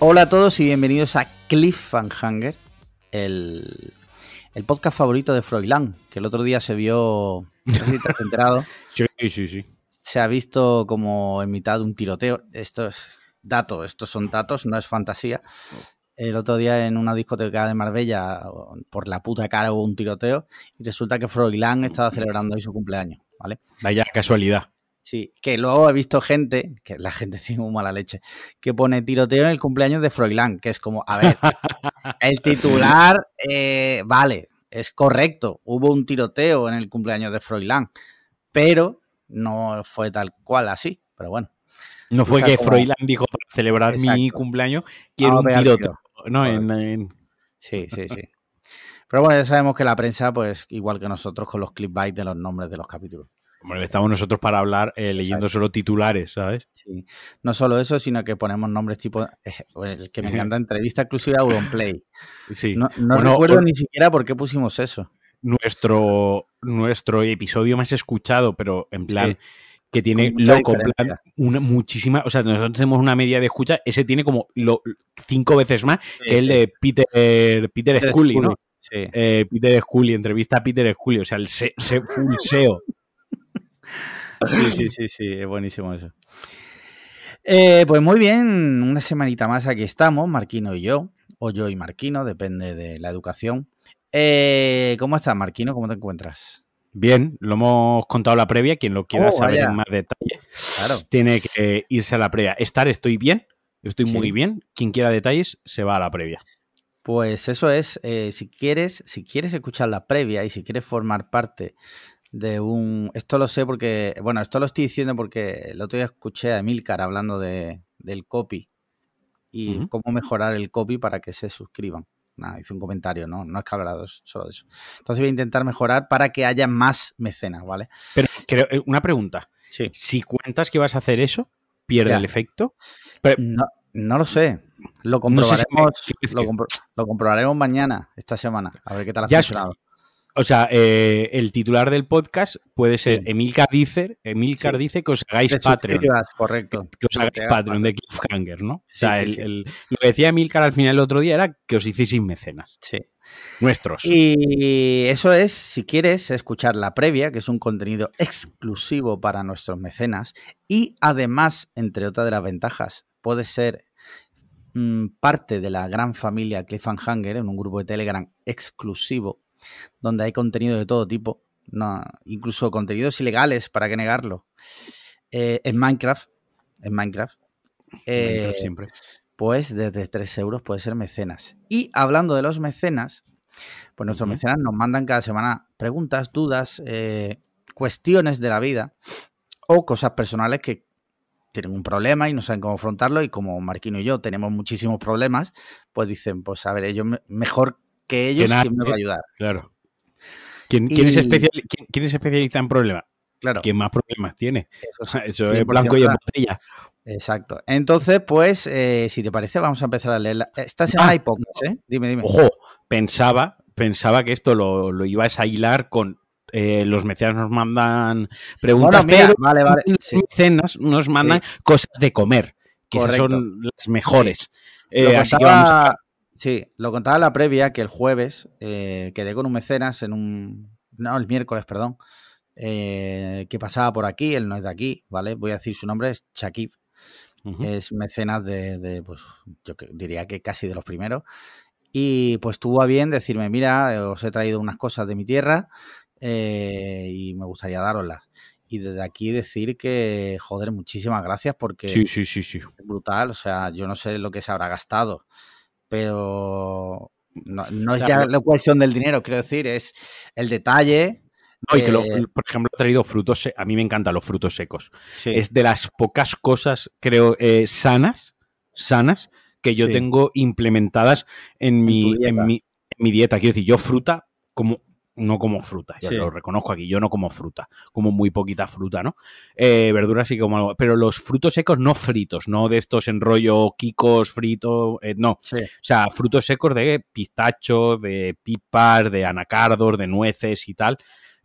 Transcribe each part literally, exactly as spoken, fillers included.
Hola a todos y bienvenidos a Cliffhanger, el, el podcast favorito de Froilán, que el otro día se vio, no sé si te has enterado, sí, sí, sí. Se ha visto como en mitad de un tiroteo. Esto es datos, estos son datos, no es fantasía. El otro día en una discoteca de Marbella, por la puta cara hubo un tiroteo y resulta que Froilán estaba celebrando ahí su cumpleaños, ¿vale? Vaya casualidad. Sí, que luego he visto gente, que la gente tiene muy mala leche, que pone tiroteo en el cumpleaños de Froilán, que es como, a ver, el titular, eh, vale, es correcto, hubo un tiroteo en el cumpleaños de Froilán, pero no fue tal cual así, pero bueno. No fue que como... Froilán dijo, para celebrar Exacto. mi cumpleaños, quiero un tiroteo, ¿no? En, en... Sí, sí, sí. Pero bueno, ya sabemos que la prensa, pues, igual que nosotros con los clickbait de los nombres de los capítulos. Hombre, estamos nosotros para hablar eh, leyendo solo titulares, ¿sabes? Sí. No solo eso, sino que ponemos nombres tipo... Eh, el que me encanta, entrevista exclusiva de Auronplay. Sí. No, no bueno, recuerdo o... ni siquiera por qué pusimos eso. Nuestro, nuestro episodio más escuchado, pero en plan... Sí. Que tiene loco, plan, una, muchísima, o sea, nosotros tenemos una media de escucha, ese tiene como lo, cinco veces más sí, que el sí. de Peter, Peter, Peter Scully, ¿no? Sí. Eh, Peter Scully, entrevista a Peter Scully, o sea, el se, se full S E O. Sí, sí, sí, sí, es buenísimo eso. Eh, pues muy bien, una semanita más aquí estamos, Marquino y yo, o yo y Marquino, depende de la educación. Eh, ¿Cómo estás, Marquino? ¿Cómo te encuentras? Bien, lo hemos contado la previa. Quien lo quiera oh, saber vaya. en más detalle claro. tiene que irse a la previa. Estar, estoy bien, estoy sí. muy bien. Quien quiera detalles se va a la previa. Pues eso es, eh, si quieres, si quieres escuchar la previa y si quieres formar parte de un... Esto lo sé porque, bueno, esto lo estoy diciendo porque el otro día escuché a Emilcar hablando de, del copy y uh-huh. cómo mejorar el copy para que se suscriban. Nada, hice un comentario, ¿no? No es que hablara solo de eso. Entonces voy a intentar mejorar para que haya más mecenas, ¿vale? Pero creo, una pregunta. Sí. Si cuentas que vas a hacer eso, ¿pierde ya. el efecto? Pero, no, no lo sé. Lo comprobaremos, no sé si me... lo, compro lo comprobaremos mañana, esta semana. A ver qué tal ha ya funcionado. Soy. O sea, eh, el titular del podcast puede ser sí. Emilcar dice, Emilcar sí. dice que os hagáis Patreon. Correcto. Que, que os hagáis Patreon de Cliffhanger, ¿no? Sí, o sea, sí, el, sí. El, lo que decía Emilcar al final el otro día era que os hicieseis mecenas. Sí. Nuestros. Y eso es, si quieres escuchar la previa, que es un contenido exclusivo para nuestros mecenas. Y además, entre otras de las ventajas, puede ser mmm, parte de la gran familia Cliffhanger en un grupo de Telegram exclusivo, donde hay contenido de todo tipo, no, incluso contenidos ilegales, para qué negarlo. Eh, en Minecraft, en Minecraft, eh, Minecraft siempre. Pues desde tres euros puede ser mecenas. Y hablando de los mecenas, pues nuestros uh-huh. mecenas nos mandan cada semana preguntas, dudas, eh, cuestiones de la vida o cosas personales que tienen un problema y no saben cómo afrontarlo, y como Marquino y yo tenemos muchísimos problemas, pues dicen, pues a ver, ellos mejor que ellos, que ¿quién me va a ayudar? Claro. ¿Quién, y... ¿quién, es especial, quién, ¿quién es especialista en problemas? Claro. ¿Quién más problemas tiene? Eso, es, Eso es blanco y en botella. Exacto. Entonces, pues, eh, si te parece, vamos a empezar a leerla. Esta semana ah, hay pocas, ¿eh? Dime, dime. Ojo, pensaba, pensaba que esto lo, lo ibas a hilar con eh, los mecenas nos mandan preguntas, bueno, mira, pero vale, vale. los sí. mecenas nos mandan sí. cosas de comer, que esas son las mejores. Sí. Eh, contaba, así que vamos a... Sí, lo contaba la previa, que el jueves eh, quedé con un mecenas en un... No, el miércoles, perdón. Eh, que pasaba por aquí, él no es de aquí, ¿vale? Voy a decir su nombre, es Shakib. Uh-huh. Es mecenas de, de, pues, yo diría que casi de los primeros. Y pues tuvo a bien decirme, mira, os he traído unas cosas de mi tierra eh, y me gustaría daroslas. Y desde aquí decir que, joder, muchísimas gracias porque sí, sí, sí, sí. es brutal. O sea, yo no sé lo que se habrá gastado, pero no, no es claro. ya la cuestión del dinero, quiero decir, es el detalle. No, y que, lo, por ejemplo, ha traído frutos, a mí me encantan los frutos secos. Sí. Es de las pocas cosas, creo, eh, sanas, sanas, que yo sí. tengo implementadas en mi, en, en, mi, en mi dieta. Quiero decir, yo fruta, como no como fruta, ya sí. lo reconozco aquí, yo no como fruta, como muy poquita fruta, ¿no? Eh, verduras sí como algo, pero los frutos secos no fritos, no de estos en rollo quicos, fritos, eh, no. Sí. O sea, frutos secos de pistacho, de pipas, de anacardos, de nueces y tal.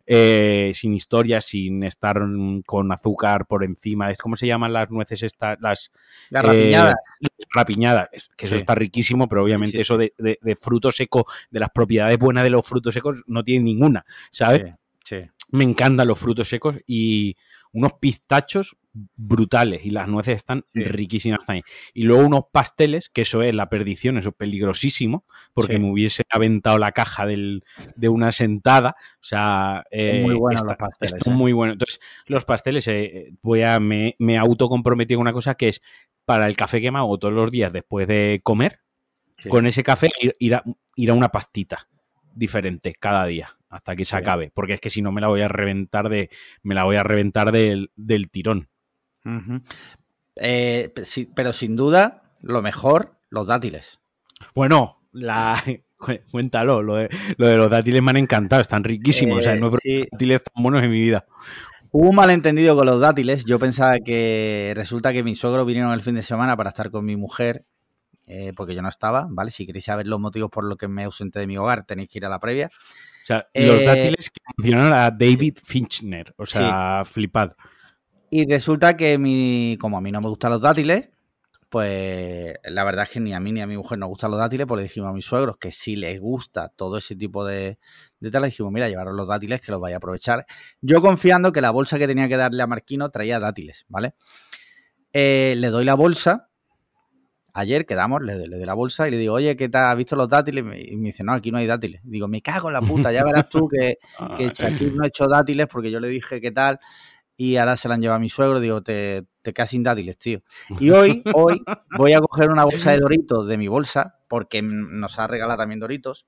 eh, sin historias, sin estar con azúcar por encima. ¿Cómo se llaman las nueces estas? Las garrapiñadas. Eh, rapiñadas, que eso sí. Está riquísimo, pero obviamente sí, sí, eso de, de, de fruto seco, de las propiedades buenas de los frutos secos, no tiene ninguna, ¿sabes? Sí, sí. Me encantan los frutos secos y unos pistachos brutales y las nueces están sí. riquísimas también. Y luego unos pasteles, que eso es la perdición, eso es peligrosísimo, porque sí. me hubiese aventado la caja del, de una sentada. O sea, son eh, muy buenos está, los pasteles. Están eh. muy buenos. Entonces, los pasteles, eh, voy a, me, me autocomprometí con una cosa que es para el café que me hago todos los días después de comer, sí. con ese café ir, ir, a, ir a una pastita diferente cada día hasta que se sí. acabe, porque es que si no me la voy a reventar de me la voy a reventar del, del tirón. Uh-huh. eh, sí, pero sin duda lo mejor, los dátiles. Bueno, la cuéntalo, lo de, lo de los dátiles me han encantado, están riquísimos, eh, o sea, no he probado sí. dátiles tan buenos en mi vida. Hubo un malentendido con los dátiles. Yo pensaba que resulta que mis suegros vinieron el fin de semana para estar con mi mujer, eh, porque yo no estaba, ¿vale? Si queréis saber los motivos por los que me ausenté de mi hogar, tenéis que ir a la previa. O sea, eh, los dátiles que mencionaron a David Fincher, o sea, sí. flipad. Y resulta que mi, como a mí no me gustan los dátiles, pues la verdad es que ni a mí ni a mi mujer nos gustan los dátiles, pues le dijimos a mis suegros que si les gusta todo ese tipo de, de tal, le dijimos, mira, llevaros los dátiles que los vais a aprovechar. Yo confiando que la bolsa que tenía que darle a Marquino traía dátiles, ¿vale? Eh, le doy la bolsa. Ayer quedamos, le, le doy la bolsa y le digo, oye, ¿qué tal? ¿Has visto los dátiles? Y me dice, no, aquí no hay dátiles. Digo, me cago en la puta, ya verás tú que, que Shakib no ha hecho dátiles porque yo le dije qué tal y ahora se la han llevado a mi suegro. Digo, te, te quedas sin dátiles, tío. Y hoy, hoy voy a coger una bolsa de Doritos de mi bolsa porque nos ha regalado también Doritos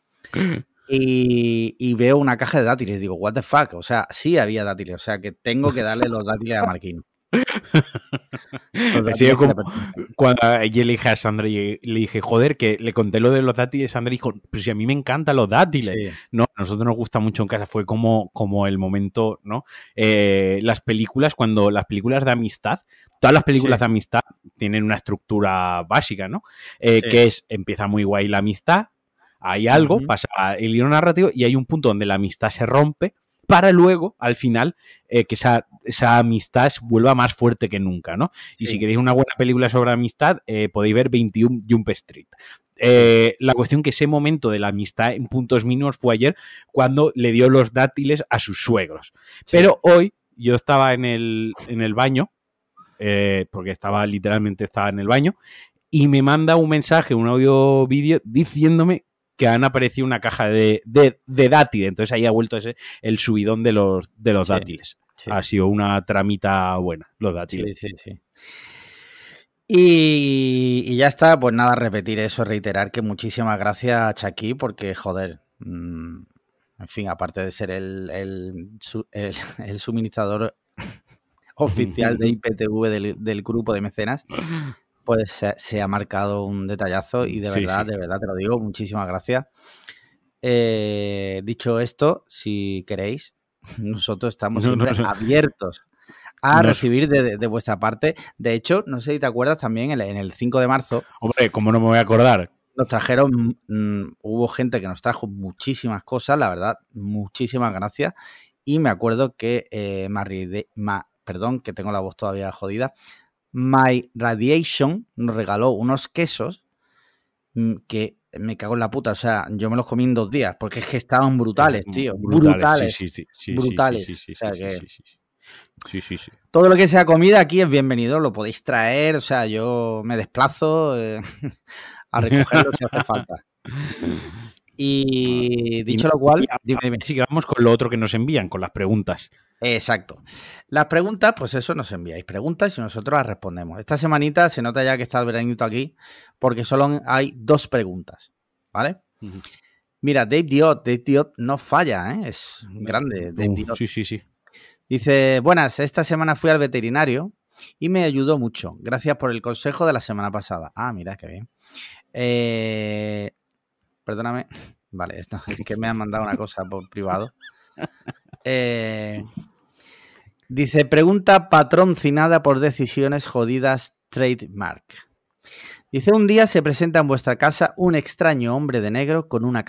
y, y veo una caja de dátiles. Digo, what the fuck, o sea, sí había dátiles, o sea que tengo que darle los dátiles a Marquino. Sí, como cuando yo le dije a Sandra y le dije, joder, que le conté lo de los dátiles, Sandra dijo, pero si a mí me encantan los dátiles, sí. No, a nosotros nos gusta mucho en casa, fue como, como el momento, ¿no? Eh, las películas, cuando las películas de amistad, todas las películas sí. de amistad tienen una estructura básica, ¿no? Eh, sí. Que es, empieza muy guay la amistad, hay algo, uh-huh. pasa el hilo narrativo y hay un punto donde la amistad se rompe, para luego, al final, eh, que esa, esa amistad vuelva más fuerte que nunca, ¿no? Y sí. si queréis una buena película sobre amistad, eh, podéis ver veintiuno Jump Street. Eh, la cuestión que ese momento de la amistad en puntos mínimos fue ayer cuando le dio los dátiles a sus suegros. Sí. Pero hoy yo estaba en el, en el baño, eh, porque estaba literalmente estaba en el baño, y me manda un mensaje, un audio vídeo, diciéndome que han aparecido una caja de, de, de dátiles. Entonces ahí ha vuelto ese, el subidón de los, de los sí, dátiles. Sí. Ha sido una tramita buena, los dátiles. Sí, sí, sí. Y, y ya está, pues nada, repetir eso, reiterar que muchísimas gracias a Chaki porque, joder, mmm, en fin, aparte de ser el, el, el, el suministrador oficial de I P T V del, del grupo de mecenas, pues se, se ha marcado un detallazo y de verdad, sí, sí. de verdad te lo digo, muchísimas gracias. Eh, dicho esto, si queréis, nosotros estamos no, siempre no, no. abiertos a no, recibir de, de, de vuestra parte. De hecho, no sé si te acuerdas también, en el cinco de marzo... Hombre, ¿cómo no me voy a acordar? Nos trajeron, mmm, hubo gente que nos trajo muchísimas cosas, la verdad, muchísimas gracias. Y me acuerdo que, eh, Maride, ma, perdón, que tengo la voz todavía jodida, My Radiation nos regaló unos quesos que me cago en la puta. O sea, yo me los comí en dos días porque es que estaban brutales, tío. Brutales. Brutales. Sí, sí, sí, brutales. Sí, sí, sí, o sea sí, que sí, sí, sí. Sí, sí, sí. Todo lo que sea comida aquí es bienvenido, lo podéis traer. O sea, yo me desplazo eh, a recogerlo si hace falta. Y dicho y, lo cual, y a, dime, dime. Sí, que vamos con lo otro que nos envían, con las preguntas. Exacto. Las preguntas, pues eso, nos enviáis preguntas y nosotros las respondemos. Esta semanita se nota ya que está el veranito aquí porque solo hay dos preguntas, ¿vale? Uh-huh. Mira, Dave Diot, Dave Diot no falla, ¿eh? Es grande, Dave uh, Diot. Sí, sí, sí. Dice, buenas, esta semana fui al veterinario y me ayudó mucho. Gracias por el consejo de la semana pasada. Ah, mira, qué bien. Eh... Perdóname. Vale, esto, es que me han mandado una cosa por privado. Eh, dice, pregunta patrocinada por decisiones jodidas trademark. Dice, un día se presenta en vuestra casa un extraño hombre de negro con una caja.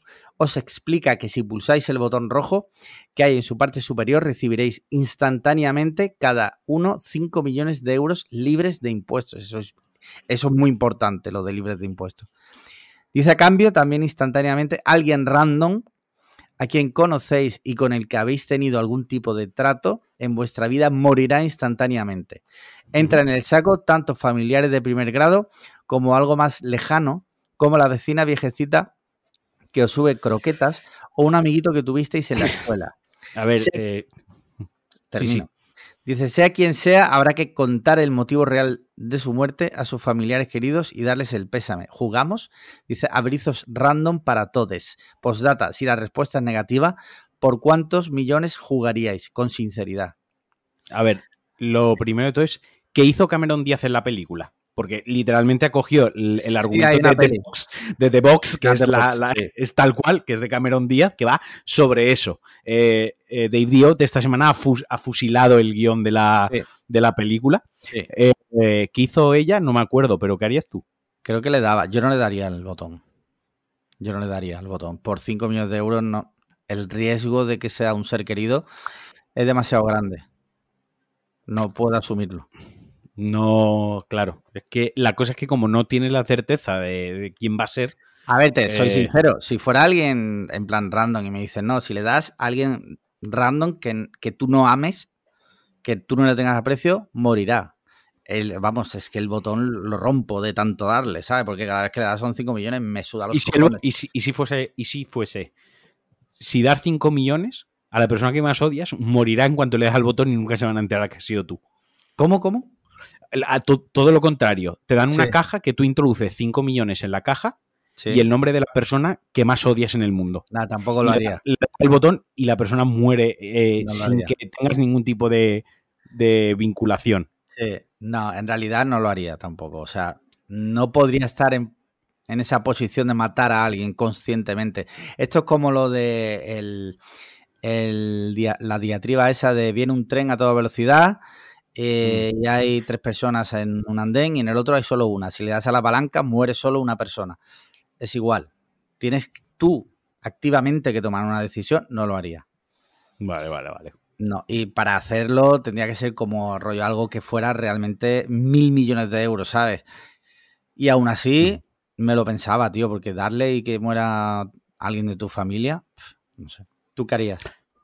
os explica que si pulsáis el botón rojo que hay en su parte superior recibiréis instantáneamente cada uno cinco millones de euros libres de impuestos. Eso es, eso es muy importante, lo de libres de impuestos. Dice, a cambio, también instantáneamente alguien random a quien conocéis y con el que habéis tenido algún tipo de trato en vuestra vida morirá instantáneamente. Entra en el saco tanto familiares de primer grado como algo más lejano, como la vecina viejecita que os sube croquetas o un amiguito que tuvisteis en la escuela. A ver, Se... eh... termino. Sí, sí. Dice, sea quien sea, habrá que contar el motivo real de su muerte a sus familiares queridos y darles el pésame. ¿Jugamos? Dice, abrizos random para todes. Postdata, si la respuesta es negativa, ¿por cuántos millones jugaríais? Con sinceridad. A ver, lo primero de todo es, ¿qué hizo Cameron Díaz en la película? Porque literalmente ha cogido el, el argumento sí, de, The Box, de The Box, que es, la, Box, la, sí. es tal cual, que es de Cameron Díaz, que va sobre eso. Eh, eh, Dave Diot esta semana ha, fus, ha fusilado el guión de la, sí. de la película. Sí. Eh, eh, ¿Qué hizo ella? No me acuerdo, pero ¿qué harías tú? Creo que le daba. Yo no le daría el botón. Yo no le daría el botón. Por cinco millones de euros, no. El riesgo de que sea un ser querido es demasiado grande. No puedo asumirlo. No, claro. Es que la cosa es que como no tienes la certeza de, de quién va a ser... A ver, te eh... soy sincero. Si fuera alguien en plan random y me dices, no, si le das a alguien random que, que tú no ames, que tú no le tengas aprecio, morirá. El, vamos, es que el botón lo rompo de tanto darle, ¿sabes? Porque cada vez que le das son cinco millones me suda los ¿Y si, el, y, si, y si fuese, y si fuese, si das cinco millones a la persona que más odias, morirá en cuanto le das al botón y nunca se van a enterar que has sido tú. ¿Cómo, cómo? A to, todo lo contrario, te dan una sí. caja que tú introduces cinco millones en la caja sí. y el nombre de la persona que más odias en el mundo. Nada, tampoco lo haría. Le das el botón y la persona muere eh, no sin haría. que tengas ningún tipo de, de vinculación. Sí. No, en realidad no lo haría tampoco. O sea, no podría estar en, en esa posición de matar a alguien conscientemente. Esto es como lo de el, el, la diatriba esa de viene un tren a toda velocidad... Eh, y hay tres personas en un andén y en el otro hay solo una. Si le das a la palanca, muere solo una persona. Es igual. Tienes tú activamente que tomar una decisión, no lo haría. Vale, vale, vale. No, y para hacerlo tendría que ser como rollo algo que fuera realmente mil millones de euros, ¿sabes? Y aún así mm. me lo pensaba, tío, porque darle y que muera alguien de tu familia, pff, no sé. ¿Tú qué harías?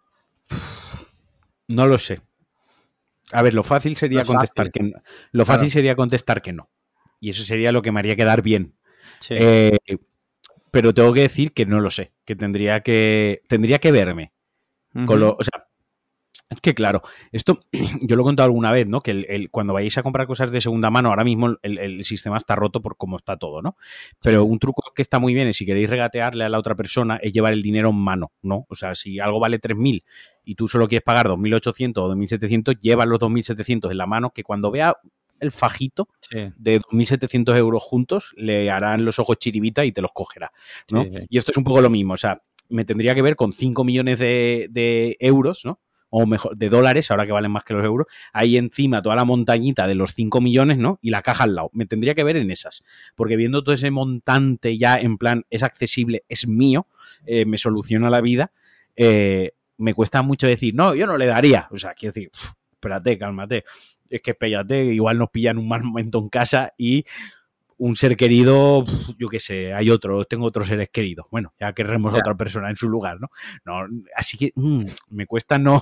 No lo sé. A ver, lo fácil sería lo contestar fácil. que no. Lo fácil claro. sería contestar que no. Y eso sería lo que me haría quedar bien. Sí. Eh, pero tengo que decir que no lo sé. Que tendría que. Tendría que verme. Uh-huh. Con lo, o sea, es que claro, esto yo lo he contado alguna vez, ¿no? Que el, el, cuando vayáis a comprar cosas de segunda mano, ahora mismo el, el sistema está roto por cómo está todo, ¿no? Pero sí. un truco que está muy bien es si queréis regatearle a la otra persona es llevar el dinero en mano, ¿no? O sea, si algo vale tres mil y tú solo quieres pagar dos mil ochocientos o dos mil setecientos, lleva los dos mil setecientos en la mano, que cuando vea el fajito sí. de dos mil setecientos euros juntos, le harán los ojos chiribita y te los cogerá, ¿no? Sí, sí. Y esto es un poco lo mismo, o sea, me tendría que ver con cinco millones de, de euros, ¿no? O mejor, de dólares, ahora que valen más que los euros, ahí encima toda la montañita de los cinco millones, ¿no? Y la caja al lado. Me tendría que ver en esas. Porque viendo todo ese montante ya en plan, es accesible, es mío, eh, me soluciona la vida, eh, me cuesta mucho decir, no, yo no le daría. O sea, quiero decir, pff, espérate, cálmate. Es que espérate, igual nos pillan un mal momento en casa y un ser querido, yo qué sé, hay otro, tengo otros seres queridos. Bueno, ya querremos yeah. a otra persona en su lugar, ¿no? no así que mmm, me cuesta no,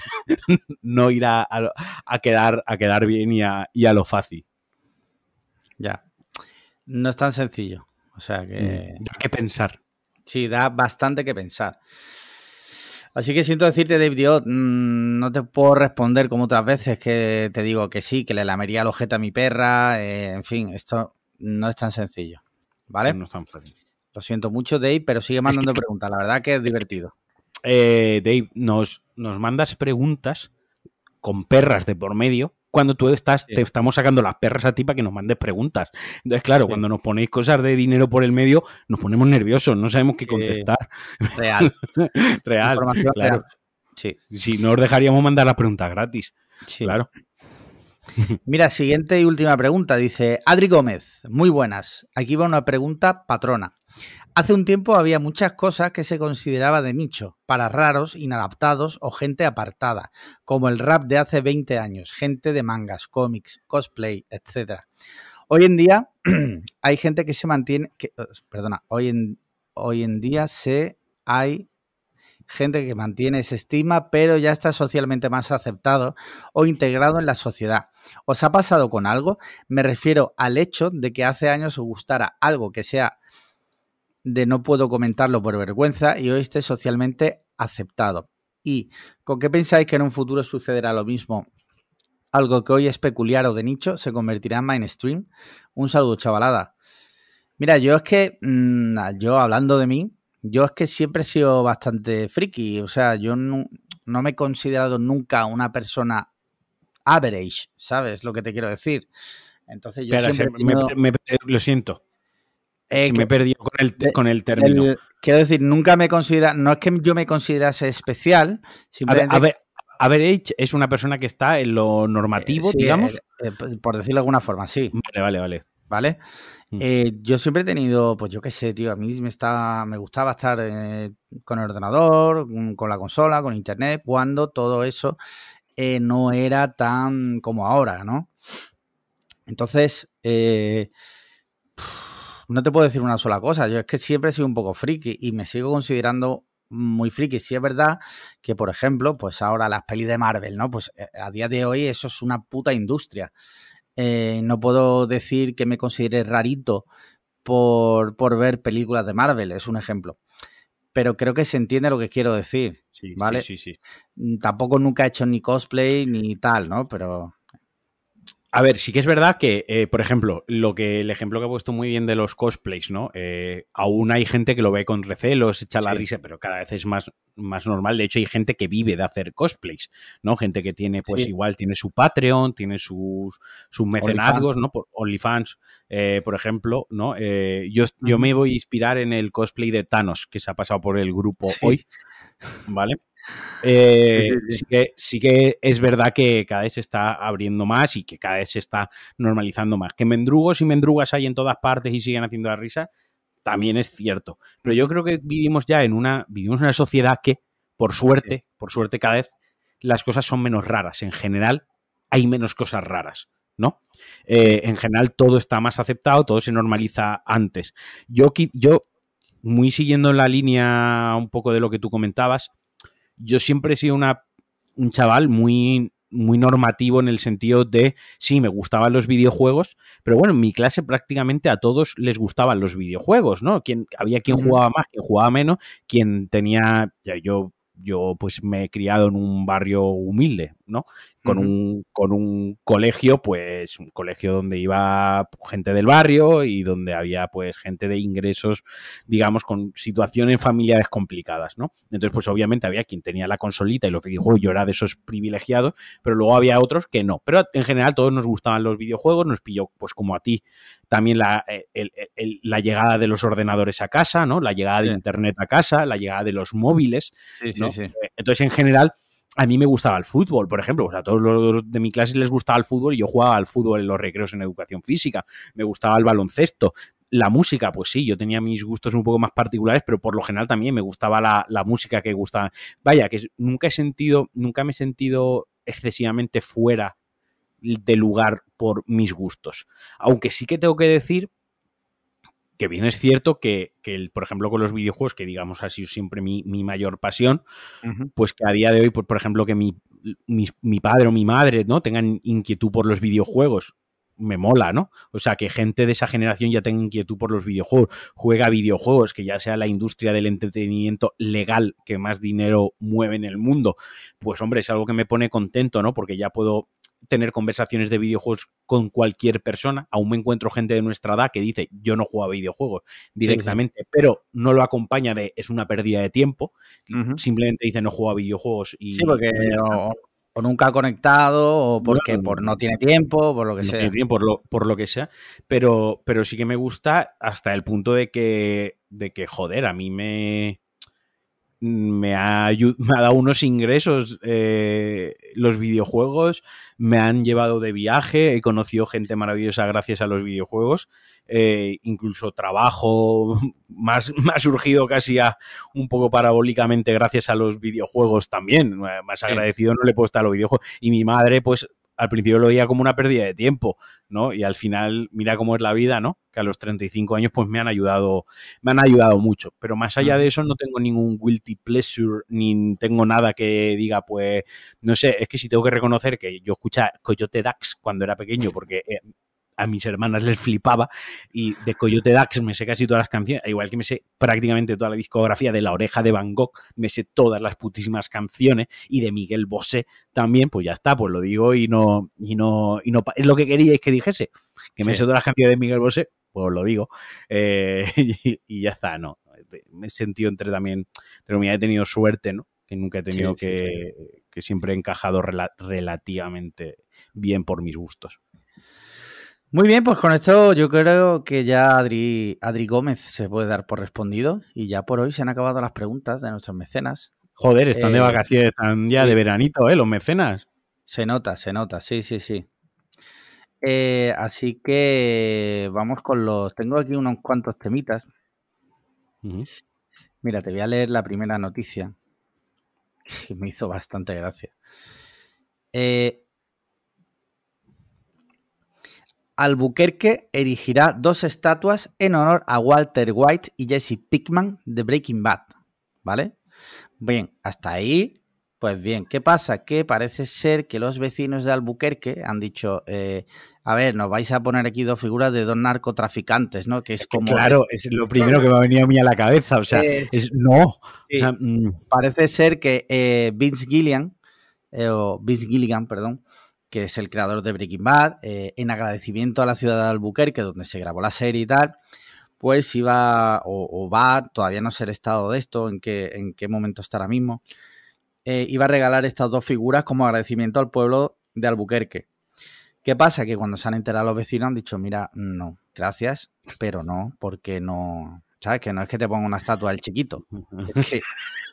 no ir a, a, a, quedar, a quedar bien y a, y a lo fácil. Ya. No es tan sencillo. O sea que... Mm, da que pensar. Sí, da bastante que pensar. Así que siento decirte, Dave Diot, mmm, no te puedo responder como otras veces que te digo que sí, que le lamería el ojete a mi perra, eh, en fin, esto... No es tan sencillo, ¿vale? No es tan fácil. Lo siento mucho, Dave, pero sigue mandando es que, preguntas. La verdad que es divertido. Eh, Dave, nos, nos mandas preguntas con perras de por medio cuando tú estás, sí. te estamos sacando las perras a ti para que nos mandes preguntas. Entonces, claro, sí. cuando nos ponéis cosas de dinero por el medio, nos ponemos nerviosos, no sabemos qué contestar. Real. real, claro. real. Sí. Si no os dejaríamos mandar las preguntas gratis. Sí. Claro. Mira, siguiente y última pregunta. Dice Adri Gómez, muy buenas. Aquí va una pregunta patrona. Hace un tiempo había muchas cosas que se consideraba de nicho, para raros, inadaptados o gente apartada, como el rap de hace veinte años, gente de mangas, cómics, cosplay, etcétera. Hoy en día hay gente que se mantiene, que, perdona, hoy en, hoy en día se hay gente que mantiene ese estigma, pero ya está socialmente más aceptado o integrado en la sociedad. ¿Os ha pasado con algo? Me refiero al hecho de que hace años os gustara algo que sea de no puedo comentarlo por vergüenza y hoy esté socialmente aceptado. ¿Y con qué pensáis que en un futuro sucederá lo mismo? Algo que hoy es peculiar o de nicho se convertirá en mainstream. Un saludo, chavalada. Mira, yo es que, mmm, yo hablando de mí, yo es que siempre he sido bastante friki. O sea, yo no, no me he considerado nunca una persona average, ¿sabes lo que te quiero decir? Entonces yo Espera, siempre se- he me- tenido... me- lo siento. Eh, Se me he perdido con el, de, con el término. el, quiero decir, nunca me considera, no es que yo me considerase especial, A ver, a simplemente... ver, average es una persona que está en lo Eh, normativo, sí, eh, digamos. eh, por decirlo de alguna forma, sí, Vale, vale, vale. ¿vale? Mm. Eh, yo siempre he tenido, pues yo qué sé, tío, a mí me, está, me gustaba estar eh, con el ordenador, con la consola, con internet, cuando todo eso eh, no era tan como ahora, ¿no? Entonces, eh, no te puedo decir una sola cosa, yo es que siempre he sido un poco friki y me sigo considerando muy friki. Sí es verdad que, por ejemplo, pues ahora las pelis de Marvel, ¿no? Pues a día de hoy eso es una puta industria. Eh, no puedo decir que me considere rarito por, por ver películas de Marvel, es un ejemplo. Pero creo que se entiende lo que quiero decir, Sí, sí, ¿vale? sí, sí. Tampoco nunca he hecho ni cosplay ni tal, ¿no? Pero... A ver, sí que es verdad que, eh, por ejemplo, lo que el ejemplo que he puesto muy bien de los cosplays, ¿no? Eh, aún hay gente que lo ve con recelos, echa la Sí. risa, pero cada vez es más, más normal. De hecho, hay gente que vive de hacer cosplays, ¿no? Gente que tiene, pues Sí. igual, tiene su Patreon, tiene sus, sus mecenazgos, OnlyFans. ¿no? Por OnlyFans, eh, por ejemplo, ¿no? Eh, yo, yo Uh-huh. me voy a inspirar en el cosplay de Thanos, que se ha pasado por el grupo Sí. hoy, ¿vale? Sí, sí, Eh, sí. sí, que, sí que es verdad que cada vez se está abriendo más y que cada vez se está normalizando más. Que mendrugos y mendrugas hay en todas partes y siguen haciendo la risa, también es cierto. Pero Uh-huh. yo creo que vivimos ya en una, vivimos en una sociedad que, por suerte, sí. por suerte cada vez las cosas son menos raras. En general, hay menos cosas raras, ¿no? Eh, en general, todo está más aceptado, todo se normaliza antes. Yo, yo, muy siguiendo la línea un poco de lo que tú comentabas, yo siempre he sido una, un chaval muy, muy normativo en el sentido de, sí, me gustaban los videojuegos, pero bueno, en mi clase prácticamente a todos les gustaban los videojuegos, ¿no? Quien, había quien Uh-huh. jugaba más, quien jugaba menos, quien tenía, ya yo, yo pues me he criado en un barrio humilde, ¿no? Con, uh-huh. un, con un colegio, pues un colegio donde iba gente del barrio y donde había pues gente de ingresos, digamos, con situaciones familiares complicadas, ¿no? Entonces, pues obviamente había quien tenía la consolita y los videojuegos, yo era de esos privilegiados, pero luego había otros que no. Pero en general todos nos gustaban los videojuegos, nos pilló, pues como a ti, también la, el, el, la llegada de los ordenadores a casa, ¿no? La llegada sí. de internet a casa, la llegada de los móviles, sí, ¿no? Sí, sí. Entonces, en general, a mí me gustaba el fútbol, por ejemplo. O sea, a todos los de mi clase les gustaba el fútbol y yo jugaba al fútbol en los recreos en educación física. Me gustaba el baloncesto. La música, pues sí, yo tenía mis gustos un poco más particulares, pero por lo general también me gustaba la, la música que gustaba. Vaya, que nunca he sentido, nunca me he sentido excesivamente fuera de lugar por mis gustos. Aunque sí que tengo que decir que bien es cierto que, que el, por ejemplo, con los videojuegos, que digamos ha sido siempre mi, mi mayor pasión, uh-huh. pues que a día de hoy, pues, por ejemplo, que mi, mi, mi padre o mi madre, ¿no? tengan inquietud por los videojuegos, me mola, ¿no? O sea, que gente de esa generación ya tenga inquietud por los videojuegos, juega videojuegos, que ya sea la industria del entretenimiento legal que más dinero mueve en el mundo, pues hombre, es algo que me pone contento, ¿no? Porque ya puedo tener conversaciones de videojuegos con cualquier persona. Aún me encuentro gente de nuestra edad que dice, yo no juego a videojuegos directamente, sí, sí. pero no lo acompaña de, es una pérdida de tiempo, uh-huh. simplemente dice, no juego a videojuegos y... Sí, porque... O, o nunca ha conectado, o porque no, por no tiene tiempo, por lo que no sea. Tiene tiempo, por, lo, por lo que sea, pero, pero sí que me gusta hasta el punto de que, de que, joder, a mí me... me ha, me ha dado unos ingresos eh, los videojuegos, me han llevado de viaje, he conocido gente maravillosa gracias a los videojuegos, eh, incluso trabajo más, me ha surgido casi a, un poco parabólicamente gracias a los videojuegos también, más sí. agradecido no le puedo estar a los videojuegos, y mi madre pues al principio lo veía como una pérdida de tiempo, ¿no? Y al final, mira cómo es la vida, ¿no? Que a los treinta y cinco años, pues me han ayudado, me han ayudado mucho. Pero más allá de eso, no tengo ningún guilty pleasure, ni tengo nada que diga, pues, no sé, es que si tengo que reconocer que yo escuchaba Coyote Dax cuando era pequeño, porque eh, a mis hermanas les flipaba, y de Coyote Dax me sé casi todas las canciones, igual que me sé prácticamente toda la discografía de La Oreja de Van Gogh, me sé todas las putísimas canciones, y de Miguel Bosé también, pues ya está, pues lo digo y no, y no, y no es lo que queríais que dijese, que me sí. sé todas las canciones de Miguel Bosé, pues lo digo, eh, y, y ya está, no, me he sentido entre también, pero mira, he tenido suerte, ¿no? Que nunca he tenido sí, que, sí, sí. que siempre he encajado rela relativamente bien por mis gustos. Muy bien, pues con esto yo creo que ya Adri, Adri Gómez se puede dar por respondido y ya por hoy se han acabado las preguntas de nuestros mecenas. Joder, están eh, de vacaciones, están ya sí. de veranito, ¿eh? Los mecenas. Se nota, se nota, sí, sí, sí. Eh, así que vamos con los... Tengo aquí unos cuantos temitas. Uh-huh. Mira, te voy a leer la primera noticia, que me hizo bastante gracia. Eh... Albuquerque erigirá dos estatuas en honor a Walter White y Jesse Pinkman de Breaking Bad, ¿vale? Bien, hasta ahí, pues bien. ¿Qué pasa? Que parece ser que los vecinos de Albuquerque han dicho, eh, a ver, nos vais a poner aquí dos figuras de dos narcotraficantes, ¿no? Que es, es que como... Claro, es lo primero que me ha venido a mí a la cabeza, o sea, es, es no. Sí, o sea, mm. Parece ser que eh, Vince Gilligan, eh, o Vince Gilligan, perdón, que es el creador de Breaking Bad, eh, en agradecimiento a la ciudad de Albuquerque, donde se grabó la serie y tal, pues iba o, o va, todavía no sé el estado de esto, en qué, en qué momento está ahora mismo, eh, iba a regalar estas dos figuras como agradecimiento al pueblo de Albuquerque. ¿Qué pasa? Que cuando se han enterado los vecinos han dicho, mira, no, gracias, pero no, porque no, ¿sabes? Que no es que te ponga una estatua del chiquito. Es que...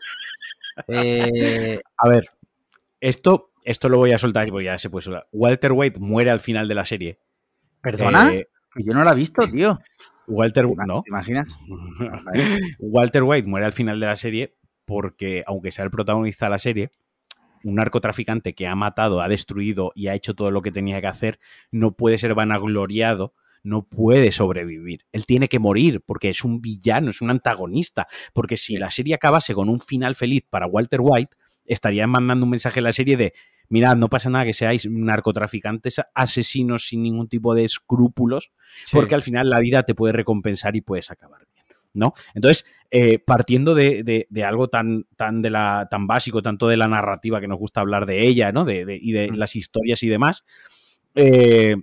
eh... A ver, esto... Esto lo voy a soltar, porque ya se puede soltar. Walter White muere al final de la serie. ¿Perdona? Eh, yo no la he visto, tío. Walter, ¿no? ¿Te imaginas? Walter White muere al final de la serie porque, aunque sea el protagonista de la serie, un narcotraficante que ha matado, ha destruido y ha hecho todo lo que tenía que hacer, no puede ser vanagloriado, no puede sobrevivir. Él tiene que morir porque es un villano, es un antagonista. Porque si la serie acabase con un final feliz para Walter White, estarían mandando un mensaje en la serie de mirad, no pasa nada que seáis narcotraficantes, asesinos sin ningún tipo de escrúpulos, sí. porque al final la vida te puede recompensar y puedes acabar bien, ¿no? Entonces, eh, partiendo de, de, de algo tan, tan, de la, tan básico, tanto de la narrativa que nos gusta hablar de ella, ¿no? De, de, y de mm. las historias y demás, eh,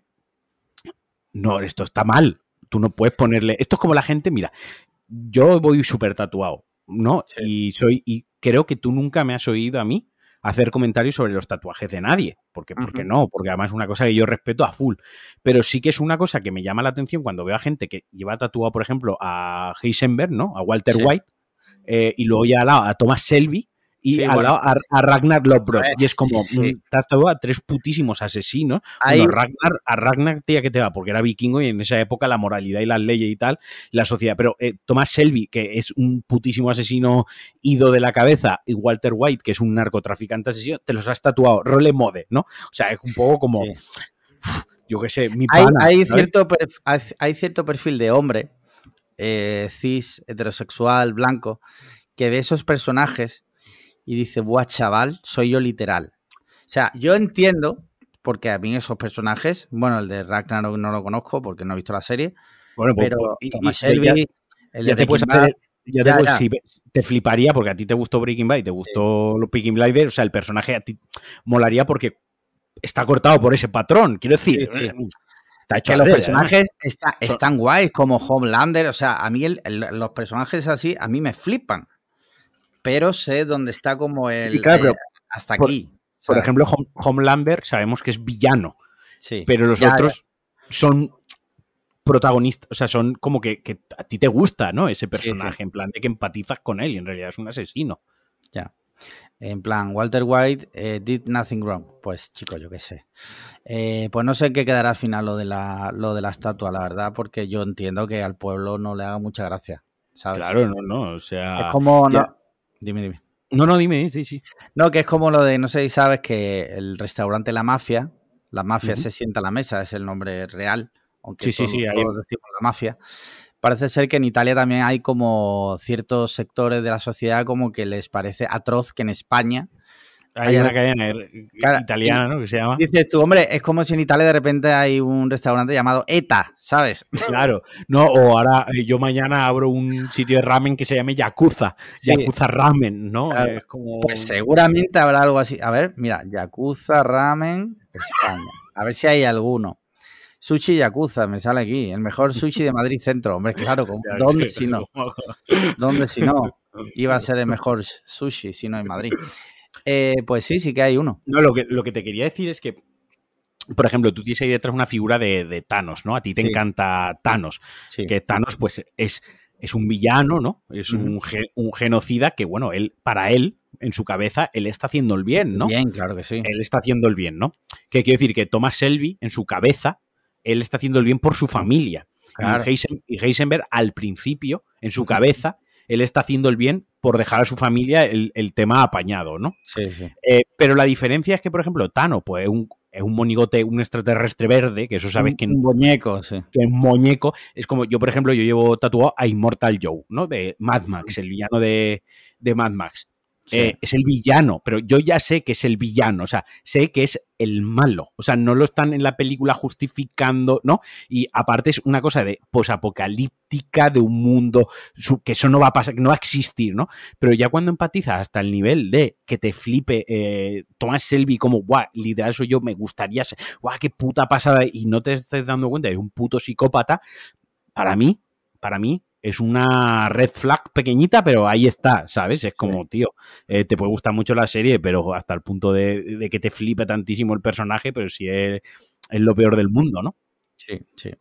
no, esto está mal. Tú no puedes ponerle... Esto es como la gente, mira, yo voy súper tatuado, ¿no? Sí. Y soy y creo que tú nunca me has oído a mí hacer comentarios sobre los tatuajes de nadie. Porque, uh-huh. porque no, porque además es una cosa que yo respeto a full. Pero sí que es una cosa que me llama la atención cuando veo a gente que lleva tatuado, por ejemplo, a Heisenberg, ¿no? A Walter sí. White, eh, y luego ya al lado a Thomas Shelby y sí, al bueno. lado a, a Ragnar Lothbrok. Y es como, sí. te has tatuado a tres putísimos asesinos. Ahí... Bueno, Ragnar, a Ragnar, tía, que te va, porque era vikingo y en esa época la moralidad y las leyes y tal, la sociedad. Pero eh, Thomas Shelby, que es un putísimo asesino ido de la cabeza, y Walter White, que es un narcotraficante asesino, te los has tatuado, role mode, ¿no? O sea, es un poco como, sí. uf, yo qué sé, mi pana. Hay, hay, cierto, hay cierto perfil de hombre, eh, cis, heterosexual, blanco, que ve esos personajes y dice, buah, chaval, soy yo literal. O sea, yo entiendo, porque a mí esos personajes, bueno, el de Ragnarok no lo conozco porque no he visto la serie, bueno, pues, pero pues, Thomas Shelby, ya, el de ya te puedes Bad, hacer, ya te, ya, puedes, ya. Si, te fliparía porque a ti te gustó Breaking Bad y te gustó sí. los Peaky Blinders, o sea, el personaje a ti molaría porque está cortado por ese patrón, quiero decir. Sí, sí. Está hecho que los personajes ¿no? está, están Son... guays, como Homelander, o sea, a mí el, el, los personajes así, a mí me flipan. Pero sé dónde está como el... Sí, claro, pero eh, hasta por, aquí. Por ejemplo, Homelander sabemos que es villano. Sí. Pero los ya, otros ya. son protagonistas, o sea, son como que, que a ti te gusta, ¿no? Ese personaje, sí, sí. en plan de que empatizas con él y en realidad es un asesino. Ya. En plan, Walter White eh, did nothing wrong. Pues, chico, yo qué sé. Eh, pues no sé en qué quedará al final lo de, la, lo de la estatua, la verdad, porque yo entiendo que al pueblo no le haga mucha gracia, ¿sabes? Claro, no, no, o Es sea... como... Ya. No, dime, dime. No, no, dime, sí, sí. No, que es como lo de, no sé si sabes que el restaurante La Mafia, La Mafia Uh-huh. se sienta a la mesa, es el nombre real, aunque Sí, sí, todos, sí, hay... todos decimos La Mafia. Parece ser que en Italia también hay como ciertos sectores de la sociedad como que les parece atroz que en España Hay haya... una cadena Claro, y italiana, ¿no? Que se llama. dices tú, hombre, es como si en Italia de repente hay un restaurante llamado ETA, ¿sabes? Claro, no, o ahora eh, yo mañana abro un sitio de ramen que se llame Yakuza, Sí, Yakuza Ramen, ¿no? claro. Es Pues como... seguramente habrá algo así. A ver, mira, Yakuza Ramen España. A ver si hay alguno. Sushi Yakuza, me sale aquí. El mejor sushi de Madrid Centro. Hombre, claro, O sea, ¿dónde que- si no? como- ¿Dónde si no? Iba a ser el mejor sushi si no en Madrid. Eh, pues sí, sí que hay uno. No, lo que, lo que te quería decir es que, por ejemplo, tú tienes ahí detrás una figura de, de Thanos, ¿no? A ti te Sí, encanta Thanos, sí. que Thanos, pues, es, es un villano, ¿no? Es Ujú. un, ge- un genocida que, bueno, él, para él, en su cabeza, él está haciendo el bien, ¿no? Bien, claro que sí. Él está haciendo el bien, ¿no? Que quiere decir que Thomas Shelby, en su cabeza, él está haciendo el bien por su familia. Y, Claro. Heisen, y Heisenberg, al principio, en su Ujú. cabeza, él está haciendo el bien por dejar a su familia el, el tema apañado, ¿no? Sí, sí. Eh, pero la diferencia es que, por ejemplo, Thanos, pues es un, es un monigote, un extraterrestre verde, que eso sabes Un, que, un muñeco, sí. que es muñeco. Es como yo, por ejemplo, yo llevo tatuado a Immortal Joe, ¿no? De Mad Max, el villano de, de Mad Max. Sí. Eh, es el villano, pero yo ya sé que es el villano, o sea, sé que es el malo, o sea, no lo están en la película justificando, ¿no? Y aparte es una cosa de posapocalíptica, de un mundo que eso no va a pasar, que no va a existir, ¿no? Pero ya cuando empatizas hasta el nivel de que te flipe eh, Thomas Shelby como, guau, literal soy yo, me gustaría ser, guau, qué puta pasada, y no te estés dando cuenta, es un puto psicópata, para mí, para mí, es una red flag pequeñita, pero ahí está, ¿sabes? Es como, sí. tío, eh, te puede gustar mucho la serie, pero hasta el punto de, de que te flipe tantísimo el personaje, pero si es, es lo peor del mundo, ¿no? Sí, sí.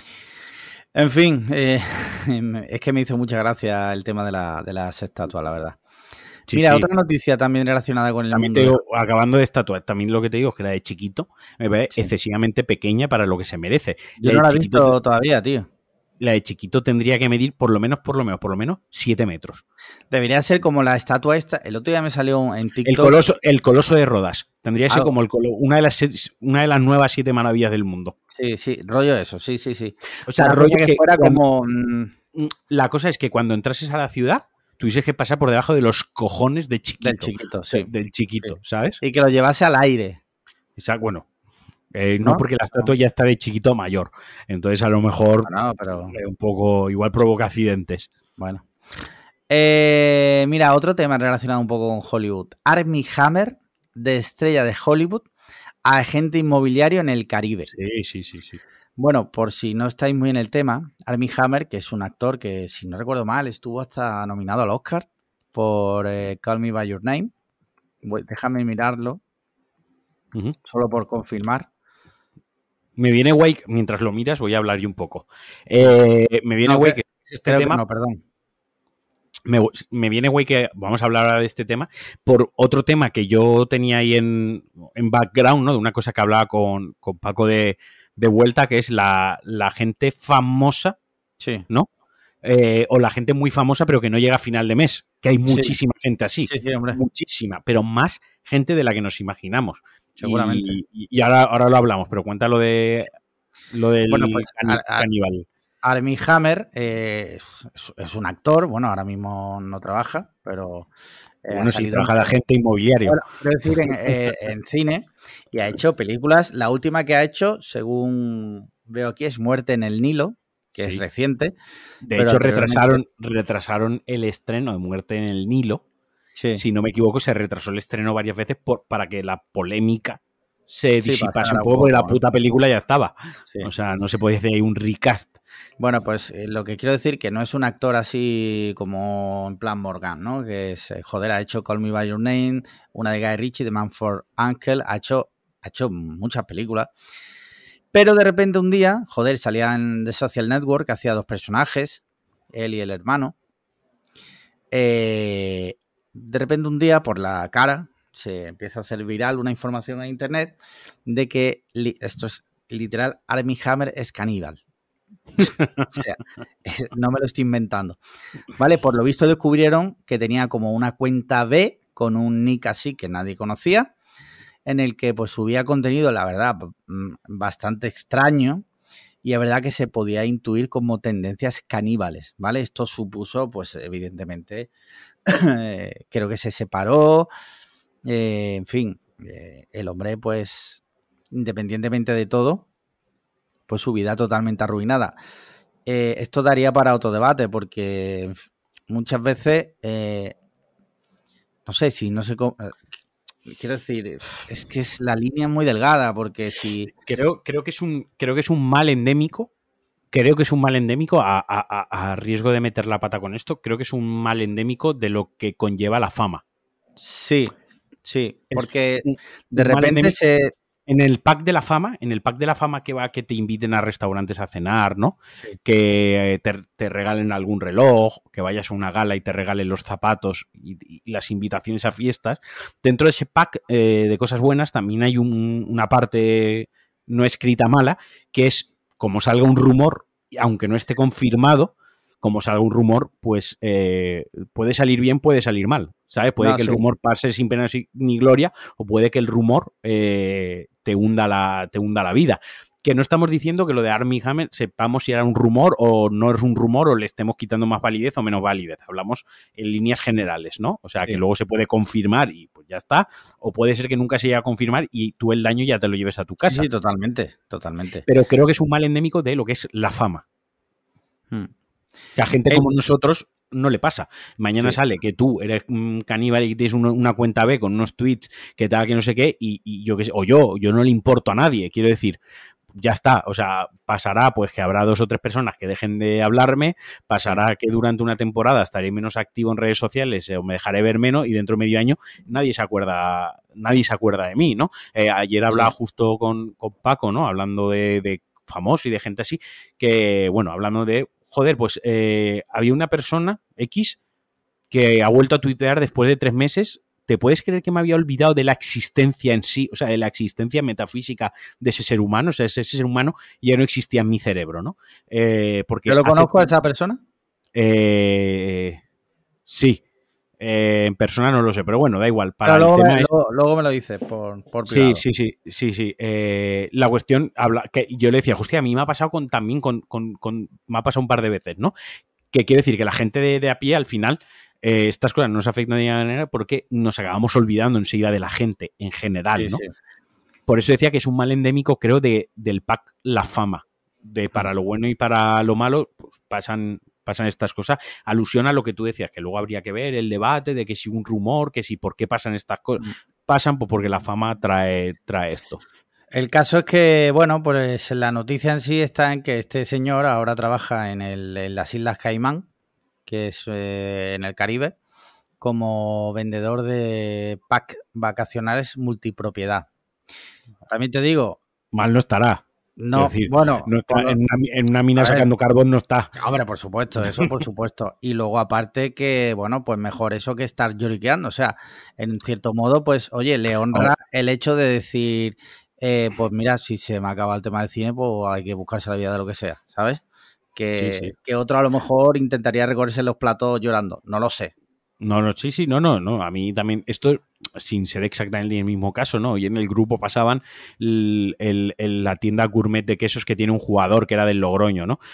En fin, eh, es que me hizo mucha gracia el tema de, la, de las estatuas, la verdad. Sí, Mira, sí. otra noticia también relacionada con el también mundo. Te digo, de... Acabando de estatuas, también lo que te digo es que la de chiquito me parece sí. excesivamente pequeña para lo que se merece. Yo la no de la he chiquito, visto todavía, tío. La de chiquito tendría que medir por lo menos, por lo menos, por lo menos siete metros. Debería ser como la estatua esta. El otro día me salió en TikTok. El coloso, el coloso de Rodas. Tendría que ser Algo. como el una, de las, una de las nuevas siete maravillas del mundo. Sí, sí, rollo eso, sí, sí, sí. O sea, Una rollo que, que fuera cuando, como... La cosa es que cuando entrases a la ciudad, tuvieses que pasar por debajo de los cojones de chiquito. Del chiquito, sí. De, del chiquito, sí. ¿Sabes? Y que lo llevase al aire. O sea, bueno, eh, no, no porque la estatua no. ya está de chiquito a mayor. Entonces, a lo mejor no, no, pero... eh, un poco, igual provoca accidentes. Bueno. Eh, mira, otro tema relacionado un poco con Hollywood. Armie Hammer, de estrella de Hollywood, a agente inmobiliario en el Caribe. Sí, sí, sí, sí. Bueno, por si no estáis muy en el tema, Armie Hammer, que es un actor que, si no recuerdo mal, estuvo hasta nominado al Oscar por eh, Call Me By Your Name. Déjame mirarlo, uh-huh. solo por confirmar. Me viene guay, mientras lo miras voy a hablar yo un poco. Eh, me viene no, guay que, que este tema... Que no, perdón. Me, me, viene güey que vamos a hablar ahora de este tema por otro tema que yo tenía ahí en, en background, ¿no? De una cosa que hablaba con, con Paco de, de vuelta, que es la, la gente famosa, sí. ¿no? Eh, o la gente muy famosa pero que no llega a final de mes, que hay muchísima sí. gente así, sí, sí, hombre. muchísima, pero más gente de la que nos imaginamos. Seguramente. Y, y ahora, ahora lo hablamos, pero cuenta lo de lo del bueno, pues, caníbal. Armie Hammer eh, es, es un actor, bueno, ahora mismo no trabaja, pero... Eh, bueno, sí, trabaja de agente inmobiliario. Bueno, quiero decir, en, eh, en cine, y ha hecho películas. La última que ha hecho, según veo aquí, es Muerte en el Nilo, que sí. es reciente. De hecho, retrasaron, retrasaron el estreno de Muerte en el Nilo. Sí. Si no me equivoco, se retrasó el estreno varias veces por, para que la polémica se disipase sí, un poco, porque la puta película ya estaba. Sí. O sea, no se podía hacer ahí un recast. Bueno, pues eh, lo que quiero decir que no es un actor así como en plan Morgan, ¿no? Que es, eh, joder, ha hecho Call Me By Your Name, una de Guy Ritchie, The Man for Uncle, ha hecho, ha hecho muchas películas. Pero de repente un día, joder, salía en The Social Network, hacía dos personajes, él y el hermano. Eh, de repente un día, por la cara, se empieza a hacer viral una información en internet de que, esto es literal, Armie Hammer es caníbal. O sea, no me lo estoy inventando. Vale, por lo visto descubrieron que tenía como una cuenta B con un nick así que nadie conocía, en el que pues subía contenido, la verdad, bastante extraño, y la verdad que se podía intuir como tendencias caníbales, ¿vale? Esto supuso, pues evidentemente, creo que se separó, eh, en fin, eh, el hombre, pues, independientemente de todo, pues su vida totalmente arruinada. Eh, esto daría para otro debate, porque muchas veces, eh, no sé si no sé cómo... Quiero decir, es que es la línea muy delgada, porque si... Creo, creo, que, es un, creo que es un mal endémico, creo que es un mal endémico, a, a, a riesgo de meter la pata con esto, creo que es un mal endémico de lo que conlleva la fama. Sí, sí, porque un, de un repente se... En el pack de la fama, en el pack de la fama que va que te inviten a restaurantes a cenar, ¿no? Sí. Que te, te regalen algún reloj, que vayas a una gala y te regalen los zapatos y, y las invitaciones a fiestas. Dentro de ese pack eh, de cosas buenas también hay un, una parte no escrita mala, que es como salga un rumor, aunque no esté confirmado, como salga un rumor, pues eh, puede salir bien, puede salir mal, ¿sabes? Puede no, que sí. el rumor pase sin pena ni gloria, o puede que el rumor eh, te, hunda la, te hunda la vida. Que no estamos diciendo que lo de Armie Hammer sepamos si era un rumor o no es un rumor, o le estemos quitando más validez o menos validez. Hablamos en líneas generales, ¿no? O sea, sí. que luego se puede confirmar y pues ya está, o puede ser que nunca se llegue a confirmar y tú el daño ya te lo lleves a tu casa. Sí, sí, totalmente, totalmente. Pero creo que es un mal endémico de lo que es la fama. Hmm. Que a gente como nosotros no le pasa. Mañana sí. sale que tú eres un caníbal y tienes una, una cuenta B con unos tweets que tal, que no sé qué, y, y yo que sé, o yo, yo no le importo a nadie, quiero decir, ya está, o sea, pasará pues que habrá dos o tres personas que dejen de hablarme, pasará sí. que durante una temporada estaré menos activo en redes sociales o me dejaré ver menos y dentro de medio año nadie se acuerda, nadie se acuerda de mí, ¿no? Eh, ayer hablaba sí. justo con, con Paco, ¿no? Hablando de, de famosos y de gente así, que, bueno, hablando de joder, pues eh, había una persona, X, que ha vuelto a tuitear después de tres meses. ¿Te puedes creer que me había olvidado de la existencia en sí? O sea, de la existencia metafísica de ese ser humano. O sea, ese ser humano ya no existía en mi cerebro, ¿no? Eh, porque ¿Yo lo conozco hace... a esa persona? Eh, sí. Eh, en persona no lo sé, pero bueno, da igual. Para pero luego, el tema me, es... luego, luego me lo dices por, por privado. Sí, sí, sí, sí, sí. Eh, la cuestión, habla, que yo le decía, hostia, a mí me ha pasado con, también con, con, con, me ha pasado un par de veces, ¿no? Que quiere decir que la gente de, de a pie, al final, eh, estas cosas no nos afectan de ninguna manera porque nos acabamos olvidando enseguida de la gente en general, sí, ¿no? Sí. Por eso decía que es un mal endémico, creo, de, del pack la fama. De para lo bueno y para lo malo, pues pasan... pasan estas cosas, alusión a lo que tú decías, que luego habría que ver el debate de que si un rumor, que si por qué pasan estas cosas. Pasan pues porque la fama trae, trae esto. El caso es que, bueno, pues la noticia en sí está en que este señor ahora trabaja en, el, en las Islas Caimán, que es eh, en el Caribe, como vendedor de pack vacacionales multipropiedad. También te digo... Mal no estará. No, decir, bueno, no está en, una, en una mina sacando carbón, no está. Hombre, por supuesto, eso por supuesto. Y luego aparte que, bueno, pues mejor eso que estar lloriqueando. O sea, en cierto modo, pues, oye, le honra el hecho de decir, eh, pues mira, si se me acaba el tema del cine, pues hay que buscarse la vida de lo que sea, ¿sabes? Que, sí, sí. que otro a lo mejor intentaría recorrerse los platos llorando. No lo sé. No, no, sí, sí, no, no, no. A mí también, esto sin ser exactamente el mismo caso, ¿no? Y en el grupo pasaban el, el, el, la tienda gourmet de quesos que tiene un jugador que era del Logroño, ¿no?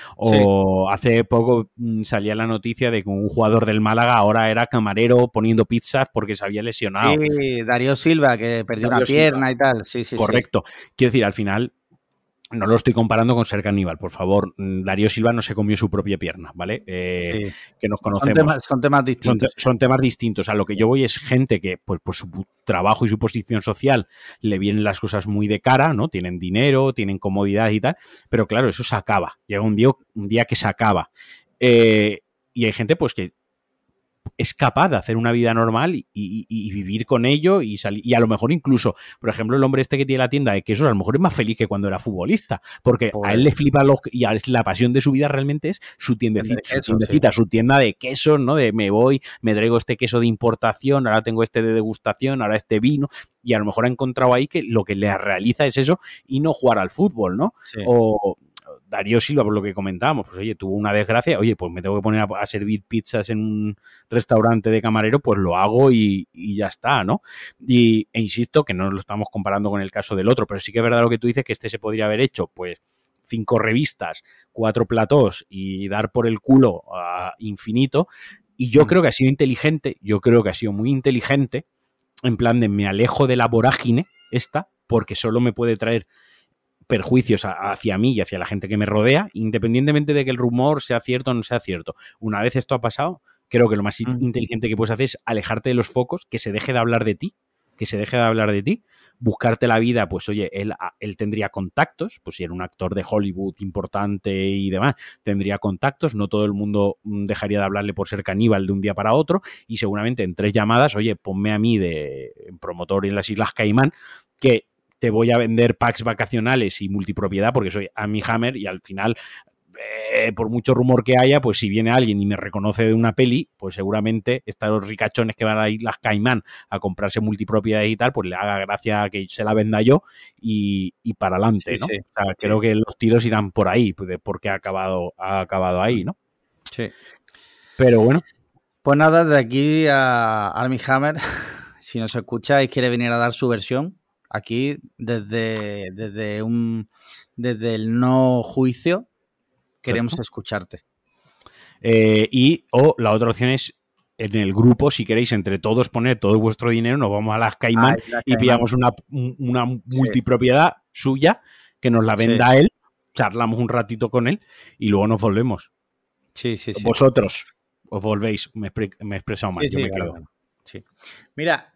O sí. Hace poco salía la noticia de que un jugador del Málaga ahora era camarero poniendo pizzas porque se había lesionado. Sí, Darío Silva, que perdió Darío una pierna Silva. Y tal. Sí, sí, correcto. Sí. Quiero decir, al final... No lo estoy comparando con ser caníbal, por favor. Darío Silva no se comió su propia pierna, ¿vale? Eh, sí. Que nos conocemos. Son temas, son temas distintos. Son, te, son, temas distintos. A lo que yo voy es gente que, pues, por su trabajo y su posición social, le vienen las cosas muy de cara, ¿no? Tienen dinero, tienen comodidad y tal. Pero claro, eso se acaba. Llega un día, un día que se acaba. Eh, y hay gente, pues, que es capaz de hacer una vida normal y, y, y vivir con ello y salir. Y a lo mejor incluso, por ejemplo, el hombre este que tiene la tienda de quesos, a lo mejor es más feliz que cuando era futbolista, porque pues, a él le flipa los, y a él, la pasión de su vida realmente es su tiendecita, queso, su, tiendecita sí. su tienda de quesos, ¿no? De me voy, me traigo este queso de importación, ahora tengo este de degustación, ahora este vino, y a lo mejor ha encontrado ahí que lo que le realiza es eso y no jugar al fútbol, ¿no? Sí. O Darío Silva, por lo que comentábamos, pues oye, tuvo una desgracia, oye, pues me tengo que poner a, a servir pizzas en un restaurante de camarero, pues lo hago y, y ya está, ¿no? Y, e insisto que no lo estamos comparando con el caso del otro, pero sí que es verdad lo que tú dices, que este se podría haber hecho, pues, cinco revistas, cuatro platós y dar por el culo a infinito, y yo mm. creo que ha sido inteligente, yo creo que ha sido muy inteligente, en plan de me alejo de la vorágine esta, porque solo me puede traer perjuicios hacia mí y hacia la gente que me rodea, independientemente de que el rumor sea cierto o no sea cierto. Una vez esto ha pasado, creo que lo más mm. inteligente que puedes hacer es alejarte de los focos, que se deje de hablar de ti, que se deje de hablar de ti, buscarte la vida, pues oye, él, él tendría contactos, pues si era un actor de Hollywood importante y demás, tendría contactos, no todo el mundo dejaría de hablarle por ser caníbal de un día para otro, y seguramente en tres llamadas, oye, ponme a mí de promotor en las Islas Caimán, que te voy a vender packs vacacionales y multipropiedad porque soy Armie Hammer y al final, eh, por mucho rumor que haya, pues si viene alguien y me reconoce de una peli, pues seguramente estos ricachones que van a ir las Caimán a comprarse multipropiedades y tal, pues le haga gracia que se la venda yo y, y para adelante, ¿no? Sí, sí. O sea, creo que los tiros irán por ahí, porque ha acabado, ha acabado ahí, ¿no? Sí. Pero bueno. Pues nada, de aquí a Armie Hammer, si nos escucha y quiere venir a dar su versión, aquí, desde, desde, un, desde el no juicio, queremos ¿Cierto? Escucharte. Eh, y o la otra opción es en el grupo, si queréis, entre todos poner todo vuestro dinero, nos vamos a las Caimán Ay, la y Caimán. Pillamos una, una multipropiedad sí. suya que nos la venda sí. él, charlamos un ratito con él y luego nos volvemos. Sí, sí, sí. Vosotros os volvéis, me, me he expresado mal, sí, yo sí, me claro. quedo. Sí. Mira,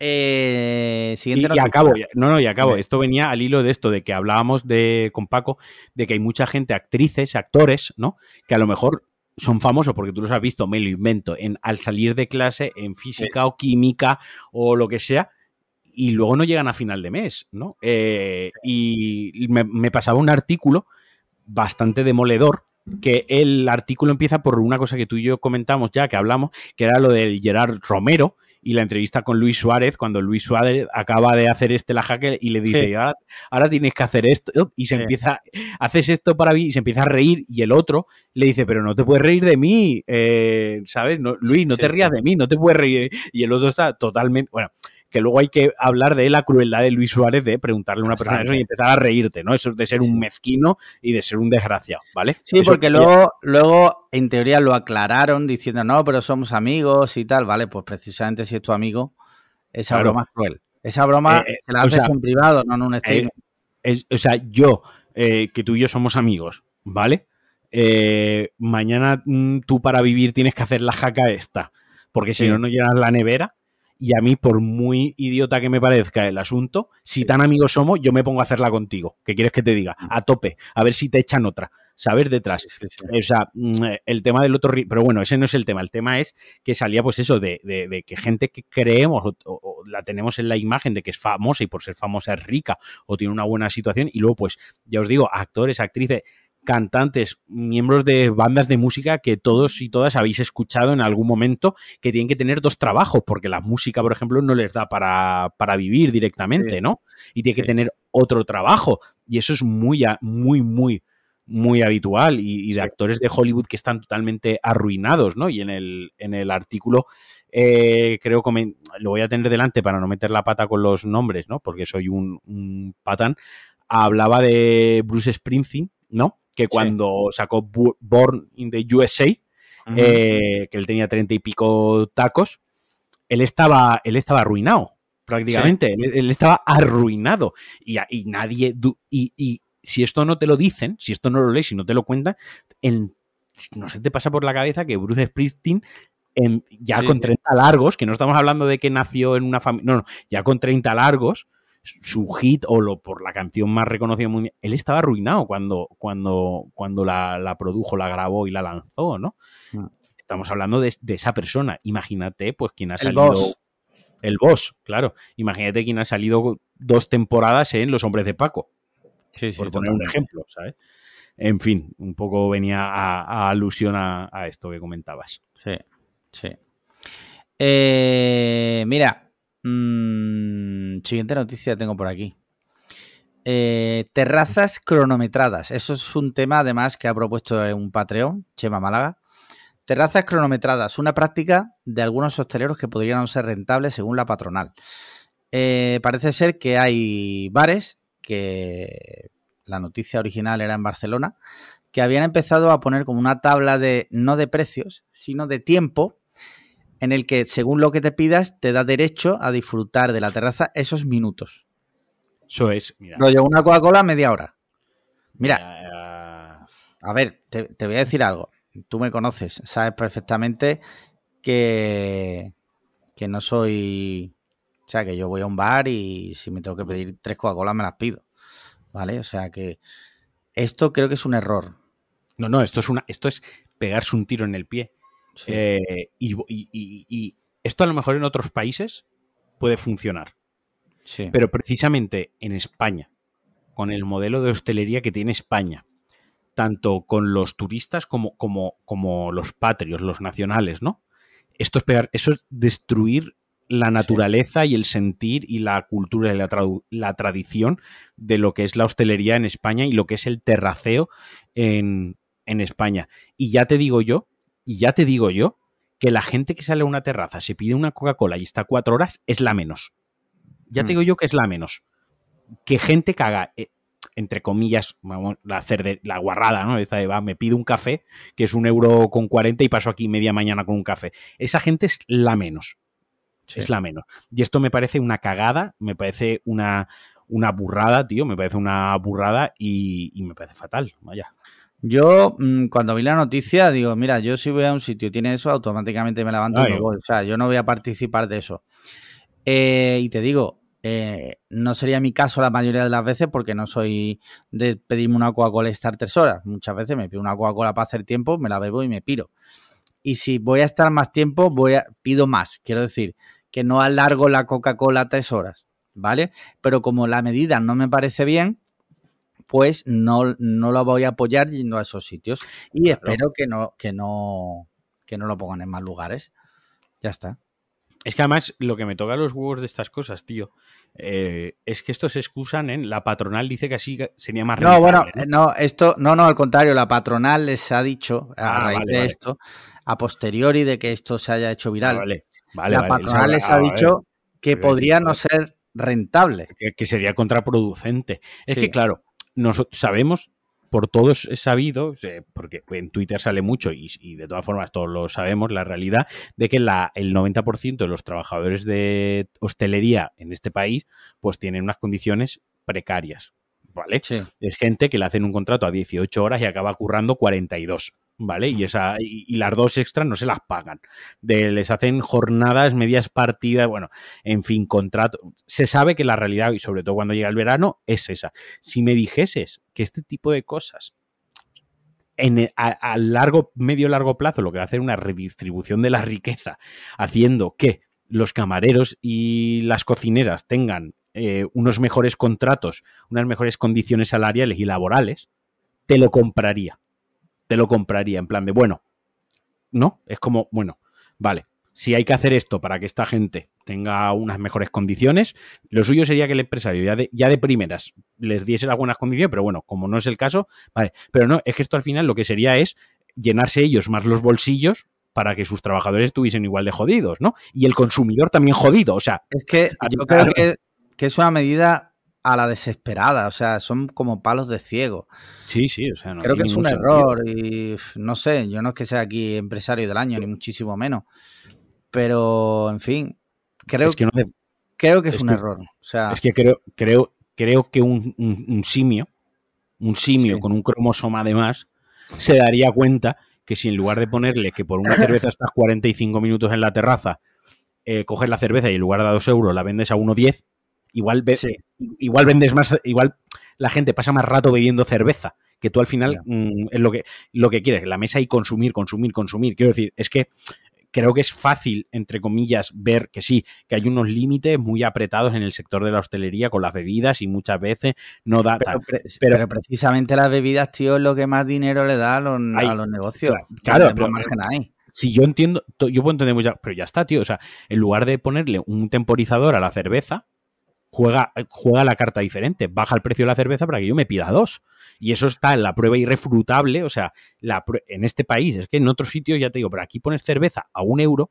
eh, siguiente y, y acabo, no, no, y acabo. Esto venía al hilo de esto, de que hablábamos de, con Paco, de que hay mucha gente, actrices, actores, ¿no? Que a lo mejor son famosos porque tú los has visto, me lo invento, en, al salir de clase en física sí. o química o lo que sea, y luego no llegan a final de mes, ¿no? Eh, sí. Y me, me pasaba un artículo bastante demoledor, que el artículo empieza por una cosa que tú y yo comentamos ya, que hablamos, que era lo del Gerard Romero y la entrevista con Luis Suárez, cuando Luis Suárez acaba de hacer este la jaque y le dice, sí. ahora, ahora tienes que hacer esto, y se sí. empieza, haces esto para mí, y se empieza a reír, y el otro le dice, pero no te puedes reír de mí, eh, ¿sabes? No, Luis, no sí, te rías sí. de mí, no te puedes reír, y el otro está totalmente, bueno, que luego hay que hablar de la crueldad de Luis Suárez de preguntarle a una persona eso y empezar a reírte, ¿no? Eso es de ser sí. un mezquino y de ser un desgraciado, ¿vale? Sí, eso porque luego, luego, en teoría, lo aclararon diciendo, no, pero somos amigos y tal, ¿vale? Pues precisamente si es tu amigo, esa claro. broma es cruel. Esa broma eh, se la haces o sea, en privado, no en un stream. Eh, es, o sea, yo, eh, que tú y yo somos amigos, ¿vale? Eh, mañana mm, tú para vivir tienes que hacer la jaca esta, porque sí. si no, no llenas la nevera. Y a mí, por muy idiota que me parezca el asunto, si sí. tan amigos somos, yo me pongo a hacerla contigo. ¿Qué quieres que te diga? A tope. A ver si te echan otra. Saber detrás. Sí, sí, sí. O sea, el tema del otro... Pero bueno, ese no es el tema. El tema es que salía pues eso de, de, de que gente que creemos o, o, o la tenemos en la imagen de que es famosa y por ser famosa es rica o tiene una buena situación. Y luego, pues, ya os digo, actores, actrices... cantantes, miembros de bandas de música que todos y todas habéis escuchado en algún momento que tienen que tener dos trabajos, porque la música, por ejemplo, no les da para, para vivir directamente, sí. ¿no? Y tiene que sí. tener otro trabajo. Y eso es muy, muy, muy, muy habitual. Y, y de sí. actores de Hollywood que están totalmente arruinados, ¿no? Y en el, en el artículo, eh, creo que lo voy a tener delante para no meter la pata con los nombres, ¿no? Porque soy un, un patán. Hablaba de Bruce Springsteen, ¿no? Que cuando sí. sacó Born in the U S A, uh-huh. eh, que él tenía treinta y pico tacos, él estaba, él estaba arruinado, prácticamente. Sí. Él, él estaba arruinado. Y, y nadie... Y, y si esto no te lo dicen, si esto no lo lees, si no te lo cuentan, en, no se te pasa por la cabeza que Bruce Springsteen, en, ya sí, con treinta sí. largos, que no estamos hablando de que nació en una familia... No, no, ya con treinta largos... su hit o lo, por la canción más reconocida mundial, él estaba arruinado cuando, cuando, cuando la, la produjo, la grabó y la lanzó, ¿no? Mm. estamos hablando de, de esa persona. Imagínate, pues, quien ha El salido... boss. El boss, claro. Imagínate quien ha salido dos temporadas en Los Hombres de Paco. Sí, sí, por poner totalmente. un ejemplo, ¿sabes? En fin, un poco venía a, a alusión a, a esto que comentabas. Sí, sí. Eh, mira, mmm, siguiente noticia tengo por aquí. Eh, terrazas cronometradas. Eso es un tema, además, que ha propuesto en un Patreon, Chema Málaga. Terrazas cronometradas, una práctica de algunos hosteleros que podrían no ser rentables según la patronal. Eh, parece ser que hay bares, que la noticia original era en Barcelona, que habían empezado a poner como una tabla de, no de precios, sino de tiempo, en el que según lo que te pidas te da derecho a disfrutar de la terraza esos minutos. Eso es, mira. Rollo, una Coca-Cola media hora. Mira, mira a ver, te, te voy a decir algo. Tú me conoces, sabes perfectamente que, que no soy... O sea, que yo voy a un bar y si me tengo que pedir tres Coca-Colas me las pido, ¿vale? O sea que esto creo que es un error. No, no, esto es, una, esto es pegarse un tiro en el pie. Sí. Eh, y, y, y, y esto a lo mejor en otros países puede funcionar. Sí. Pero precisamente en España, con el modelo de hostelería que tiene España, tanto con los turistas como, como, como los patrios, los nacionales, ¿no? Esto es pegar, eso es destruir la naturaleza sí. y el sentir y la cultura y la, tra la tradición de lo que es la hostelería en España y lo que es el terraceo en, en España. Y ya te digo yo, y ya te digo yo, que la gente que sale a una terraza, se pide una Coca-Cola y está cuatro horas, es la menos. Ya hmm. te digo yo que es la menos. Que gente caga... Eh, entre comillas, vamos, la, cerde, la guarrada, ¿no? Esta de, va, me pido un café, que es un euro con cuarenta y paso aquí media mañana con un café. Esa gente es la menos. Sí. Es la menos. Y esto me parece una cagada, me parece una, una burrada, tío, me parece una burrada y, y me parece fatal, vaya. Yo, mmm, cuando vi la noticia, digo, mira, yo si voy a un sitio y tiene eso, automáticamente me levanto Ay, y me voy. O sea, yo no voy a participar de eso. Eh, y te digo, Eh, no sería mi caso la mayoría de las veces porque no soy de pedirme una Coca-Cola y estar tres horas. Muchas veces me pido una Coca-Cola para hacer tiempo, me la bebo y me piro. Y si voy a estar más tiempo, voy a, pido más. Quiero decir, que no alargo la Coca-Cola tres horas, ¿vale? Pero como la medida no me parece bien, pues no, no lo voy a apoyar yendo a esos sitios. Y claro. espero que no, que, no, que no lo pongan en más lugares. Ya está. Es que además lo que me toca los huevos de estas cosas, tío, eh, es que estos se excusan en la patronal dice que así sería más rentable. No, bueno, ¿no? no, esto, no, no, al contrario, la patronal les ha dicho a ah, raíz vale, de vale. esto, a posteriori de que esto se haya hecho viral, ah, vale, vale, la vale. patronal les les ha ah, dicho que podría decir, no ser rentable. Que, que sería contraproducente. Es sí. que, claro, nosotros sabemos, por todos es sabido, porque en Twitter sale mucho y, y de todas formas todos lo sabemos, la realidad de que la, el noventa por ciento de los trabajadores de hostelería en este país pues tienen unas condiciones precarias, ¿vale? Sí. Es gente que le hacen un contrato a dieciocho horas y acaba currando cuarenta y dos, ¿vale? Y, esa, y, y las dos extras no se las pagan. De, les hacen jornadas, medias partidas, bueno, en fin, contrato. Se sabe que la realidad, y sobre todo cuando llega el verano, es esa. Si me dijeses que este tipo de cosas en, a, a largo, medio largo plazo, lo que va a hacer una redistribución de la riqueza, haciendo que los camareros y las cocineras tengan eh, unos mejores contratos, unas mejores condiciones salariales y laborales, te lo compraría. Te lo compraría en plan de, bueno, ¿no? Es como, bueno, vale, si hay que hacer esto para que esta gente tenga unas mejores condiciones, lo suyo sería que el empresario ya de, ya de primeras les diese las buenas condiciones, pero bueno, como no es el caso, vale, pero no, es que esto al final lo que sería es llenarse ellos más los bolsillos para que sus trabajadores estuviesen igual de jodidos, ¿no? Y el consumidor también jodido, o sea... Es que yo creo que, que es una medida a la desesperada, o sea, son como palos de ciego. Sí, sí, o sea, no creo que es un sentido. error y no sé, yo no es que sea aquí empresario del año, ni muchísimo menos, pero en fin, creo es que, no que, creo que es, es un que, error. O sea, es que creo, creo, creo que un, un, un simio, un simio sí. con un cromosoma de más, se daría cuenta que si en lugar de ponerle que por una cerveza estás cuarenta y cinco minutos en la terraza, eh, coges la cerveza y en lugar de a dos euros la vendes a uno diez, igual, ve, sí. igual vendes más, igual la gente pasa más rato bebiendo cerveza que tú al final mmm, es lo que, lo que quieres, la mesa y consumir, consumir, consumir. Quiero decir, es que creo que es fácil, entre comillas, ver que sí, que hay unos límites muy apretados en el sector de la hostelería con las bebidas y muchas veces no da... Pero, pre pero, pero precisamente las bebidas, tío, es lo que más dinero le da a los, hay, a los negocios. Claro, claro pero, margen hay. Si yo entiendo, yo puedo entender mucho, pero ya está, tío. O sea, en lugar de ponerle un temporizador a la cerveza, juega, juega la carta diferente. Baja el precio de la cerveza para que yo me pida dos. Y eso está en la prueba irrefutable. O sea, la, en este país, es que en otros sitios, ya te digo, pero aquí pones cerveza a un euro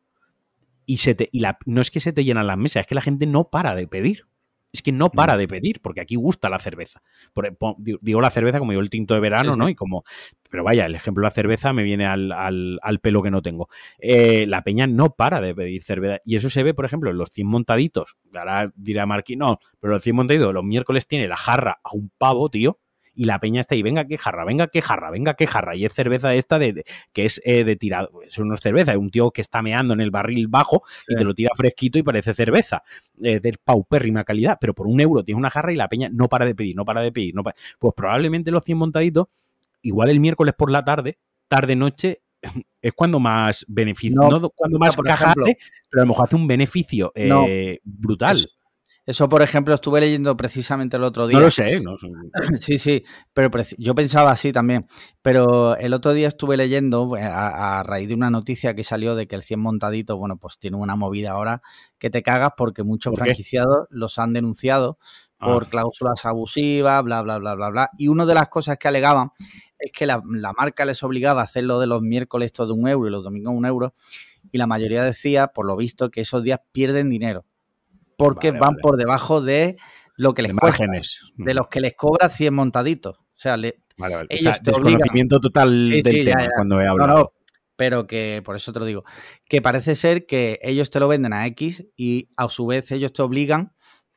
y, se te, y la, no es que se te llenan las mesas, es que la gente no para de pedir. Es que no para de pedir, porque aquí gusta la cerveza. Por, digo la cerveza como digo el tinto de verano, sí, sí. ¿no? Y como, pero vaya, el ejemplo de la cerveza me viene al, al, al pelo que no tengo. Eh, la peña no para de pedir cerveza. Y eso se ve, por ejemplo, en los cien montaditos. Ahora dirá Marquín, no, pero los cien montaditos los miércoles tiene la jarra a un pavo, tío. Y la peña está ahí, venga, qué jarra, venga, qué jarra, venga, qué jarra. Y es cerveza esta de, de que es eh, de tirado. Eso no es cerveza, es un tío que está meando en el barril bajo sí. y te lo tira fresquito y parece cerveza. Eh, de paupérrima calidad. Pero por un euro tienes una jarra y la peña no para de pedir, no para de pedir. No para... Pues probablemente los cien montaditos, igual el miércoles por la tarde, tarde-noche, es cuando más beneficio, no, no cuando más no, caja ejemplo, hace, pero a lo mejor hace un beneficio eh, no, brutal. Eso, eso, por ejemplo, estuve leyendo precisamente el otro día. No lo sé. No, sí, sí, pero yo pensaba así también. Pero el otro día estuve leyendo a, a raíz de una noticia que salió de que el cien montaditos, bueno, pues tiene una movida ahora que te cagas porque muchos ¿Por franquiciados los han denunciado por ah. cláusulas abusivas, bla, bla, bla, bla, bla. Y una de las cosas que alegaban es que la, la marca les obligaba a hacer lo de los miércoles esto de un euro y los domingos un euro. Y la mayoría decía, por lo visto, que esos días pierden dinero. Porque vale, van vale. por debajo de lo que les de cuesta, márgenes. de los que les cobra cien montaditos. O sea, le, vale, vale. ellos o sea, te desconocimiento obligan... total sí, del sí, tema ya, ya. cuando he hablado. No, no, pero que, por eso te lo digo, que parece ser que ellos te lo venden a X y a su vez ellos te obligan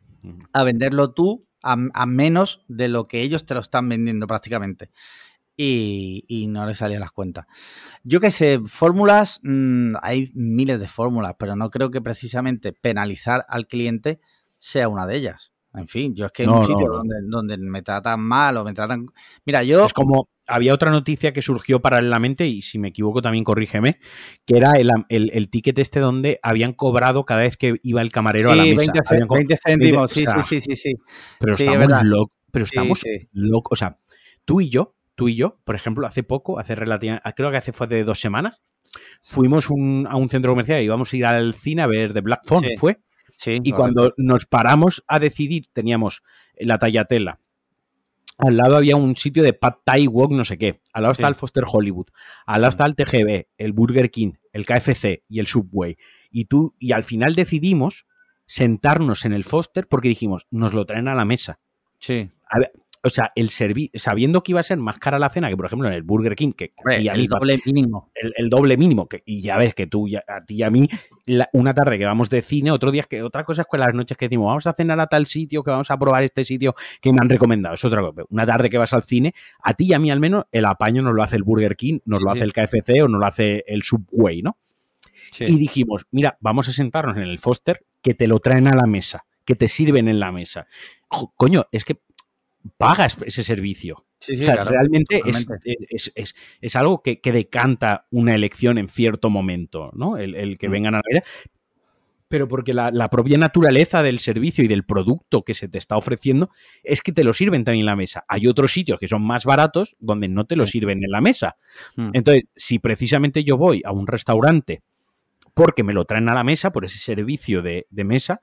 a venderlo tú a, a menos de lo que ellos te lo están vendiendo prácticamente. Y, y no le salían las cuentas. Yo qué sé, fórmulas, mmm, hay miles de fórmulas, pero no creo que precisamente penalizar al cliente sea una de ellas. En fin, yo es que en no, un sitio no, no. Donde, donde me tratan mal o me tratan... Mira, yo... Es como, había otra noticia que surgió paralelamente, y si me equivoco también corrígeme, que era el, el, el ticket este donde habían cobrado cada vez que iba el camarero sí, a la mesa. veinte, co... veinte céntimos, sí, o sea, sí, sí, sí, sí. Pero sí, estamos locos, pero estamos sí, sí. locos. O sea, tú y yo, tú y yo, por ejemplo, hace poco, hace relativamente, creo que hace fue de dos semanas, fuimos un, a un centro comercial y íbamos a ir al cine a ver The Black Phone, sí. fue. Sí, y correcto. Cuando nos paramos a decidir, teníamos la Tallatela. Al lado había un sitio de Pad Thai Wok, no sé qué. Al lado sí. está el Foster Hollywood. Al lado sí. está el T G V, el Burger King, el K F C y el Subway. Y tú, y al final decidimos sentarnos en el Foster porque dijimos, nos lo traen a la mesa. Sí. A ver, o sea, el servicio, sabiendo que iba a ser más cara la cena que, por ejemplo, en el Burger King, que Hombre, el doble mínimo. El, el doble mínimo. Que, y ya ves que tú, ya, a ti y a mí, la, una tarde que vamos de cine, otro día que otra cosa es que las noches que decimos, vamos a cenar a tal sitio, que vamos a probar este sitio que me han recomendado. Es otra cosa. Una tarde que vas al cine, a ti y a mí al menos, el apaño nos lo hace el Burger King, nos sí, lo hace sí. el K F C o nos lo hace el Subway, ¿no? Sí. Y dijimos, mira, vamos a sentarnos en el Foster, que te lo traen a la mesa, que te sirven en la mesa. Jo, coño, es que pagas ese servicio. Sí, sí, o sea, claro, realmente es, es, es, es algo que, que decanta una elección en cierto momento, ¿no? El, el que mm. vengan a la vida. Pero porque la, la propia naturaleza del servicio y del producto que se te está ofreciendo es que te lo sirven también en la mesa. Hay otros sitios que son más baratos donde no te lo sirven en la mesa. Mm. Entonces, si precisamente yo voy a un restaurante porque me lo traen a la mesa, por ese servicio de, de mesa,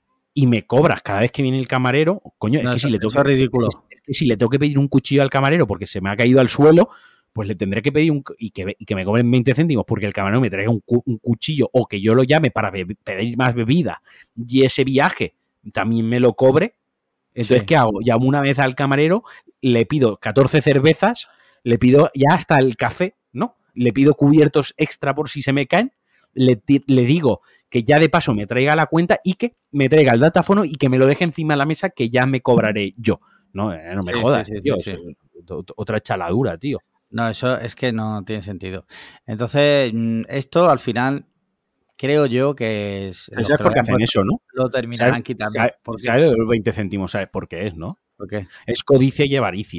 y me cobras cada vez que viene el camarero, coño, no, es que eso, si le tengo eso que, es ridículo. Es que si le tengo que pedir un cuchillo al camarero porque se me ha caído al suelo, pues le tendré que pedir un y que, y que me cobren veinte céntimos porque el camarero me traiga un, un cuchillo o que yo lo llame para be pedir más bebida y ese viaje también me lo cobre. Entonces, sí. ¿qué hago? Llamo una vez al camarero, le pido catorce cervezas, le pido ya hasta el café, ¿no? Le pido cubiertos extra por si se me caen, le, le digo que ya de paso me traiga la cuenta y que me traiga el datáfono y que me lo deje encima de la mesa que ya me cobraré yo. No, eh, no me sí, jodas, sí, sí, tío. Sí, sí. Otra chaladura, tío. No, eso es que no tiene sentido. Entonces, esto al final creo yo que es... ¿Sabes por qué hacen eso, no? Lo terminarán quitando. ¿Sabes, ¿Sabes los veinte céntimos? ¿Sabes por qué es, no? ¿Por qué? Es codicia y avaricia.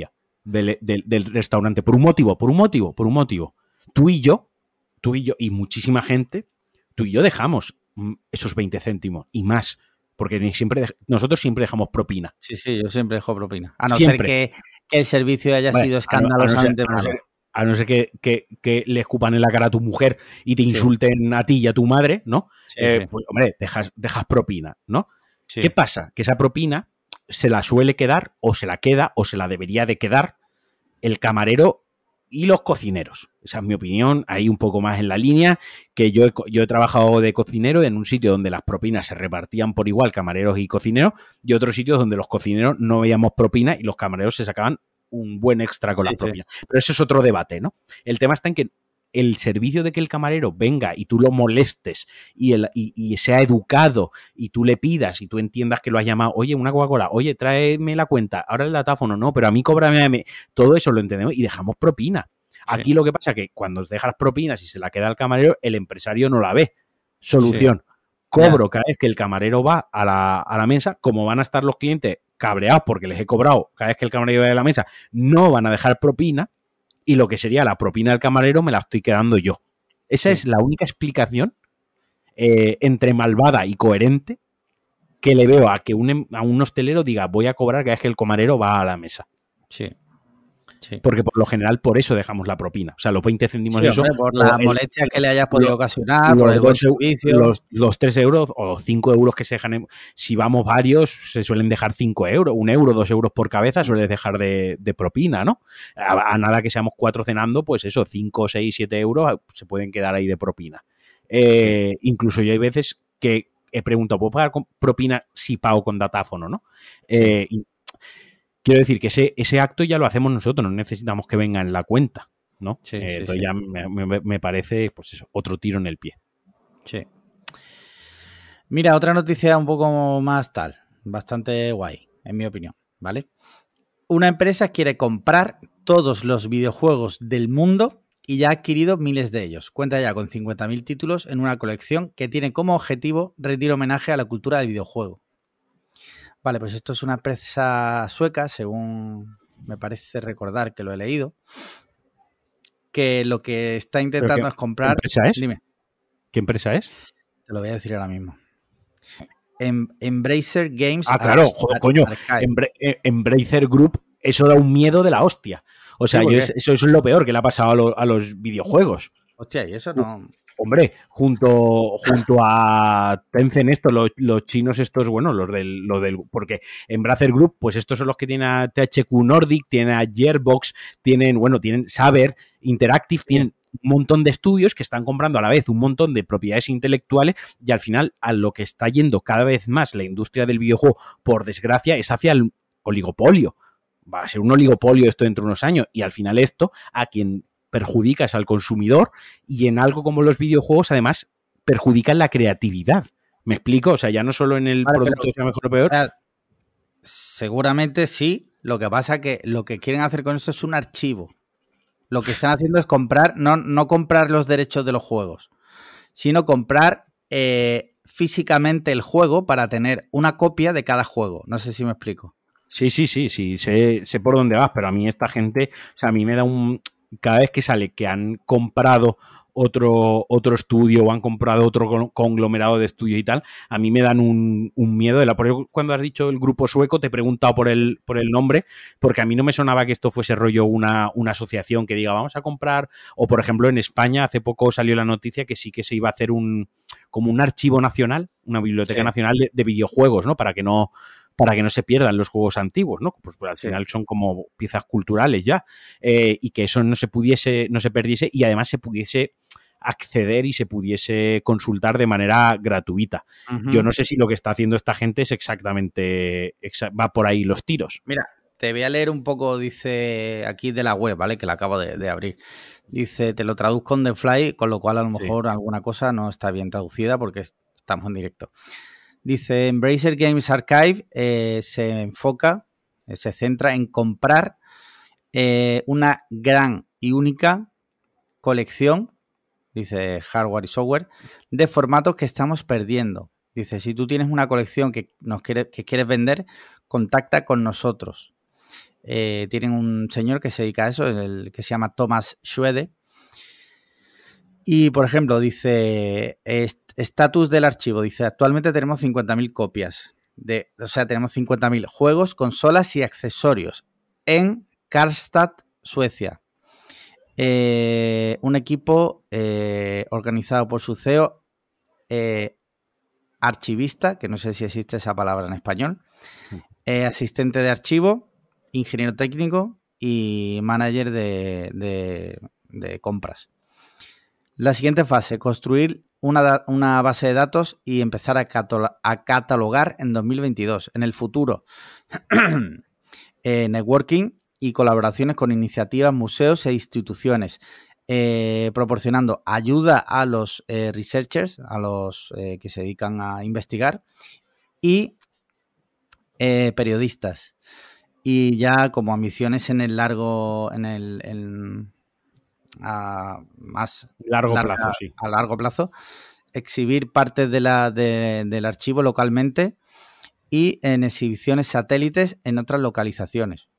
del, del, del restaurante. Por un motivo, por un motivo, por un motivo. Tú y yo, tú y yo, y muchísima gente, tú y yo dejamos esos veinte céntimos y más. Porque siempre, nosotros siempre dejamos propina. Sí, sí, yo siempre dejo propina. A no siempre. ser que, que el servicio haya vale, sido escandalosamente a no, a no ser, malo. A no ser que, que, que le escupan en la cara a tu mujer y te insulten sí. a ti y a tu madre, ¿no? Sí, eh, sí. Pues, hombre, dejas, dejas propina, ¿no? Sí. ¿Qué pasa? Que esa propina se la suele quedar, o se la queda, o se la debería de quedar el camarero y los cocineros. Esa es mi opinión, ahí un poco más en la línea, que yo he, yo he trabajado de cocinero en un sitio donde las propinas se repartían por igual, camareros y cocineros, y otros sitios donde los cocineros no veíamos propina y los camareros se sacaban un buen extra con sí, las propinas. Sí. Pero eso es otro debate, ¿no? El tema está en que el servicio de que el camarero venga y tú lo molestes y, el, y, y sea educado y tú le pidas y tú entiendas que lo has llamado, oye, una Coca-Cola, oye, tráeme la cuenta, ahora el datáfono, no, pero a mí cóbrame, todo eso lo entendemos y dejamos propina. Sí. Aquí lo que pasa es que cuando dejas propinas y se la queda al camarero, el empresario no la ve. Solución. Sí. Cobro yeah. cada vez que el camarero va a la, a la mesa, como van a estar los clientes cabreados porque les he cobrado cada vez que el camarero va a la mesa, no van a dejar propina y lo que sería la propina del camarero me la estoy quedando yo. Esa sí. es la única explicación eh, entre malvada y coherente que le veo a que un, a un hostelero diga voy a cobrar cada vez que el camarero va a la mesa. Sí. Sí. Porque por lo general por eso dejamos la propina. O sea, los veinte céntimos sí, eso. Hombre, por la molestia que le hayas podido ocasionar, los, por el buen dos, servicio. Los, los tres euros o los cinco euros que se dejan. Si vamos varios, se suelen dejar cinco euros, un euro, dos euros por cabeza, sueles dejar de, de propina, ¿no? A, a nada que seamos cuatro cenando, pues eso, cinco, seis, siete euros se pueden quedar ahí de propina. Eh, sí. Incluso yo hay veces que he preguntado, ¿puedo pagar con propina si pago con datáfono, no? Sí. Eh, Quiero decir que ese, ese acto ya lo hacemos nosotros, no necesitamos que venga en la cuenta, ¿no? Sí, eh, sí, entonces sí. ya me, me, me parece, pues eso, otro tiro en el pie. Sí. Mira, otra noticia un poco más tal, bastante guay, en mi opinión, ¿vale? Una empresa quiere comprar todos los videojuegos del mundo y ya ha adquirido miles de ellos. Cuenta ya con cincuenta mil títulos en una colección que tiene como objetivo rendir homenaje a la cultura del videojuego. Vale, pues esto es una empresa sueca, según me parece recordar que lo he leído, que lo que está intentando qué, es comprar... ¿Qué empresa es? Dime. ¿Qué empresa es? Te lo voy a decir ahora mismo. Em, Embracer Games... Ah, claro, Ar joder, coño, Embra Embracer Group, eso da un miedo de la hostia. O sea, sí, yo es, eso, eso es lo peor que le ha pasado a, lo, a los videojuegos. Hostia, y eso no... Hombre, junto, junto a Tencent estos, los, los chinos estos, bueno, los del, los del, porque Embracer Group, pues estos son los que tienen a T H Q Nordic, tienen a Gearbox, tienen, bueno, tienen Saber, Interactive, tienen un montón de estudios que están comprando a la vez un montón de propiedades intelectuales y al final a lo que está yendo cada vez más la industria del videojuego, por desgracia, es hacia el oligopolio. Va a ser un oligopolio esto dentro de unos años y al final esto a quien perjudicas al consumidor y en algo como los videojuegos además perjudican la creatividad. ¿Me explico? O sea, ya no solo en el vale, producto pero, sea mejor o peor. O sea, seguramente sí. Lo que pasa es que lo que quieren hacer con esto es un archivo. Lo que están haciendo es comprar, no, no comprar los derechos de los juegos, sino comprar eh, físicamente el juego para tener una copia de cada juego. No sé si me explico. Sí, sí, sí, sí, sé, sé por dónde vas, pero a mí esta gente, o sea, a mí me da un... Cada vez que sale que han comprado otro, otro estudio o han comprado otro conglomerado de estudio y tal, a mí me dan un, un miedo de la... Por eso cuando has dicho el grupo sueco te he preguntado por el, por el nombre, porque a mí no me sonaba que esto fuese rollo una, una asociación que diga vamos a comprar, o por ejemplo en España hace poco salió la noticia que sí que se iba a hacer un como un archivo nacional, una biblioteca sí. nacional de, de videojuegos, ¿no? Para que no... para que no se pierdan los juegos antiguos, ¿no? Pues, pues al sí. final son como piezas culturales ya, eh, y que eso no se pudiese, no se perdiese y además se pudiese acceder y se pudiese consultar de manera gratuita. Uh-huh. Yo no sé si lo que está haciendo esta gente es exactamente, exa va por ahí los tiros. Mira, te voy a leer un poco, dice aquí de la web, ¿vale? Que la acabo de, de abrir. Dice, te lo traduzco en The Fly, con lo cual a lo mejor sí. alguna cosa no está bien traducida porque estamos en directo. Dice, Embracer Games Archive eh, se enfoca, eh, se centra en comprar eh, una gran y única colección, dice hardware y software, de formatos que estamos perdiendo. Dice, si tú tienes una colección que, nos quiere, que quieres vender, contacta con nosotros. eh, tienen un señor que se dedica a eso, el que se llama Thomas Schwede. Y, por ejemplo, dice, estatus del archivo, dice, actualmente tenemos cincuenta mil copias, de, o sea, tenemos cincuenta mil juegos, consolas y accesorios en Karlstad, Suecia. Eh, un equipo eh, organizado por su C E O, eh, archivista, que no sé si existe esa palabra en español, eh, asistente de archivo, ingeniero técnico y manager de, de, de compras. La siguiente fase, construir una, una base de datos y empezar a, a catalogar en dos mil veintidós. En el futuro, eh, networking y colaboraciones con iniciativas, museos e instituciones, eh, proporcionando ayuda a los eh, researchers, a los eh, que se dedican a investigar, y eh, periodistas. Y ya como ambiciones en el largo, en el... En, a más largo larga, plazo, sí. A largo plazo, exhibir partes de la, de, del archivo localmente y en exhibiciones satélites en otras localizaciones.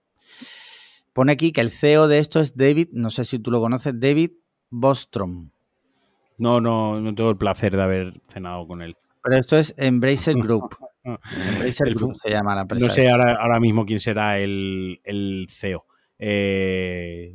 Pone aquí que el C E O de esto es David, no sé si tú lo conoces, David Bostrom. No, no, no tengo el placer de haber cenado con él. Pero esto es Embracer Group. Embracer el, Group se llama la empresa. No sé ahora, ahora mismo quién será el, el C E O. Eh,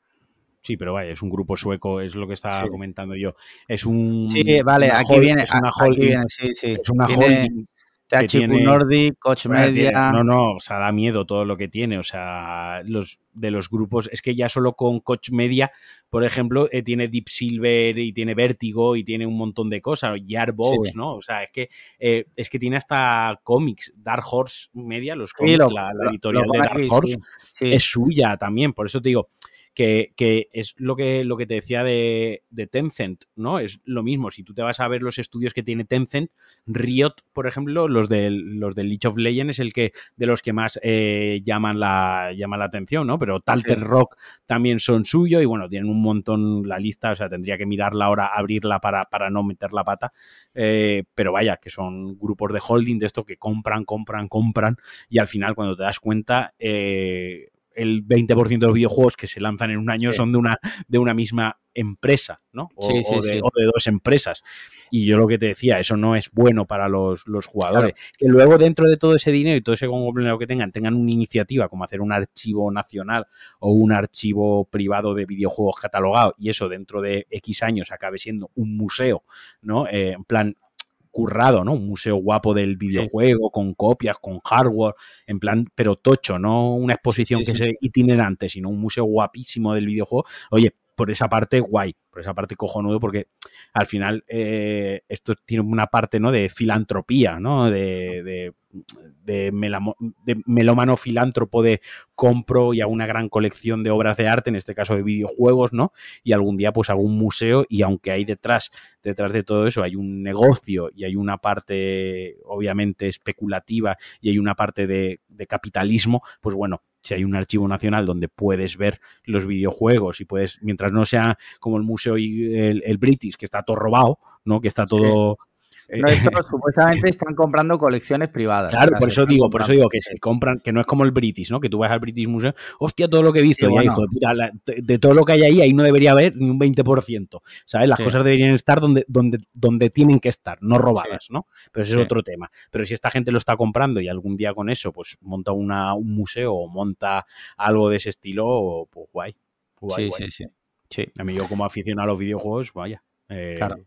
sí, pero vaya, es un grupo sueco, es lo que estaba sí. comentando yo. Es un... Sí, vale, aquí hold, viene. Es una aquí holding. Viene, sí, sí. Es una viene holding. T H Q Nordic, Koch Media. Tiene, no, no, o sea, da miedo todo lo que tiene. O sea, los de los grupos, es que ya solo con Koch Media, por ejemplo, eh, tiene Deep Silver y tiene Vértigo y tiene un montón de cosas, Gearbox, sí. ¿no? O sea, es que eh, es que tiene hasta cómics, Dark Horse Media, los cómics, sí, lo, la, la, editorial lo, lo de Dark aquí, Horse, sí, sí. es suya también. Por eso te digo. Que, que es lo que, lo que te decía de, de Tencent, ¿no? Es lo mismo. Si tú te vas a ver los estudios que tiene Tencent, Riot, por ejemplo, los del, los del League of Legends es el que de los que más eh, llaman, la, llaman la atención, ¿no? Pero Talter sí. Rock también son suyo y, bueno, tienen un montón la lista, o sea, tendría que mirarla ahora, abrirla para, para no meter la pata. Eh, pero vaya, que son grupos de holding de esto que compran, compran, compran y al final, cuando te das cuenta... Eh, el veinte por ciento de los videojuegos que se lanzan en un año sí. son de una, de una misma empresa, ¿no? O, sí, sí, o, de, sí. o de dos empresas. Y yo lo que te decía, eso no es bueno para los, los jugadores. Claro. Que luego dentro de todo ese dinero y todo ese conglomerado que tengan, tengan una iniciativa como hacer un archivo nacional o un archivo privado de videojuegos catalogado y eso dentro de X años acabe siendo un museo, ¿no? Eh, en plan... currado, ¿no? Un museo guapo del videojuego, sí. con copias, con hardware, en plan, pero tocho, no una exposición sí, sí, que sí. sea itinerante, sino un museo guapísimo del videojuego. Oye, por esa parte, guay, por esa parte cojonudo, porque al final eh, esto tiene una parte, ¿no? De filantropía, ¿no? De, de, de, melamo, de melómano filántropo de compro y hago una gran colección de obras de arte, en este caso de videojuegos, ¿no? Y algún día pues hago un museo y aunque hay detrás, detrás de todo eso hay un negocio y hay una parte obviamente especulativa y hay una parte de, de capitalismo, pues bueno, si hay un archivo nacional donde puedes ver los videojuegos y puedes, mientras no sea como el museo y el, el British, que está todo robado, ¿no? Que está todo... Sí. No, esto supuestamente están comprando colecciones privadas. Claro, o sea, por eso digo, comprando. por eso digo que se compran, que no es como el British, ¿no? Que tú vas al British Museum, hostia, todo lo que he visto, sí, ya, bueno. hijo de puta, la, de, de todo lo que hay ahí, ahí no debería haber ni un veinte por ciento, ¿sabes? Las sí. cosas deberían estar donde, donde, donde tienen que estar, no robadas, sí. ¿no? Pero ese sí. es otro tema. Pero si esta gente lo está comprando y algún día con eso, pues monta una, un museo o monta algo de ese estilo, pues guay. guay sí, guay. sí, sí, sí. A mí yo como aficionado a los videojuegos, vaya. Eh, claro.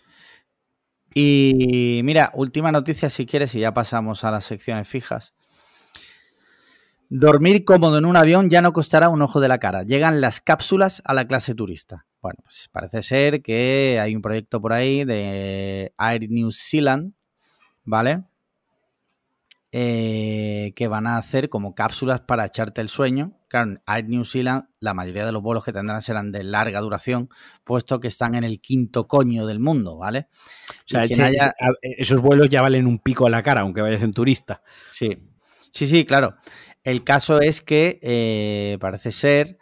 Y mira, última noticia si quieres y ya pasamos a las secciones fijas. Dormir cómodo en un avión ya no costará un ojo de la cara. Llegan las cápsulas a la clase turista. Bueno, pues parece ser que hay un proyecto por ahí de Air New Zealand, ¿vale? Eh, que van a hacer como cápsulas para echarte el sueño. Claro, en Air New Zealand la mayoría de los vuelos que tendrán serán de larga duración, puesto que están en el quinto coño del mundo, ¿vale? O sea, ese, haya... esos vuelos ya valen un pico a la cara, aunque vayas en turista. Sí, sí, sí, claro. El caso es que eh, parece ser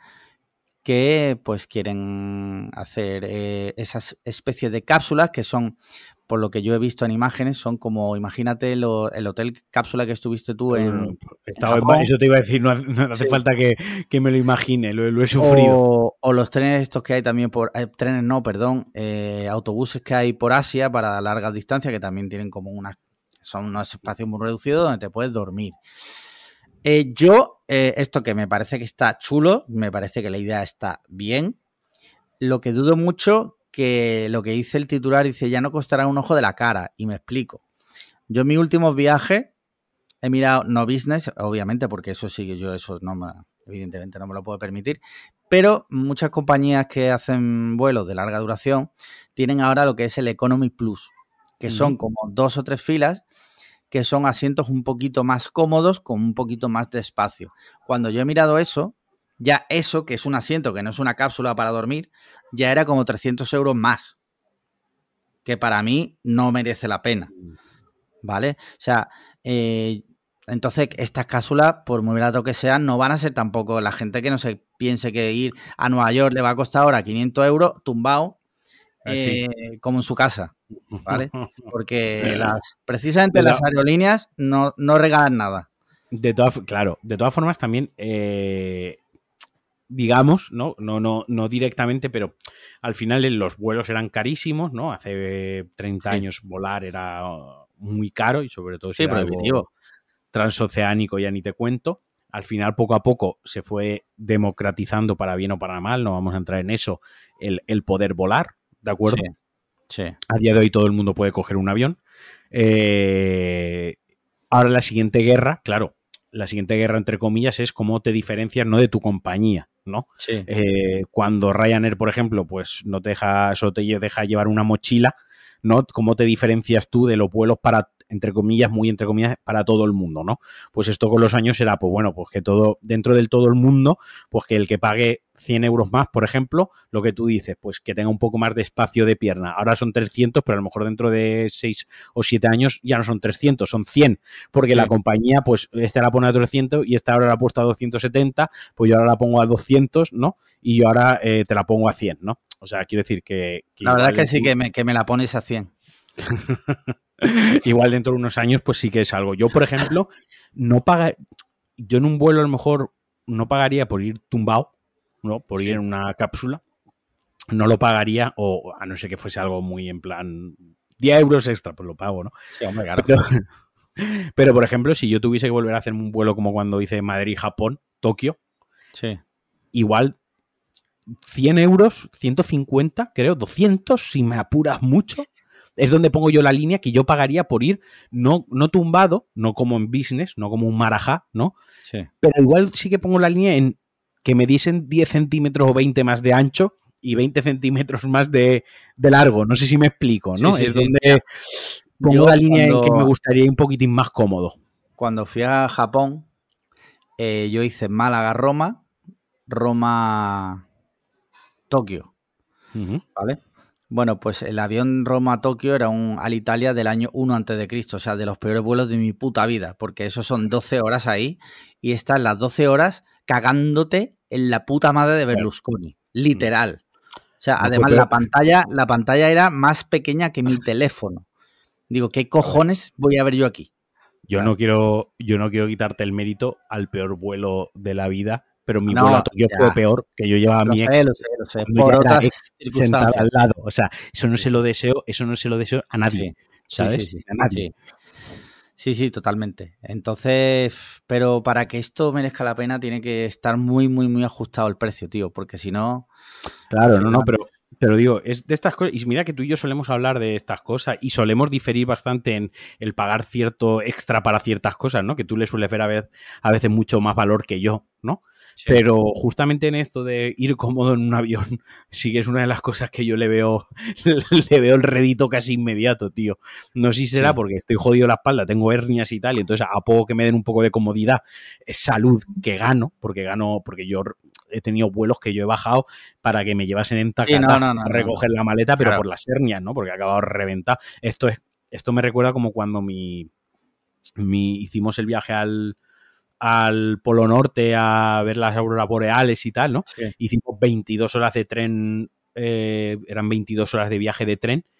que pues quieren hacer eh, esas especies de cápsulas que son por lo que yo he visto en imágenes, son como, imagínate lo, el hotel cápsula que estuviste tú en, Estaba en Japón. Eso te iba a decir, no, no hace sí. falta que, que me lo imagine, lo, lo he sufrido. O, o los trenes estos que hay también por... Eh, trenes no, perdón, eh, autobuses que hay por Asia para largas distancias que también tienen como unas... Son unos espacios muy reducidos donde te puedes dormir. Eh, yo, eh, esto que me parece que está chulo, me parece que la idea está bien. Lo que dudo mucho, que lo que dice el titular, dice, ya no costará un ojo de la cara. Y me explico. Yo en mis últimos viajes he mirado, no business, obviamente, porque eso sí que yo, eso no me, evidentemente no me lo puedo permitir. Pero muchas compañías que hacen vuelos de larga duración tienen ahora lo que es el Economy Plus, que son uh-huh. como dos o tres filas, que son asientos un poquito más cómodos, con un poquito más de espacio. Cuando yo he mirado eso, ya eso, que es un asiento, que no es una cápsula para dormir, ya era como trescientos euros más, que para mí no merece la pena, ¿vale? O sea, eh, entonces estas cápsulas, por muy barato que sean, no van a ser tampoco, la gente que no se piense que ir a Nueva York le va a costar ahora quinientos euros, tumbado, eh, sí. como en su casa, ¿vale? Porque las, precisamente las aerolíneas no, no regalan nada. De todas, claro, de todas formas también, eh, digamos, ¿no? No, no, no directamente, pero al final los vuelos eran carísimos, ¿no? Hace treinta sí. años volar era muy caro y sobre todo si sí, era prohibitivo. Algo transoceánico, ya ni te cuento. Al final, poco a poco, se fue democratizando para bien o para mal, no vamos a entrar en eso, el, el poder volar, ¿de acuerdo? Sí, sí. A día de hoy todo el mundo puede coger un avión. Eh, ahora la siguiente guerra, claro, la siguiente guerra, entre comillas, es cómo te diferencias, ¿no?, de tu compañía, ¿no? Sí. Eh, cuando Ryanair, por ejemplo, pues no te deja, solo te deja llevar una mochila, ¿no? ¿Cómo te diferencias tú de los vuelos para, entre comillas, muy entre comillas, para todo el mundo, ¿no? Pues esto con los años será, pues bueno, pues que todo, dentro del todo el mundo, pues que el que pague cien euros más, por ejemplo, lo que tú dices, pues que tenga un poco más de espacio de pierna. Ahora son trescientos, pero a lo mejor dentro de seis o siete años ya no son trescientos, son cien, porque sí. La compañía, pues esta la pone a trescientos y esta ahora la ha puesto a doscientos setenta, pues yo ahora la pongo a doscientos, ¿no? Y yo ahora eh, te la pongo a cien, ¿no? O sea, quiero decir que... que la verdad es que sí, que me, que me la pones a cien. Igual dentro de unos años, pues sí que es algo. Yo, por ejemplo, no paga... Yo en un vuelo a lo mejor no pagaría por ir tumbado, ¿no? Por sí. ir en una cápsula. No lo pagaría, o a no ser que fuese algo muy en plan diez euros extra, pues lo pago, ¿no? Sí, hombre, claro. Pero, pero, por ejemplo, si yo tuviese que volver a hacer un vuelo como cuando hice Madrid-Japón, Tokio, sí. igual cien euros, ciento cincuenta, creo, doscientos, si me apuras mucho, es donde pongo yo la línea que yo pagaría por ir no, no tumbado, no como en business, no como un marajá, ¿no? Sí. Pero igual sí que pongo la línea en que me diesen diez centímetros o veinte más de ancho y veinte centímetros más de, de largo. No sé si me explico, ¿no? Sí, sí, es sí, donde ya. pongo Yo la línea cuando, en que me gustaría ir un poquitín más cómodo. Cuando fui a Japón, eh, yo hice Málaga-Roma, Roma-Tokio, uh-huh. ¿vale? Bueno, pues el avión Roma-Tokio era un Alitalia del año uno antes de Cristo, o sea, de los peores vuelos de mi puta vida, porque eso son doce horas ahí y estás las doce horas cagándote en la puta madre de Berlusconi, literal. O sea, no además la pantalla, la pantalla era más pequeña que mi teléfono. Digo, ¿qué cojones voy a ver yo aquí? Yo claro. no quiero, yo no quiero quitarte el mérito al peor vuelo de la vida, pero mi no, vuelo a Tokio fue peor, que yo llevaba a lo mi sé, ex, lo sé, lo sé. Por otras sentada circunstancias. al lado. O sea, eso no se lo deseo, eso no se lo deseo a nadie, sí. ¿sabes? Sí, sí, sí, a nadie. Sí. Sí, sí, totalmente. Entonces, pero para que esto merezca la pena tiene que estar muy, muy, muy ajustado el precio, tío, porque si no... Claro, final... no, no, pero te lo digo, es de estas cosas, y mira que tú y yo solemos hablar de estas cosas y solemos diferir bastante en el pagar cierto extra para ciertas cosas, ¿no? Que tú le sueles ver a veces, a veces mucho más valor que yo, ¿no? Sí. Pero justamente en esto de ir cómodo en un avión, sí que es una de las cosas que yo le veo, le veo el rédito casi inmediato, tío. No sé si será sí. porque estoy jodido la espalda, tengo hernias y tal, y entonces a poco que me den un poco de comodidad, es salud que gano, porque gano, porque yo he tenido vuelos que yo he bajado para que me llevasen en tacatá sí, no, no, no, a recoger no, no. la maleta, pero claro. por las hernias, ¿no? Porque he acabado reventado. Esto es, esto me recuerda como cuando mi, mi hicimos el viaje al al Polo Norte a ver las auroras boreales y tal, ¿no? Sí. Hicimos veintidós horas de tren, eh, eran veintidós horas de viaje de tren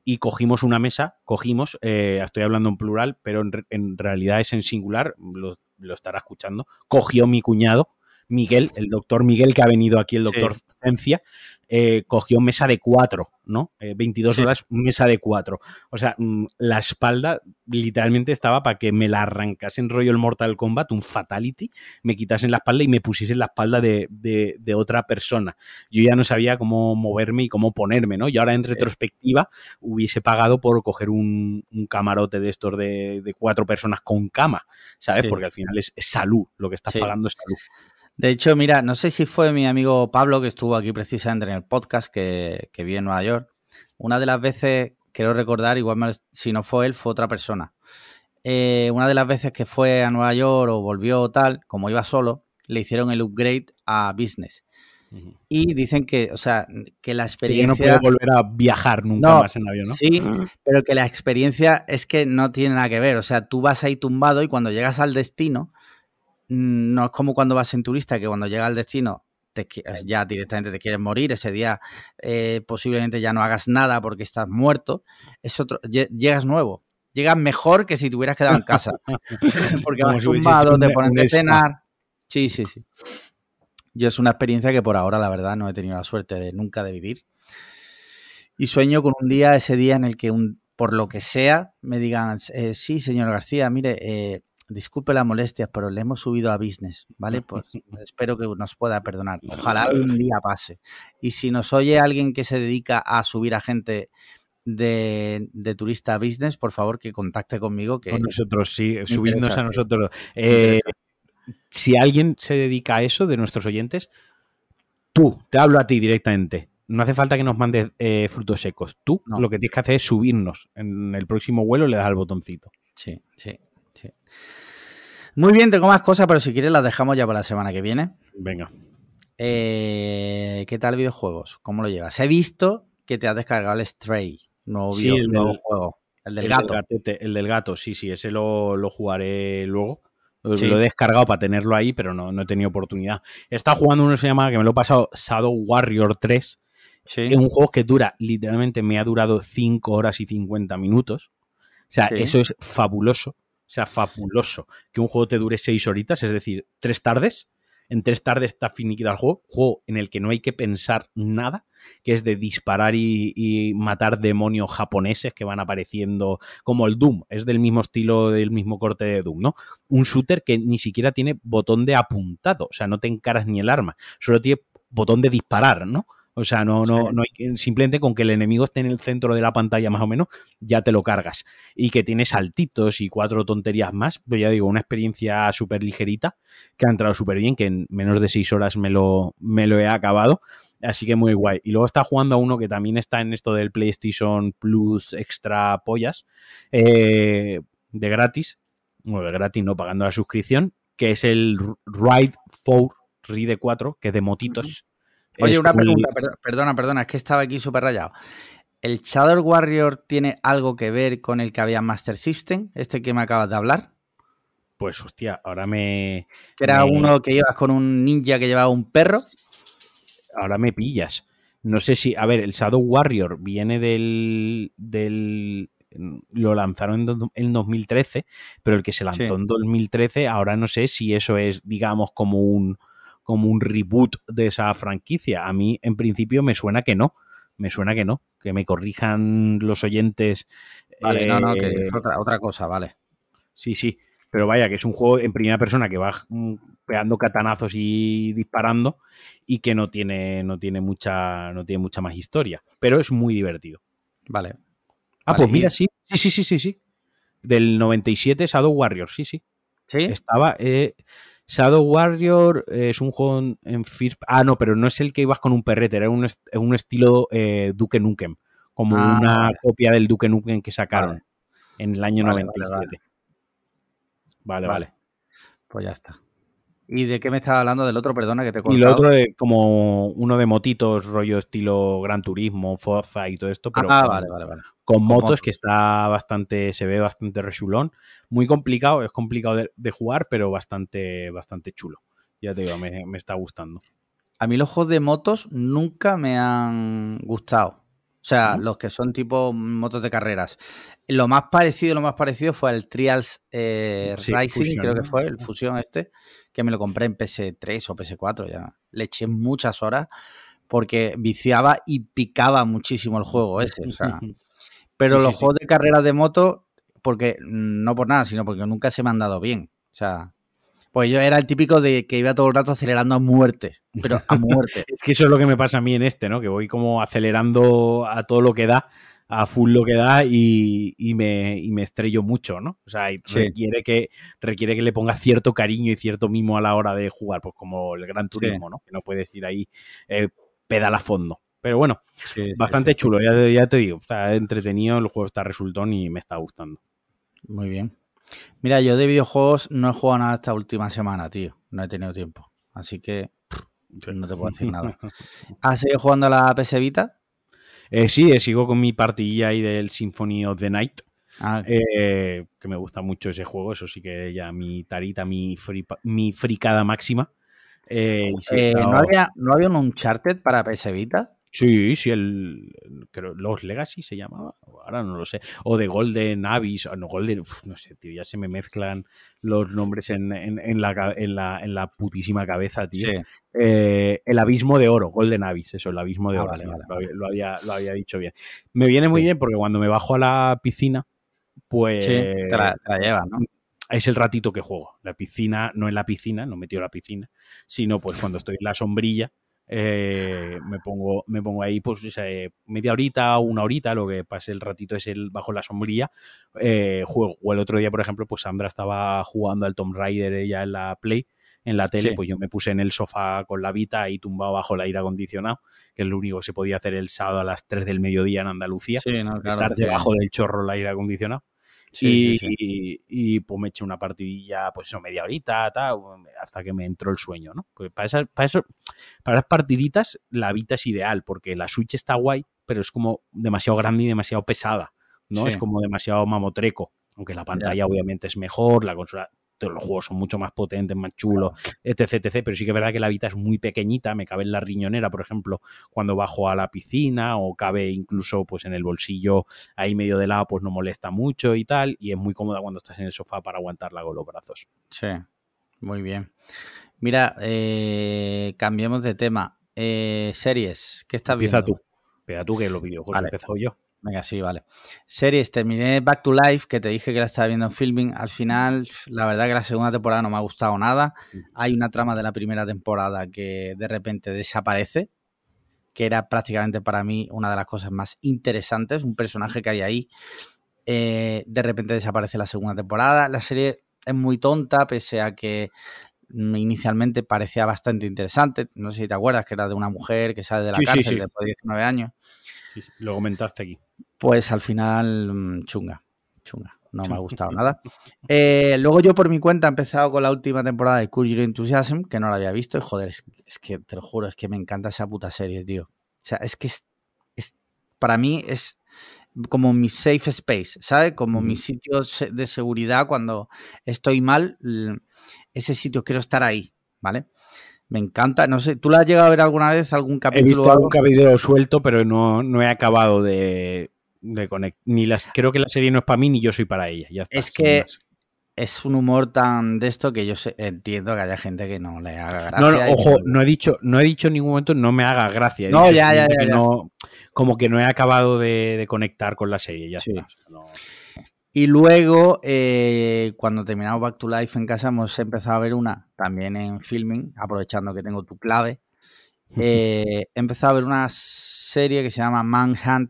y cogimos una mesa, cogimos, eh, estoy hablando en plural, pero en, en realidad es en singular, lo, lo estará escuchando, cogió mi cuñado, Miguel, el doctor Miguel, que ha venido aquí, el doctor sí. Ciencia, eh, cogió mesa de cuatro, ¿no? Eh, veintidós sí. horas, mesa de cuatro. O sea, mmm, la espalda literalmente estaba para que me la arrancasen rollo el Mortal Kombat, un Fatality, me quitasen la espalda y me pusiesen la espalda de, de, de otra persona. Yo ya no sabía cómo moverme y cómo ponerme, ¿no? Y ahora en sí. retrospectiva hubiese pagado por coger un, un camarote de estos de, de cuatro personas con cama, ¿sabes? Sí. Porque al final es, es salud, lo que estás sí. pagando es salud. De hecho, mira, no sé si fue mi amigo Pablo que estuvo aquí precisamente en el podcast que, que vi en Nueva York. Una de las veces, quiero recordar, igual me, si no fue él, fue otra persona. Eh, una de las veces que fue a Nueva York o volvió o tal, como iba solo, le hicieron el upgrade a Business. Uh-huh. Y dicen que, o sea, que la experiencia... Que no puede volver a viajar nunca no, más en avión, ¿no? Sí, pero que la experiencia es que no tiene nada que ver. O sea, tú vas ahí tumbado y cuando llegas al destino... No es como cuando vas en turista, que cuando llegas al destino te, ya directamente te quieres morir. Ese día eh, posiblemente ya no hagas nada porque estás muerto. Es otro, llegas nuevo. Llegas mejor que si te hubieras quedado en casa. Porque vas tumbado, te pones a cenar. Sí, sí, sí. Yo es una experiencia que por ahora, la verdad, no he tenido la suerte de nunca de vivir. Y sueño con un día, ese día en el que, un, por lo que sea, me digan, eh, sí, señor García, mire... Eh, disculpe las molestias, pero le hemos subido a Business, ¿vale? Pues espero que nos pueda perdonar. Ojalá un día pase. Y si nos oye alguien que se dedica a subir a gente de, de turista a Business, por favor, que contacte conmigo. Que con nosotros, sí, subidnos a nosotros. Eh, si alguien se dedica a eso, de nuestros oyentes, tú, te hablo a ti directamente. No hace falta que nos mandes eh, frutos secos. Tú no. Lo que tienes que hacer es subirnos. En el próximo vuelo le das al botoncito. Sí, sí. Sí. Muy bien, tengo más cosas, pero si quieres las dejamos ya para la semana que viene. Venga. Eh, ¿Qué tal videojuegos? ¿Cómo lo llevas? He visto que te has descargado el Stray, nuevo, sí, video, el nuevo del, juego. El del el gato. Del gatete, el del gato, sí, sí, ese lo, lo jugaré luego. Lo, sí. lo he descargado para tenerlo ahí, pero no, no he tenido oportunidad. He estado jugando uno que se llama, que me lo he pasado, Shadow Warrior tres. Sí. Es un juego que dura, literalmente me ha durado cinco horas y cincuenta minutos. O sea, sí. eso es fabuloso. O sea, fabuloso que un juego te dure seis horitas, es decir, tres tardes. En tres tardes está finiquitado el juego. Juego en el que no hay que pensar nada, que es de disparar y, y matar demonios japoneses que van apareciendo, como el Doom. Es del mismo estilo, del mismo corte de Doom, ¿no? Un shooter que ni siquiera tiene botón de apuntado. O sea, no te encaras ni el arma. Solo tiene botón de disparar, ¿no? O sea, no, no, sí. no hay, simplemente con que el enemigo esté en el centro de la pantalla más o menos, ya te lo cargas. Y que tiene saltitos y cuatro tonterías más. Pues ya digo, una experiencia súper ligerita, que ha entrado súper bien, que en menos de seis horas me lo, me lo he acabado. Así que muy guay. Y luego está jugando a uno que también está en esto del PlayStation Plus Extra Pollas, eh, de gratis. Bueno, de gratis no, pagando la suscripción, que es el Ride cuatro, Ride cuatro, que es de motitos. Uh-huh. Oye, una pregunta, el... perdona, perdona, es que estaba aquí súper rayado. ¿El Shadow Warrior tiene algo que ver con el que había en Master System, este que me acabas de hablar? Pues hostia, ahora me... Que era me... uno que ibas con un ninja que llevaba un perro. Ahora me pillas. No sé si... A ver, el Shadow Warrior viene del... del... Lo lanzaron en dos mil trece, pero el que se lanzó sí. en dos mil trece, ahora no sé si eso es, digamos, como un... como un reboot de esa franquicia. A mí, en principio, me suena que no. Me suena que no. Que me corrijan los oyentes. Vale, eh, no, no, que es otra, otra cosa, vale. Sí, sí. Pero vaya, que es un juego en primera persona que va pegando catanazos y disparando y que no tiene, no tiene mucha, no tiene mucha más historia. Pero es muy divertido. Vale. Ah, vale, pues mira, y... sí. Sí, sí, sí, sí, sí. Del noventa y siete, Shadow Warrior, sí, sí. ¿Sí? Estaba... Eh, Shadow Warrior es un juego en, en First... Ah, no, pero no es el que ibas con un perrete, era un, est un estilo eh, Duke Nukem, como ah, una vale. copia del Duke Nukem que sacaron vale. en el año vale, noventa y siete. Vale vale. vale, vale. Pues ya está. ¿Y de qué me estaba hablando del otro, perdona, que te he cortado? Y lo otro es como uno de motitos, rollo estilo Gran Turismo, Forza y todo esto, pero ah, con, vale, vale, vale. con, con motos, motos que está bastante, se ve bastante resulón. Muy complicado, es complicado de, de jugar, pero bastante, bastante chulo. Ya te digo, me, me está gustando. A mí los juegos de motos nunca me han gustado. O sea, ¿no? Los que son tipo motos de carreras. Lo más parecido, lo más parecido fue el Trials eh, sí, Racing, Fusion, creo que fue, el Fusion este, que me lo compré en P S tres o P S cuatro ya. Le eché muchas horas porque viciaba y picaba muchísimo el juego ese, o sea. Pero sí, los sí, juegos sí. de carreras de moto, porque no por nada, sino porque nunca se me han dado bien. O sea, pues yo era el típico de que iba todo el rato acelerando a muerte, pero a muerte. Es que eso es lo que me pasa a mí en este, ¿no? Que voy como acelerando a todo lo que da, a full lo que da y, y, me, y me estrello mucho, ¿no? O sea, sí. requiere, que, requiere que le ponga cierto cariño y cierto mimo a la hora de jugar, pues como el Gran Turismo, sí. ¿no? Que no puedes ir ahí eh, pedal a fondo. Pero bueno, sí, bastante sí, sí. chulo, ya, ya te digo, está entretenido, el juego está resultón y me está gustando. Muy bien. Mira, yo de videojuegos no he jugado nada esta última semana, tío. No he tenido tiempo. Así que pff, no te puedo decir nada. ¿Has seguido jugando a la P S Vita? Eh, sí, eh, sigo con mi partidilla ahí del Symphony of the Night. Ah, eh, que me gusta mucho ese juego. Eso sí que ya mi tarita, mi, fripa, mi fricada máxima. Eh, y sí eh, estado... ¿no, había, ¿No había un Uncharted para P S Vita? Sí, sí, el, creo, Los Legacy se llamaba, ahora no lo sé, o de Golden Abyss, no, Golden, uf, no sé, tío, ya se me mezclan los nombres en, en, en, la, en, la, en la putísima cabeza, tío. Sí. Eh, el Abismo de Oro, Golden Abyss, eso, el Abismo de ah, Oro, vale, vale, lo, vale. Lo, había, lo había dicho bien. Me viene muy sí. bien porque cuando me bajo a la piscina, pues... Sí, te la, te la llevas, ¿no? Es el ratito que juego. La piscina, no en la piscina, no metido la piscina, sino pues cuando estoy en la sombrilla, eh, me pongo me pongo ahí pues eh, media horita o una horita, lo que pase el ratito es el bajo la sombrilla, eh, juego. O el otro día, por ejemplo, pues Sandra estaba jugando al Tomb Raider ella en la Play, en la tele, sí. Pues yo me puse en el sofá con la Vita ahí tumbado bajo el aire acondicionado, que es lo único que se podía hacer el sábado a las tres del mediodía en Andalucía, sí, no, claro, estar debajo del chorro el aire acondicionado. Sí, y, sí, sí. Y, y pues me eché una partidilla, pues eso, media horita, tal, hasta que me entró el sueño, ¿no? Pues para esas, para eso, para las partiditas, la Vita es ideal, porque la Switch está guay, pero es como demasiado grande y demasiado pesada, ¿no? Sí. Es como demasiado mamotreco, aunque la pantalla ya. Obviamente es mejor, la consola, los juegos son mucho más potentes, más chulos, claro. etc, etc, pero sí que es verdad que la Vita es muy pequeñita, me cabe en la riñonera, por ejemplo, cuando bajo a la piscina, o cabe incluso pues en el bolsillo ahí medio de lado, pues no molesta mucho y tal, y es muy cómoda cuando estás en el sofá para aguantarla con los brazos. Sí, muy bien. Mira, eh, cambiemos de tema. Eh, series, ¿qué estás Empieza viendo? tú. Empieza tú, que los videojuegos vale. He empezado yo. Venga, sí, vale. Series, terminé Back to Life, que te dije que la estaba viendo en Filming. Al final, la verdad que la segunda temporada no me ha gustado nada. Hay una trama de la primera temporada que de repente desaparece, que era prácticamente para mí una de las cosas más interesantes. Un personaje que hay ahí, eh, de repente desaparece la segunda temporada. La serie es muy tonta, pese a que inicialmente parecía bastante interesante. No sé si te acuerdas, que era de una mujer que sale de la sí, cárcel sí, sí. después de diecinueve años. Sí, sí, lo comentaste aquí. Pues al final, chunga, chunga. No me ha gustado nada. Eh, luego yo por mi cuenta he empezado con la última temporada de Curb Your Enthusiasm, que no la había visto. Y joder, es, es que te lo juro, es que me encanta esa puta serie, tío. O sea, es que es, es para mí es como mi safe space, ¿sabes? Como uh-huh. mi sitio de seguridad cuando estoy mal. Ese sitio quiero estar ahí, ¿vale? Me encanta, no sé, ¿tú la has llegado a ver alguna vez, algún capítulo? He visto algún capítulo suelto, pero no, no he acabado de, de conectar. Ni las, creo que la serie no es para mí, ni yo soy para ella. Ya está, es que más. Es un humor tan de esto que yo sé, entiendo que haya gente que no le haga gracia. No, no, ojo, que... no he dicho, no he dicho en ningún momento no me haga gracia. He no, dicho ya, ya, ya, que ya. No, como que no he acabado de, de conectar con la serie, ya sí. está. No... Y luego, eh, cuando terminamos Back to Life en casa, hemos empezado a ver una también en Filming, aprovechando que tengo tu clave. Eh, he empezado a ver una serie que se llama Manhunt,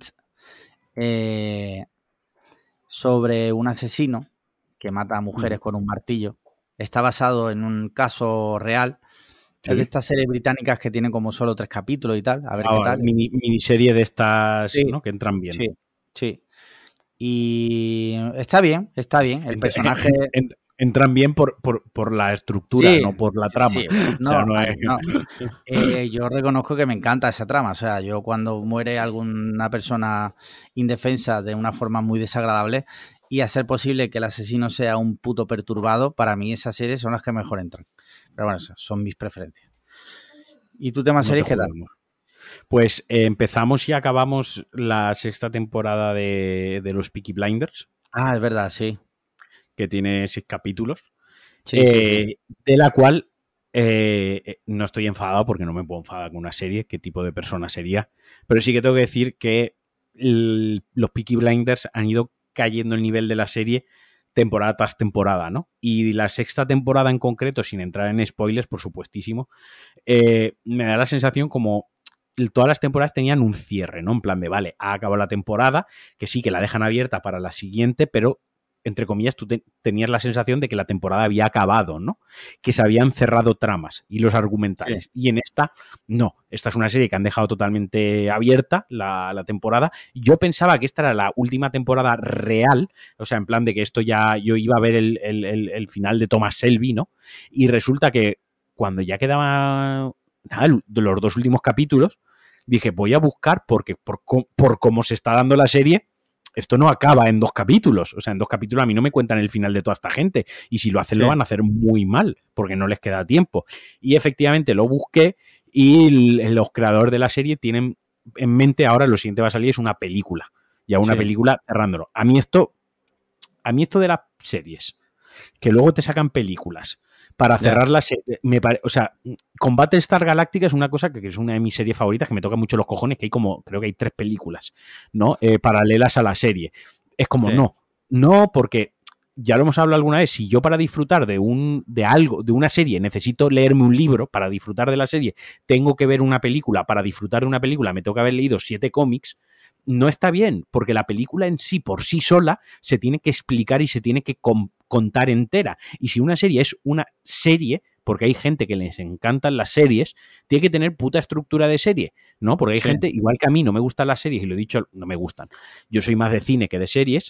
eh, sobre un asesino que mata a mujeres mm. con un martillo. Está basado en un caso real. Sí. Es de estas series británicas que tienen como solo tres capítulos y tal. A ver ah, qué tal. Mini, miniserie de estas, sí, ¿no? Que entran bien. Sí, sí. Y está bien, está bien. El personaje... En, en, entran bien por, por, por la estructura, sí, no por la trama. Sí, no, o sea, no, es... no. Eh, yo reconozco que me encanta esa trama. O sea, yo cuando muere alguna persona indefensa de una forma muy desagradable y a ser posible que el asesino sea un puto perturbado, para mí esas series son las que mejor entran. Pero bueno, son mis preferencias. ¿Y tú temas no series qué tal? Pues eh, empezamos y acabamos la sexta temporada de, de los Peaky Blinders. Ah, es verdad, sí. Que tiene seis capítulos. Sí, eh, sí, sí. De la cual eh, no estoy enfadado porque no me puedo enfadar con una serie, qué tipo de persona sería. Pero sí que tengo que decir que el, los Peaky Blinders han ido cayendo el nivel de la serie temporada tras temporada, ¿no? Y la sexta temporada en concreto, sin entrar en spoilers, por supuestísimo, eh, me da la sensación como todas las temporadas tenían un cierre, ¿no? En plan de, vale, ha acabado la temporada, que sí, que la dejan abierta para la siguiente, pero, entre comillas, tú te, tenías la sensación de que la temporada había acabado, ¿no? Que se habían cerrado tramas y los argumentales. Sí. Y en esta, no. Esta es una serie que han dejado totalmente abierta la, la temporada. Yo pensaba que esta era la última temporada real, o sea, en plan de que esto ya, yo iba a ver el, el, el, el final de Thomas Shelby, ¿no? Y resulta que cuando ya quedaba nada, los dos últimos capítulos, dije, voy a buscar porque por, por cómo se está dando la serie, esto no acaba en dos capítulos. O sea, en dos capítulos a mí no me cuentan el final de toda esta gente. Y si lo hacen, sí. Lo van a hacer muy mal, porque no les queda tiempo. Y efectivamente lo busqué y los creadores de la serie tienen en mente ahora lo siguiente va a salir es una película. Ya una sí. película cerrándolo. A mí esto, a mí esto de las series, que luego te sacan películas para cerrar la serie, me pare... o sea, Combate Star Galactica es una cosa que, que es una de mis series favoritas, que me toca mucho los cojones, que hay como, creo que hay tres películas, ¿no? Eh, paralelas a la serie. Es como, sí. no, no, porque ya lo hemos hablado alguna vez, si yo para disfrutar de un, de algo, de una serie, necesito leerme un libro para disfrutar de la serie, tengo que ver una película, para disfrutar de una película me tengo que haber leído siete cómics, no está bien, porque la película en sí, por sí sola, se tiene que explicar y se tiene que com- contar entera. Y si una serie es una serie, porque hay gente que les encantan las series, tiene que tener puta estructura de serie, ¿no? Porque hay sí. gente, igual que a mí no me gustan las series, y lo he dicho, no me gustan. Yo soy más de cine que de series.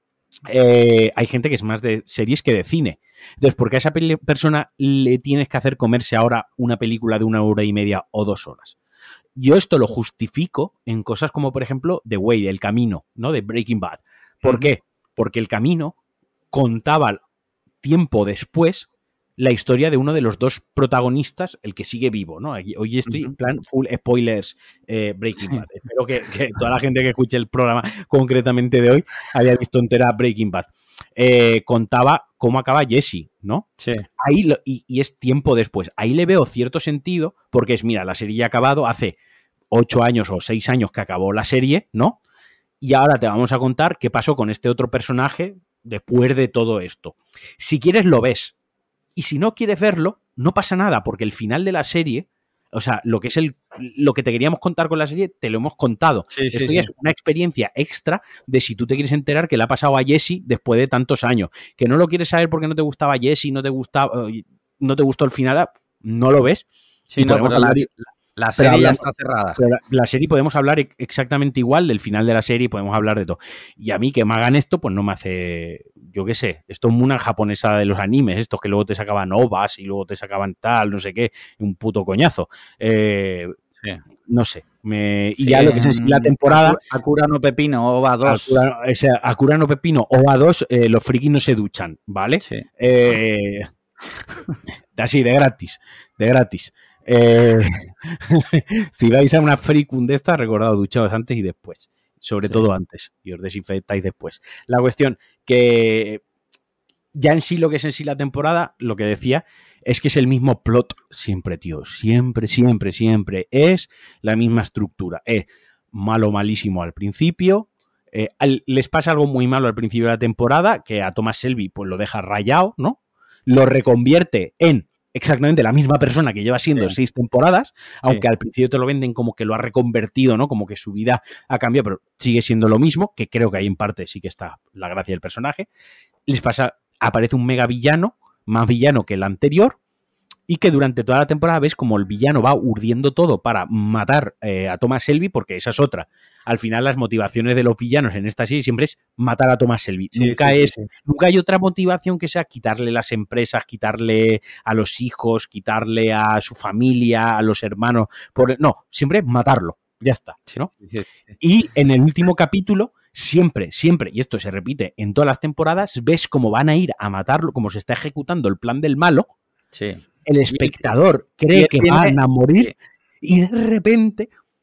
Eh, hay gente que es más de series que de cine. Entonces, ¿por qué a esa pe- persona le tienes que hacer comerse ahora una película de una hora y media o dos horas? Yo esto lo justifico en cosas como, por ejemplo, The Way, El Camino, ¿no? De Breaking Bad. ¿Por uh-huh. qué? Porque El Camino contaba tiempo después la historia de uno de los dos protagonistas, el que sigue vivo, ¿no? Hoy estoy en plan full spoilers eh, Breaking Bad. Espero que, que toda la gente que escuche el programa concretamente de hoy haya visto entera Breaking Bad. Eh, contaba cómo acaba Jesse, ¿no? Sí. Ahí lo, y, y es tiempo después. Ahí le veo cierto sentido porque es, mira, la serie ya ha acabado hace ocho años o seis años que acabó la serie, ¿no? Y ahora te vamos a contar qué pasó con este otro personaje después de todo esto. Si quieres lo ves. Y si no quieres verlo, no pasa nada, porque el final de la serie, o sea, lo que es el lo que te queríamos contar con la serie, te lo hemos contado. Sí, Esto sí, ya sí. es una experiencia extra de si tú te quieres enterar que le ha pasado a Jesse después de tantos años. Que no lo quieres saber porque no te gustaba Jesse, no te gustaba, no te gustó el final, no lo ves. Sí, no, pero las, la serie hablamos, ya está cerrada. La, la serie podemos hablar exactamente igual del final de la serie, podemos hablar de todo. Y a mí que me hagan esto, pues no me hace, yo qué sé, esto es una japonesa de los animes, estos que luego te sacaban ovas y luego te sacaban tal, no sé qué, un puto coñazo. Eh, sí. No sé. Me, sí, y ya lo que es en sí la temporada. Akura no Pepino, O V A dos. Akura, o sea, Akura no Pepino, O V A dos, eh, los frikis no se duchan, ¿vale? Sí. Eh, así, de gratis, de gratis. Eh, si vais a una fricum de estas, recordad, duchaos antes y después. Sobre sí. todo antes. Y os desinfectáis después. La cuestión que ya en sí lo que es en sí la temporada, lo que decía, es que es el mismo plot siempre, tío. Siempre, siempre, siempre. Es la misma estructura. Es malo, malísimo al principio. Eh, al, les pasa algo muy malo al principio de la temporada, que a Thomas Shelby pues lo deja rayado, ¿no? Lo reconvierte en exactamente la misma persona que lleva siendo sí. seis temporadas, aunque sí. al principio te lo venden como que lo ha reconvertido, ¿no? Como que su vida ha cambiado, pero sigue siendo lo mismo, que creo que ahí en parte sí que está la gracia del personaje. Les pasa, aparece un mega villano, más villano que el anterior, y que durante toda la temporada ves como el villano va urdiendo todo para matar eh, a Thomas Shelby, porque esa es otra. Al final las motivaciones de los villanos en esta serie siempre es matar a Thomas Shelby. Sí, nunca, sí, es, sí, sí. nunca hay otra motivación que sea quitarle las empresas, quitarle a los hijos, quitarle a su familia, a los hermanos. Por, no, siempre matarlo. Ya está, ¿no? Sí, sí, sí. Y en el último capítulo, siempre, siempre, y esto se repite en todas las temporadas, ves cómo van a ir a matarlo, cómo se está ejecutando el plan del malo. Sí. El espectador cree que tiene, van a morir y de repente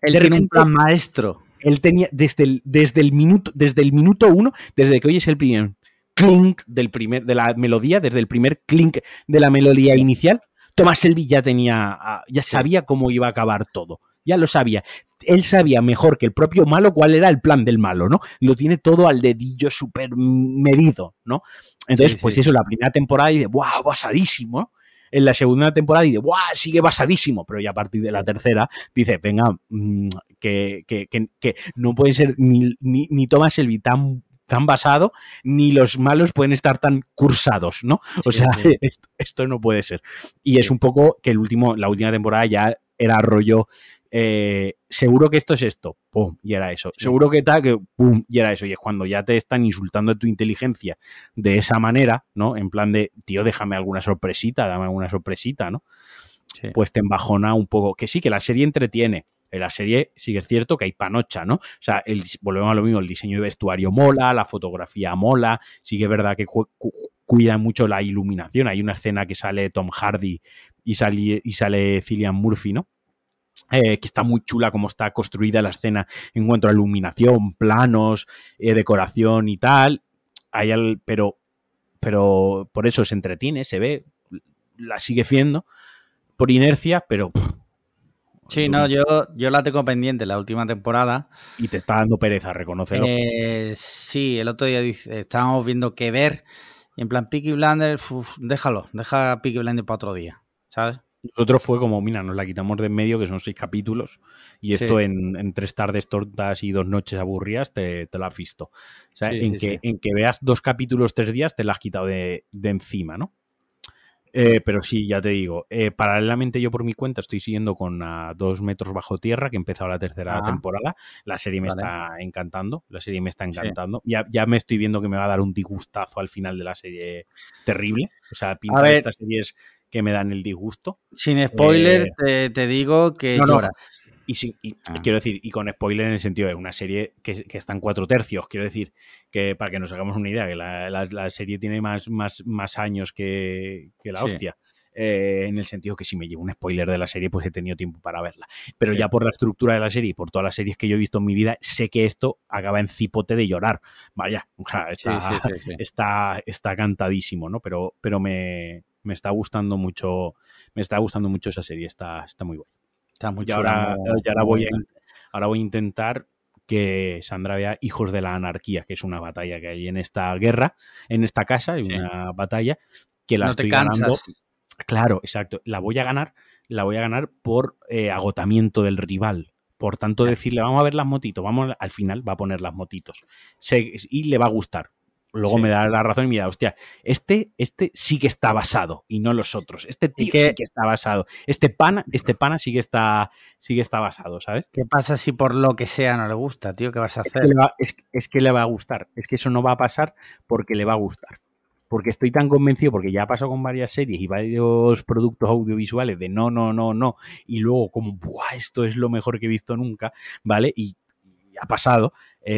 Él de tiene repente, un plan maestro. Él tenía, desde el, desde el minuto, desde el minuto uno, desde que oyes el primer clink del primer, de la melodía, desde el primer clink de la melodía sí. inicial, Thomas Shelby ya tenía, ya sabía sí. cómo iba a acabar todo. Ya lo sabía. Él sabía mejor que el propio malo cuál era el plan del malo, ¿no? Lo tiene todo al dedillo súper medido, ¿no? Entonces, sí, pues sí, eso, sí. la primera temporada dice, ¡guau, basadísimo! ¿no? En la segunda temporada dice, ¡guau, sigue basadísimo! Pero ya a partir de la tercera dice, venga, mmm, que, que, que, que no puede ser ni, ni, ni Thomas Shelby tan tan basado, ni los malos pueden estar tan cursados, ¿no? O sí, sea, sí. Esto, esto no puede ser. Y sí. es un poco que el último, la última temporada ya era rollo, eh, seguro que esto es esto, pum, y era eso. Sí. Seguro que tal, que pum, y era eso. Y es cuando ya te están insultando de tu inteligencia de esa manera, ¿no? En plan de, tío, déjame alguna sorpresita, dame alguna sorpresita, ¿no? Sí. Pues te embajona un poco. Que sí, que la serie entretiene. En la serie sí que es cierto que hay panocha, ¿no? O sea, el, volvemos a lo mismo, el diseño de vestuario mola, la fotografía mola, sí que es verdad que cu cu cuida mucho la iluminación. Hay una escena que sale Tom Hardy y sale, y sale Cillian Murphy, ¿no? Eh, que está muy chula como está construida la escena en cuanto a iluminación, planos, eh, decoración y tal. Hay al, pero, pero por eso se entretiene, se ve, la sigue viendo por inercia, pero... Pff, sí, no, yo, yo la tengo pendiente la última temporada. Y te está dando pereza, reconócelo. Eh, sí, el otro día dice, estábamos viendo qué ver. Y en plan, Peaky Blinders, uf, déjalo, deja Peaky Blinders para otro día, ¿sabes? Nosotros fue como, mira, nos la quitamos de en medio, que son seis capítulos, y esto sí. en, en tres tardes tontas y dos noches aburridas te, te lo has visto. O sea, sí, en, sí, que, sí. en que veas dos capítulos tres días te la has quitado de, de encima, ¿no? Eh, pero sí, ya te digo, eh, paralelamente yo por mi cuenta estoy siguiendo con uh, Dos metros bajo tierra, que he empezado la tercera ah, temporada. La serie me vale. está encantando, la serie me está encantando. Sí. Ya, ya me estoy viendo que me va a dar un disgustazo al final de la serie terrible. O sea, pinta de estas series que me dan el disgusto. Sin spoilers, eh, te, te digo que no, lloras. No. Y, sí, y ah. quiero decir, y con spoiler en el sentido de una serie que, que está en cuatro tercios, quiero decir, que para que nos hagamos una idea, que la, la, la serie tiene más, más, más años que, que la sí. hostia. Eh, en el sentido que si me llevo un spoiler de la serie, pues he tenido tiempo para verla. Pero sí. ya por la estructura de la serie y por todas las series que yo he visto en mi vida, sé que esto acaba en cipote de llorar. Vaya, o sea, está, sí, sí, sí, sí. está, está cantadísimo, ¿no? Pero, pero me, me está gustando mucho, me está gustando mucho esa serie, está, está muy buena. Está muy y ahora, y ahora, voy a, ahora voy a intentar que Sandra vea Hijos de la Anarquía, que es una batalla que hay en esta guerra, en esta casa, es sí. una batalla que la no estoy te cansas. ganando. Claro, exacto. La voy a ganar, la voy a ganar por eh, agotamiento del rival. Por tanto, yeah. decirle, vamos a ver las motitos, vamos, al final va a poner las motitos. Se, y le va a gustar. Luego sí. me da la razón y mira, hostia, este, este sí que está basado y no los otros. Este tío que, sí que está basado. Este pana, este pana sí que está, sí que está basado, ¿sabes? ¿Qué pasa si por lo que sea no le gusta, tío? ¿Qué vas a hacer? Es que, le va, es, es que le va a gustar. Es que eso no va a pasar porque le va a gustar. Porque estoy tan convencido, porque ya ha pasado con varias series y varios productos audiovisuales de no, no, no, no. Y luego como, ¡buah! Esto es lo mejor que he visto nunca, ¿vale? Y, y ha pasado.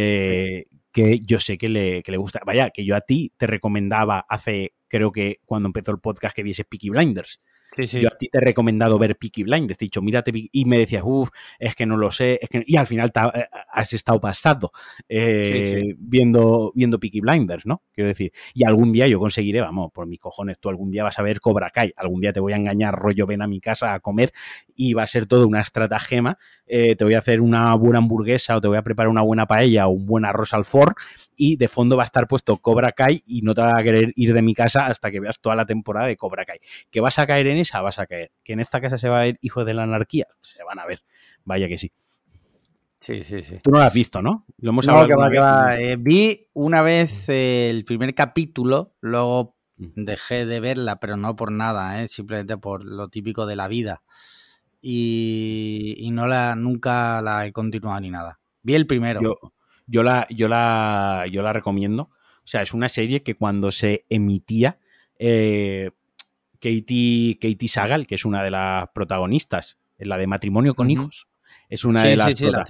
Eh, que yo sé que le, que le gusta. Vaya, que yo a ti te recomendaba hace, creo que cuando empezó el podcast, que vieses Peaky Blinders. Sí, sí. Yo a ti te he recomendado ver Peaky Blinders, te he dicho, mírate, y me decías, uff, es que no lo sé, es que... y al final has estado pasado eh, sí, sí. viendo, viendo Peaky Blinders, ¿no? Quiero decir, y algún día yo conseguiré, vamos, por mis cojones, tú algún día vas a ver Cobra Kai, algún día te voy a engañar, rollo, ven a mi casa a comer y va a ser todo una estratagema, eh, te voy a hacer una buena hamburguesa o te voy a preparar una buena paella o un buen arroz al forn y de fondo va a estar puesto Cobra Kai y no te vas a querer ir de mi casa hasta que veas toda la temporada de Cobra Kai. ¿Que vas a caer en esa? Vas a caer. ¿Que en esta casa se va a ver Hijos de la Anarquía? Se van a ver. Vaya que sí. Sí, sí, sí. Tú no lo has visto, ¿no? Lo hemos no, hablado que va, que va. Eh, vi una vez eh, el primer capítulo, luego dejé de verla, pero no por nada, ¿eh? Simplemente por lo típico de la vida. Y, y no la, nunca la he continuado ni nada. Vi el primero. Yo, yo, la, yo, la, yo la recomiendo. O sea, es una serie que cuando se emitía, eh, Katie, Katie Sagal, que es una de las protagonistas, en la de Matrimonio con uh-huh. hijos, es una sí, de las sí, sí, la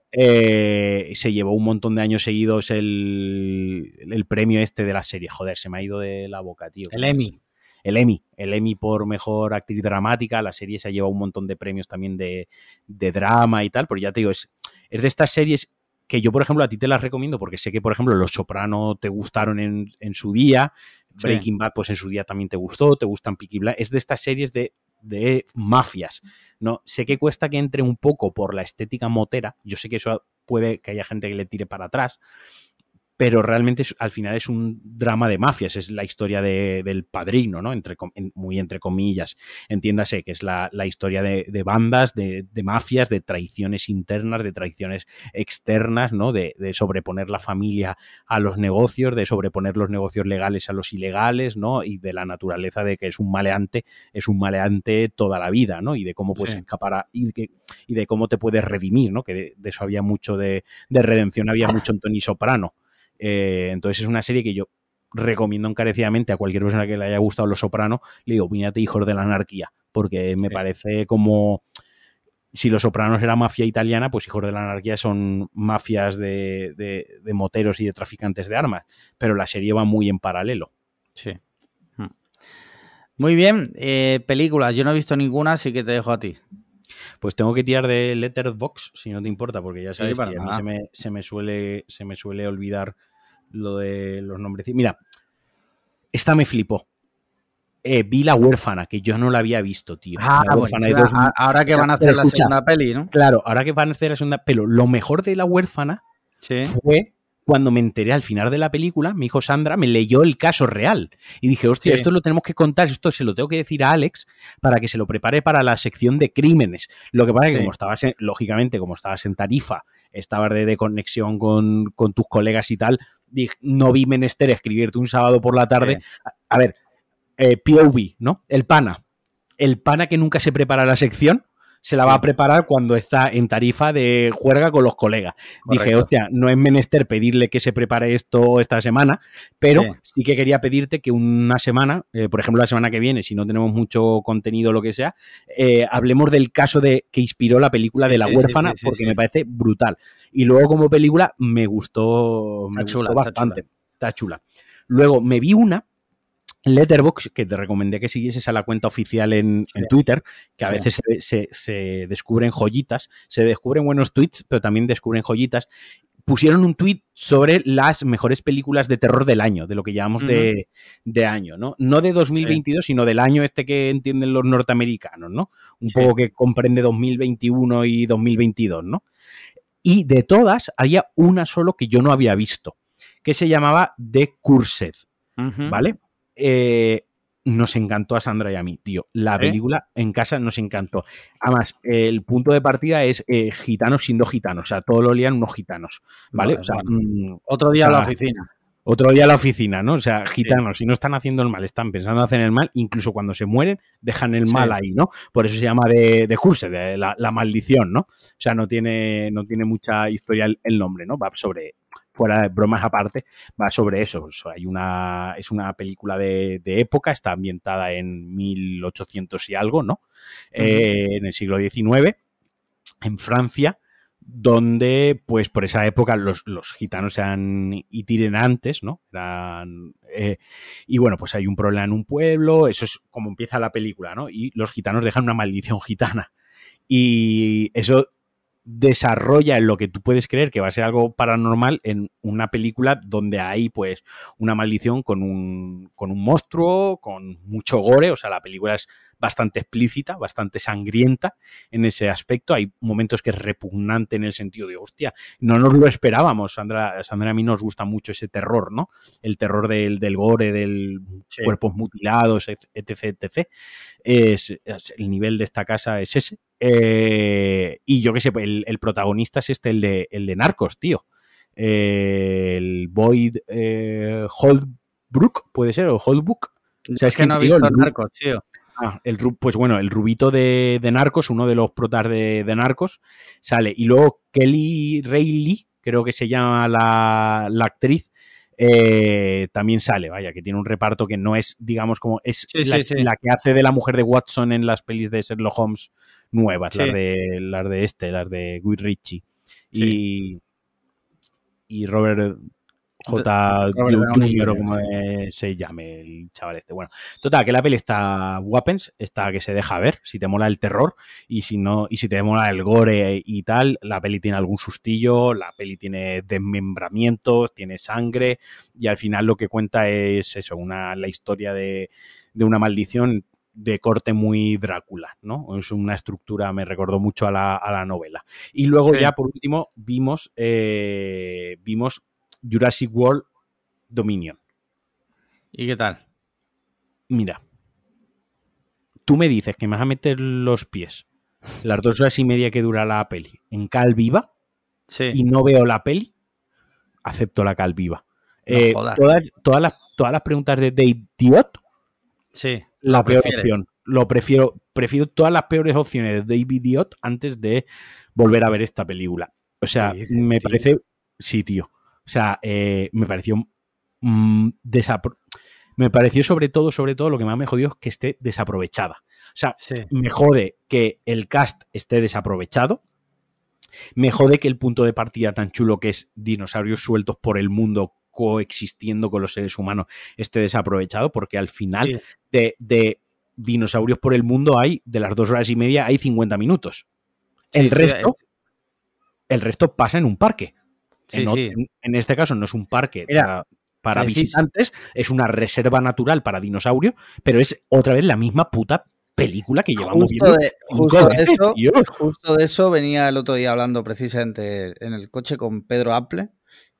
eh, se llevó un montón de años seguidos el, el premio este de la serie. Joder, se me ha ido de la boca, tío. El Emmy. el Emmy, el Emmy por mejor actriz dramática. La serie se ha llevado un montón de premios también de, de drama y tal, pero ya te digo, es, es de estas series que yo, por ejemplo, a ti te las recomiendo porque sé que, por ejemplo, Los Soprano te gustaron en, en su día, Breaking sí. Bad, pues en su día también te gustó, te gustan Peaky Blinders. Es de estas series de, de mafias, ¿no? Sé que cuesta que entre un poco por la estética motera, yo sé que eso puede que haya gente que le tire para atrás, pero realmente es, al final es un drama de mafias, es la historia de, del Padrino, ¿no? Entre, muy entre comillas, entiéndase, que es la, la historia de, de bandas, de, de mafias, de traiciones internas, de traiciones externas, ¿no? De, de sobreponer la familia a los negocios, de sobreponer los negocios legales a los ilegales, ¿no? Y de la naturaleza de que es un maleante, es un maleante toda la vida, ¿no? Y de cómo puedes sí. escapar a, y, de, y de cómo te puedes redimir, ¿no? Que de, de eso había mucho de, de redención, había mucho en Tony Soprano. Eh, entonces es una serie que yo recomiendo encarecidamente a cualquier persona que le haya gustado Los Soprano. Le digo, mírate Hijos de la Anarquía, porque me sí. parece como si Los Sopranos era mafia italiana, pues Hijos de la Anarquía son mafias de, de, de moteros y de traficantes de armas, pero la serie va muy en paralelo. Sí. Muy bien, eh, películas, yo no he visto ninguna, así que te dejo a ti. Pues tengo que tirar de Letterboxd, si no te importa, porque ya sabes sí, que a mí se me, se, me suele, se me suele olvidar lo de los nombres. Mira, esta me flipó. Eh, vi La Huérfana, que yo no la había visto, tío. Ah, La Huérfana bueno, de dos... ahora que o sea, van a hacer la escucha, segunda peli, ¿no? Claro, ahora que van a hacer la segunda... Pero lo mejor de La Huérfana sí. fue cuando me enteré al final de la película, mi hijo Sandra me leyó el caso real. Y dije, hostia, sí. esto lo tenemos que contar, esto se lo tengo que decir a Alex para que se lo prepare para la sección de crímenes. Lo que pasa sí. es que como estabas, en, lógicamente, como estabas en Tarifa, estabas de, de conexión con, con tus colegas y tal, dije, no vi menester escribirte un sábado por la tarde. Sí. A, a ver, eh, P O V, ¿no? El pana. El pana que nunca se prepara la sección, se la sí. va a preparar cuando está en Tarifa de juerga con los colegas. Correcto. Dije, hostia, no es menester pedirle que se prepare esto esta semana, pero sí, sí que quería pedirte que una semana, eh, por ejemplo la semana que viene, si no tenemos mucho contenido o lo que sea, eh, hablemos del caso de que inspiró la película sí, de La sí, Huérfana, sí, sí, porque sí. me parece brutal. Y luego como película me gustó, me está chula, gustó bastante. Está chula. Está chula. Luego me vi una Letterboxd, que te recomendé que siguieses a la cuenta oficial en, sí. en Twitter, que a sí. veces se, se, se descubren joyitas, se descubren buenos tweets, pero también descubren joyitas. Pusieron un tweet sobre las mejores películas de terror del año, de lo que llamamos uh-huh. de, de año, ¿no? No de dos mil veintidós, sí. sino del año este que entienden los norteamericanos, ¿no? Un sí. poco que comprende dos mil veintiuno y dos mil veintidós, ¿no? Y de todas, había una solo que yo no había visto, que se llamaba The Cursed, uh-huh. ¿vale? Eh, nos encantó a Sandra y a mí, tío. La ¿Eh? película en casa nos encantó. Además, eh, el punto de partida es eh, gitanos siendo gitanos. O sea, todo lo lían unos gitanos, ¿vale? Vale, o sea, bueno. mmm, Otro día o sea, a la oficina. Otro día a la oficina, ¿no? O sea, gitanos, sí. si no están haciendo el mal, están pensando en hacer el mal, incluso cuando se mueren, dejan el sí. mal ahí, ¿no? Por eso se llama de, de Curse, de la, la maldición, ¿no? O sea, no tiene, no tiene mucha historia el, el nombre, ¿no? Va sobre... fuera de bromas aparte, va sobre eso. O sea, hay una, es una película de, de época, está ambientada en mil ochocientos y algo, ¿no? Uh-huh. Eh, en el siglo diecinueve, en Francia, donde, pues, por esa época los, los gitanos eran itinerantes, ¿no? Eran, eh, y bueno, pues hay un problema en un pueblo, eso es como empieza la película, ¿no? Y los gitanos dejan una maldición gitana. Y eso desarrolla en lo que tú puedes creer que va a ser algo paranormal en una película donde hay pues una maldición con un, con un monstruo, con mucho gore, o sea, la película es bastante explícita, bastante sangrienta en ese aspecto, hay momentos que es repugnante en el sentido de, hostia, no nos lo esperábamos, Sandra, Sandra a mí nos gusta mucho ese terror, ¿no? El terror del, del gore, del sí. cuerpos mutilados, etc, etcétera. Es, es, el nivel de esta casa es ese. Eh, y yo qué sé, el, el protagonista es este, el de, el de Narcos, tío. Eh, el Boyd eh, Holbrook, puede ser, o Holbrook. O sea, es que no he visto el, Narcos, tío. Ah, el, pues bueno, el rubito de, de Narcos, uno de los protas de, de Narcos, sale. Y luego Kelly Reilly, creo que se llama la, la actriz, Eh, también sale, vaya, que tiene un reparto que no es, digamos, como es sí, la, sí, sí. la que hace de la mujer de Watson en las pelis de Sherlock Holmes nuevas, sí. las de las de este, las de Guy Ritchie. Sí. Y, y Robert J. Junior o como se llame el chaval este. Bueno, total, que la peli está guapens, está que se deja ver, si te mola el terror y si no, y si te mola el gore y tal, la peli tiene algún sustillo, la peli tiene desmembramientos, tiene sangre y al final lo que cuenta es eso, una, la historia de, de una maldición de corte muy Drácula, ¿no? Es una estructura, me recordó mucho a la, a la novela. Y luego sí. ya, por último, vimos eh, vimos Jurassic World Dominion. ¿Y qué tal? Mira, tú me dices que me vas a meter los pies las dos horas y media que dura la peli en cal viva sí. y no veo la peli, acepto la cal viva. No eh, jodas. todas, todas, las, todas las preguntas de Dave Diot, sí, la peor prefieres. opción. Lo prefiero, prefiero todas las peores opciones de David Diot antes de volver a ver esta película. O sea, dices, me tío? parece... Sí, tío. O sea, eh, me pareció... Mmm, desapro... Me pareció sobre todo, sobre todo, lo que más me jodió es que esté desaprovechada. O sea, sí. me jode que el cast esté desaprovechado. Me jode que el punto de partida tan chulo que es dinosaurios sueltos por el mundo coexistiendo con los seres humanos esté desaprovechado, porque al final sí. de... de dinosaurios por el mundo hay, de las dos horas y media, hay cincuenta minutos. Sí, el resto, sí, el resto pasa en un parque. Sí, en, sí. En, en este caso no es un parque Mira, para, para visitantes, es una reserva natural para dinosaurios, pero es otra vez la misma puta película que llevamos justo viendo. De, justo, veces, de eso, tío. justo de eso venía el otro día hablando precisamente en el coche con Pedro Apple.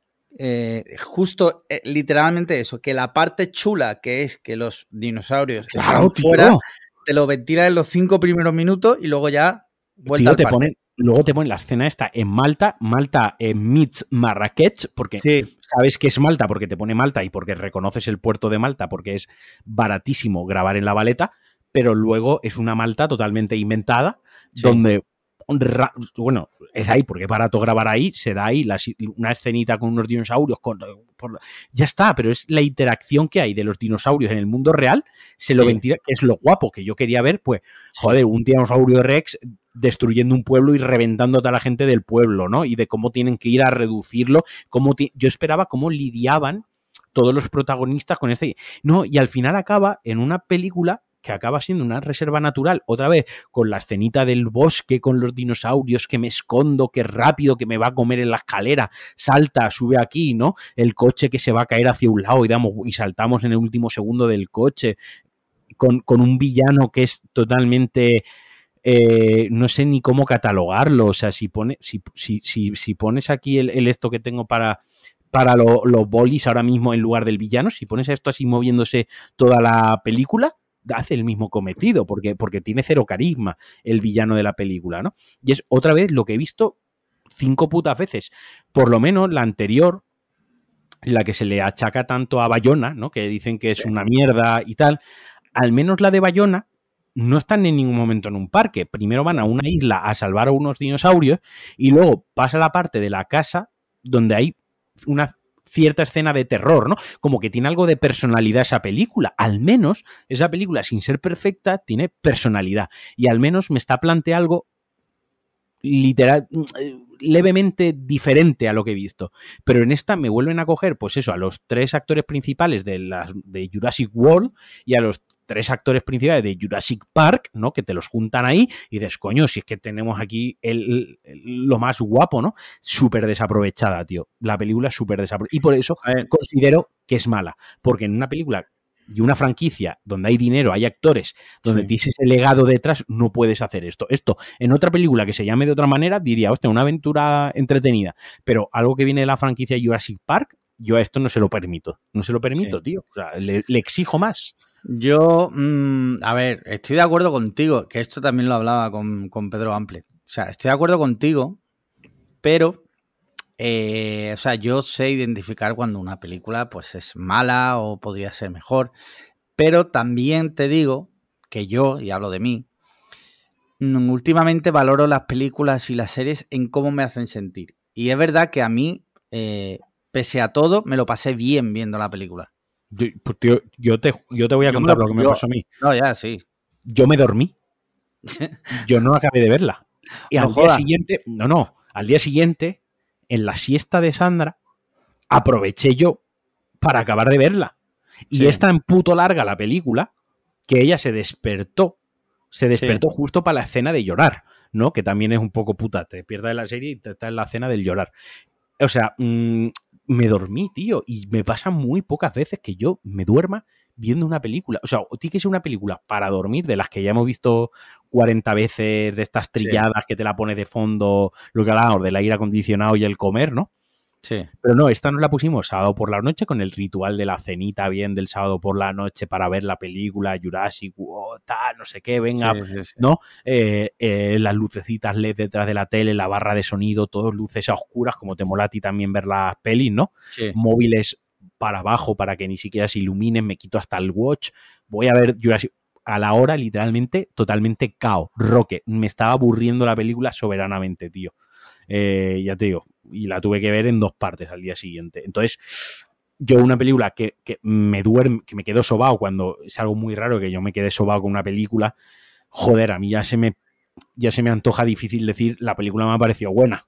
Eh, justo, eh, literalmente eso, que la parte chula que es que los dinosaurios claro, están fuera, te lo ventilan en los cinco primeros minutos y luego ya vuelta tío, al te parque. Ponen, luego te ponen la escena esta en Malta, Malta eh, meets Marrakech, porque sí. sabes que es Malta porque te pone Malta y porque reconoces el puerto de Malta porque es baratísimo grabar en La Valeta, pero luego es una Malta totalmente inventada, sí. donde... Bueno, es ahí porque es barato grabar ahí, se da ahí la, una escenita con unos dinosaurios, con, por, ya está, pero es la interacción que hay de los dinosaurios en el mundo real, se lo sí. ventila, que es lo guapo que yo quería ver, pues, sí. joder, un dinosaurio Rex destruyendo un pueblo y reventando a toda la gente del pueblo, ¿no? Y de cómo tienen que ir a reducirlo, cómo yo esperaba cómo lidiaban todos los protagonistas con este... No, y al final acaba en una película que acaba siendo una reserva natural, otra vez con la escenita del bosque, con los dinosaurios, que me escondo, que rápido, que me va a comer en la escalera, salta, sube aquí, ¿no? El coche que se va a caer hacia un lado y, damos, y saltamos en el último segundo del coche, con, con un villano que es totalmente... Eh, no sé ni cómo catalogarlo, o sea, si, pone, si, si, si, si pones aquí el, el esto que tengo para... para los lo bolis ahora mismo en lugar del villano, si pones esto así moviéndose toda la película, hace el mismo cometido, porque, porque tiene cero carisma el villano de la película, ¿no? Y es otra vez lo que he visto cinco putas veces. Por lo menos la anterior, la que se le achaca tanto a Bayona, ¿no? Que dicen que es una mierda y tal, al menos la de Bayona no están en ningún momento en un parque. Primero van a una isla a salvar a unos dinosaurios y luego pasa la parte de la casa donde hay una cierta escena de terror, ¿no? Como que tiene algo de personalidad esa película. Al menos esa película, sin ser perfecta, tiene personalidad. Y al menos me está planteando algo literal, levemente diferente a lo que he visto. Pero en esta me vuelven a coger, pues eso, a los tres actores principales de, las, de Jurassic World y a los tres actores principales de Jurassic Park, ¿no? Que te los juntan ahí y dices, coño, si es que tenemos aquí el, el, lo más guapo, ¿no? Súper desaprovechada, tío. La película es súper desaprovechada. Y por eso considero que es mala. Porque en una película y una franquicia donde hay dinero, hay actores, donde sí. tienes ese legado detrás, no puedes hacer esto. Esto, en otra película que se llame de otra manera, diría, hostia, una aventura entretenida. Pero algo que viene de la franquicia Jurassic Park, yo a esto no se lo permito. No se lo permito, sí. tío. O sea, le, le exijo más. Yo, mmm, a ver, estoy de acuerdo contigo, que esto también lo hablaba con, con Pedro Ample. O sea, estoy de acuerdo contigo, pero, eh, o sea, yo sé identificar cuando una película pues es mala o podría ser mejor, pero también te digo que yo, y hablo de mí, últimamente valoro las películas y las series en cómo me hacen sentir. Y es verdad que a mí, eh, pese a todo, me lo pasé bien viendo la película. Yo, pues, tío, yo, te, yo te voy a yo contar lo, lo que me yo, pasó a mí. No, ya, sí. Yo me dormí. Yo no acabé de verla. Y no al joda. día siguiente, no, no, al día siguiente, en la siesta de Sandra, aproveché yo para acabar de verla. Y sí. Es tan puto larga la película que ella se despertó, se despertó sí. justo para la escena de llorar, ¿no? Que también es un poco puta, te pierdes la serie y te estás en la escena del llorar. O sea, mmm, me dormí, tío, y me pasa muy pocas veces que yo me duerma viendo una película. O sea, tiene que ser una película para dormir, de las que ya hemos visto cuarenta veces, de estas trilladas sí. que te la pones de fondo, lo que hablábamos del aire acondicionado y el comer, ¿no? Sí. Pero no, esta nos la pusimos sábado por la noche con el ritual de la cenita bien del sábado por la noche para ver la película Jurassic, oh, tal, no sé qué, venga, sí, sí, sí. ¿no? Eh, eh, las lucecitas L E D detrás de la tele, la barra de sonido, todos luces a oscuras, como te mola a ti también ver las pelis, ¿no? Sí. Móviles para abajo para que ni siquiera se iluminen, me quito hasta el watch, voy a ver Jurassic a la hora literalmente totalmente cao, roque, me estaba aburriendo la película soberanamente, tío. Eh, ya te digo, y la tuve que ver en dos partes al día siguiente. Entonces, yo una película que, que me duerme, que me quedo sobao cuando es algo muy raro que yo me quede sobao con una película, joder, a mí ya se me ya se me antoja difícil decir la película me ha parecido buena.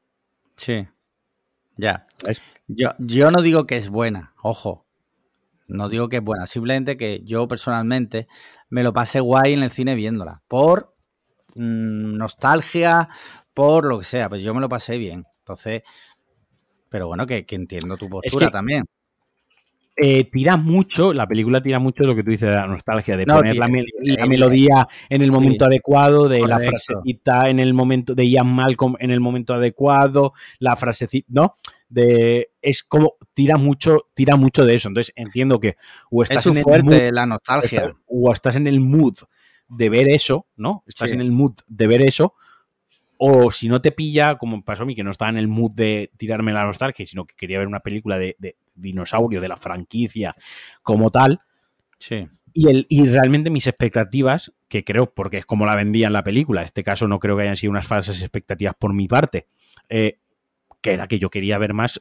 Sí, ya. Yo, yo no digo que es buena, ojo. No digo que es buena, simplemente que yo personalmente me lo pasé guay en el cine viéndola. Por mmm, nostalgia, por lo que sea, pues yo me lo pasé bien. Entonces, pero bueno, que, que entiendo tu postura es que, también. Eh, tira mucho, la película tira mucho de lo que tú dices de la nostalgia, de no, poner tira, la, me tira, la melodía en el momento sí, adecuado, de correcto. la frasecita en el momento de Ian Malcolm en el momento adecuado, la frasecita, ¿no? De es como tira mucho, tira mucho de eso. Entonces entiendo que o estás es en el fuerte mood, la nostalgia. O estás en el mood de ver eso, ¿no? Estás sí. en el mood de ver eso. O si no te pilla, como pasó a mí, que no estaba en el mood de tirarme la nostalgia, sino que quería ver una película de, de dinosaurio, de la franquicia como tal. Sí. Y, el, y realmente mis expectativas, que creo, porque es como la vendía en la película, en este caso no creo que hayan sido unas falsas expectativas por mi parte, eh, que era que yo quería ver más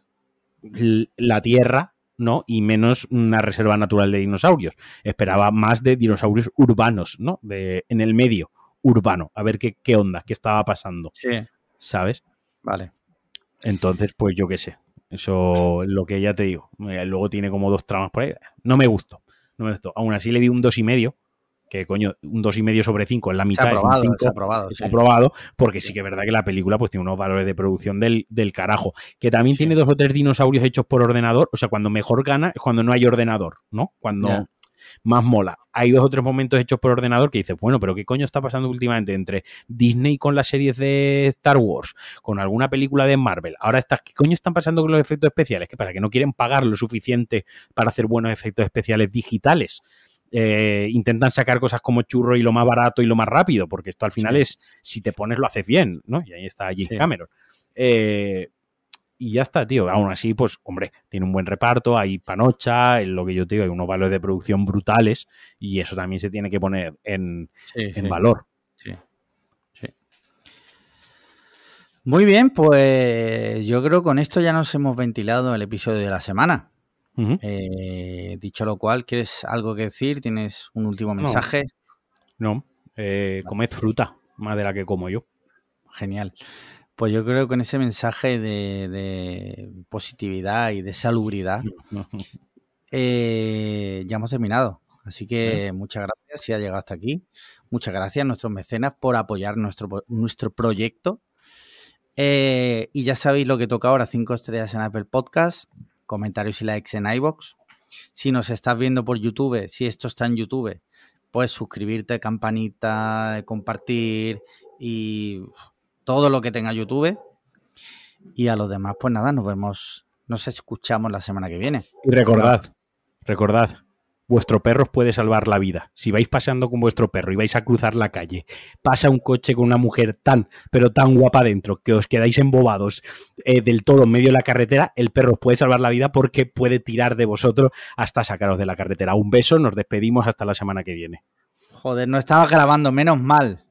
la Tierra, ¿no? Y menos una reserva natural de dinosaurios. Esperaba más de dinosaurios urbanos, ¿no? De, en el medio. Urbano, a ver qué, qué onda, qué estaba pasando, sí. ¿sabes? Vale. Entonces, pues yo qué sé, eso es lo que ya te digo. Luego tiene como dos tramas por ahí. No me gustó, no me gustó. Aún así le di un dos y medio, que coño, un dos y medio sobre cinco en la mitad. Se ha aprobado, es un cinco, se ha aprobado, se sí. ha aprobado, porque sí que es verdad que la película pues tiene unos valores de producción del, del carajo. Que también sí. tiene dos o tres dinosaurios hechos por ordenador. O sea, cuando mejor gana es cuando no hay ordenador, ¿no? Cuando... Yeah. más mola. Hay dos o tres momentos hechos por ordenador que dices, bueno, pero ¿qué coño está pasando últimamente entre Disney con las series de Star Wars, con alguna película de Marvel? Ahora estás, ¿qué coño están pasando con los efectos especiales? ¿Qué pasa? ¿Que no quieren pagar lo suficiente para hacer buenos efectos especiales digitales? Eh, intentan sacar cosas como churro y lo más barato y lo más rápido, porque esto al final sí. es, si te pones lo haces bien, ¿no? Y ahí está James sí. Cameron. Eh, Y ya está, tío. Aún así, pues, hombre, tiene un buen reparto, hay panocha, en lo que yo te digo, hay unos valores de producción brutales y eso también se tiene que poner en, sí, en sí. valor. Sí, sí. Muy bien, pues yo creo que con esto ya nos hemos ventilado el episodio de la semana. Uh-huh. Eh, dicho lo cual, ¿quieres algo que decir? ¿Tienes un último mensaje? No, no. Eh, vale. Comed fruta, más de la que como yo. Genial. Pues yo creo que con ese mensaje de, de positividad y de salubridad eh, ya hemos terminado. Así que ¿Eh? muchas gracias si ha llegado hasta aquí. Muchas gracias a nuestros mecenas por apoyar nuestro, nuestro proyecto. Eh, y ya sabéis lo que toca ahora, cinco estrellas en Apple Podcast, comentarios y likes en iVoox. Si nos estás viendo por YouTube, si esto está en YouTube, pues suscribirte, campanita, compartir y todo lo que tenga YouTube. Y a los demás, pues nada, nos vemos, nos escuchamos la semana que viene. Y recordad, no. recordad, vuestro perro os puede salvar la vida. Si vais paseando con vuestro perro y vais a cruzar la calle, pasa un coche con una mujer tan, pero tan guapa dentro, que os quedáis embobados eh, del todo en medio de la carretera, el perro os puede salvar la vida porque puede tirar de vosotros hasta sacaros de la carretera. Un beso, nos despedimos hasta la semana que viene. Joder, no estaba grabando, menos mal.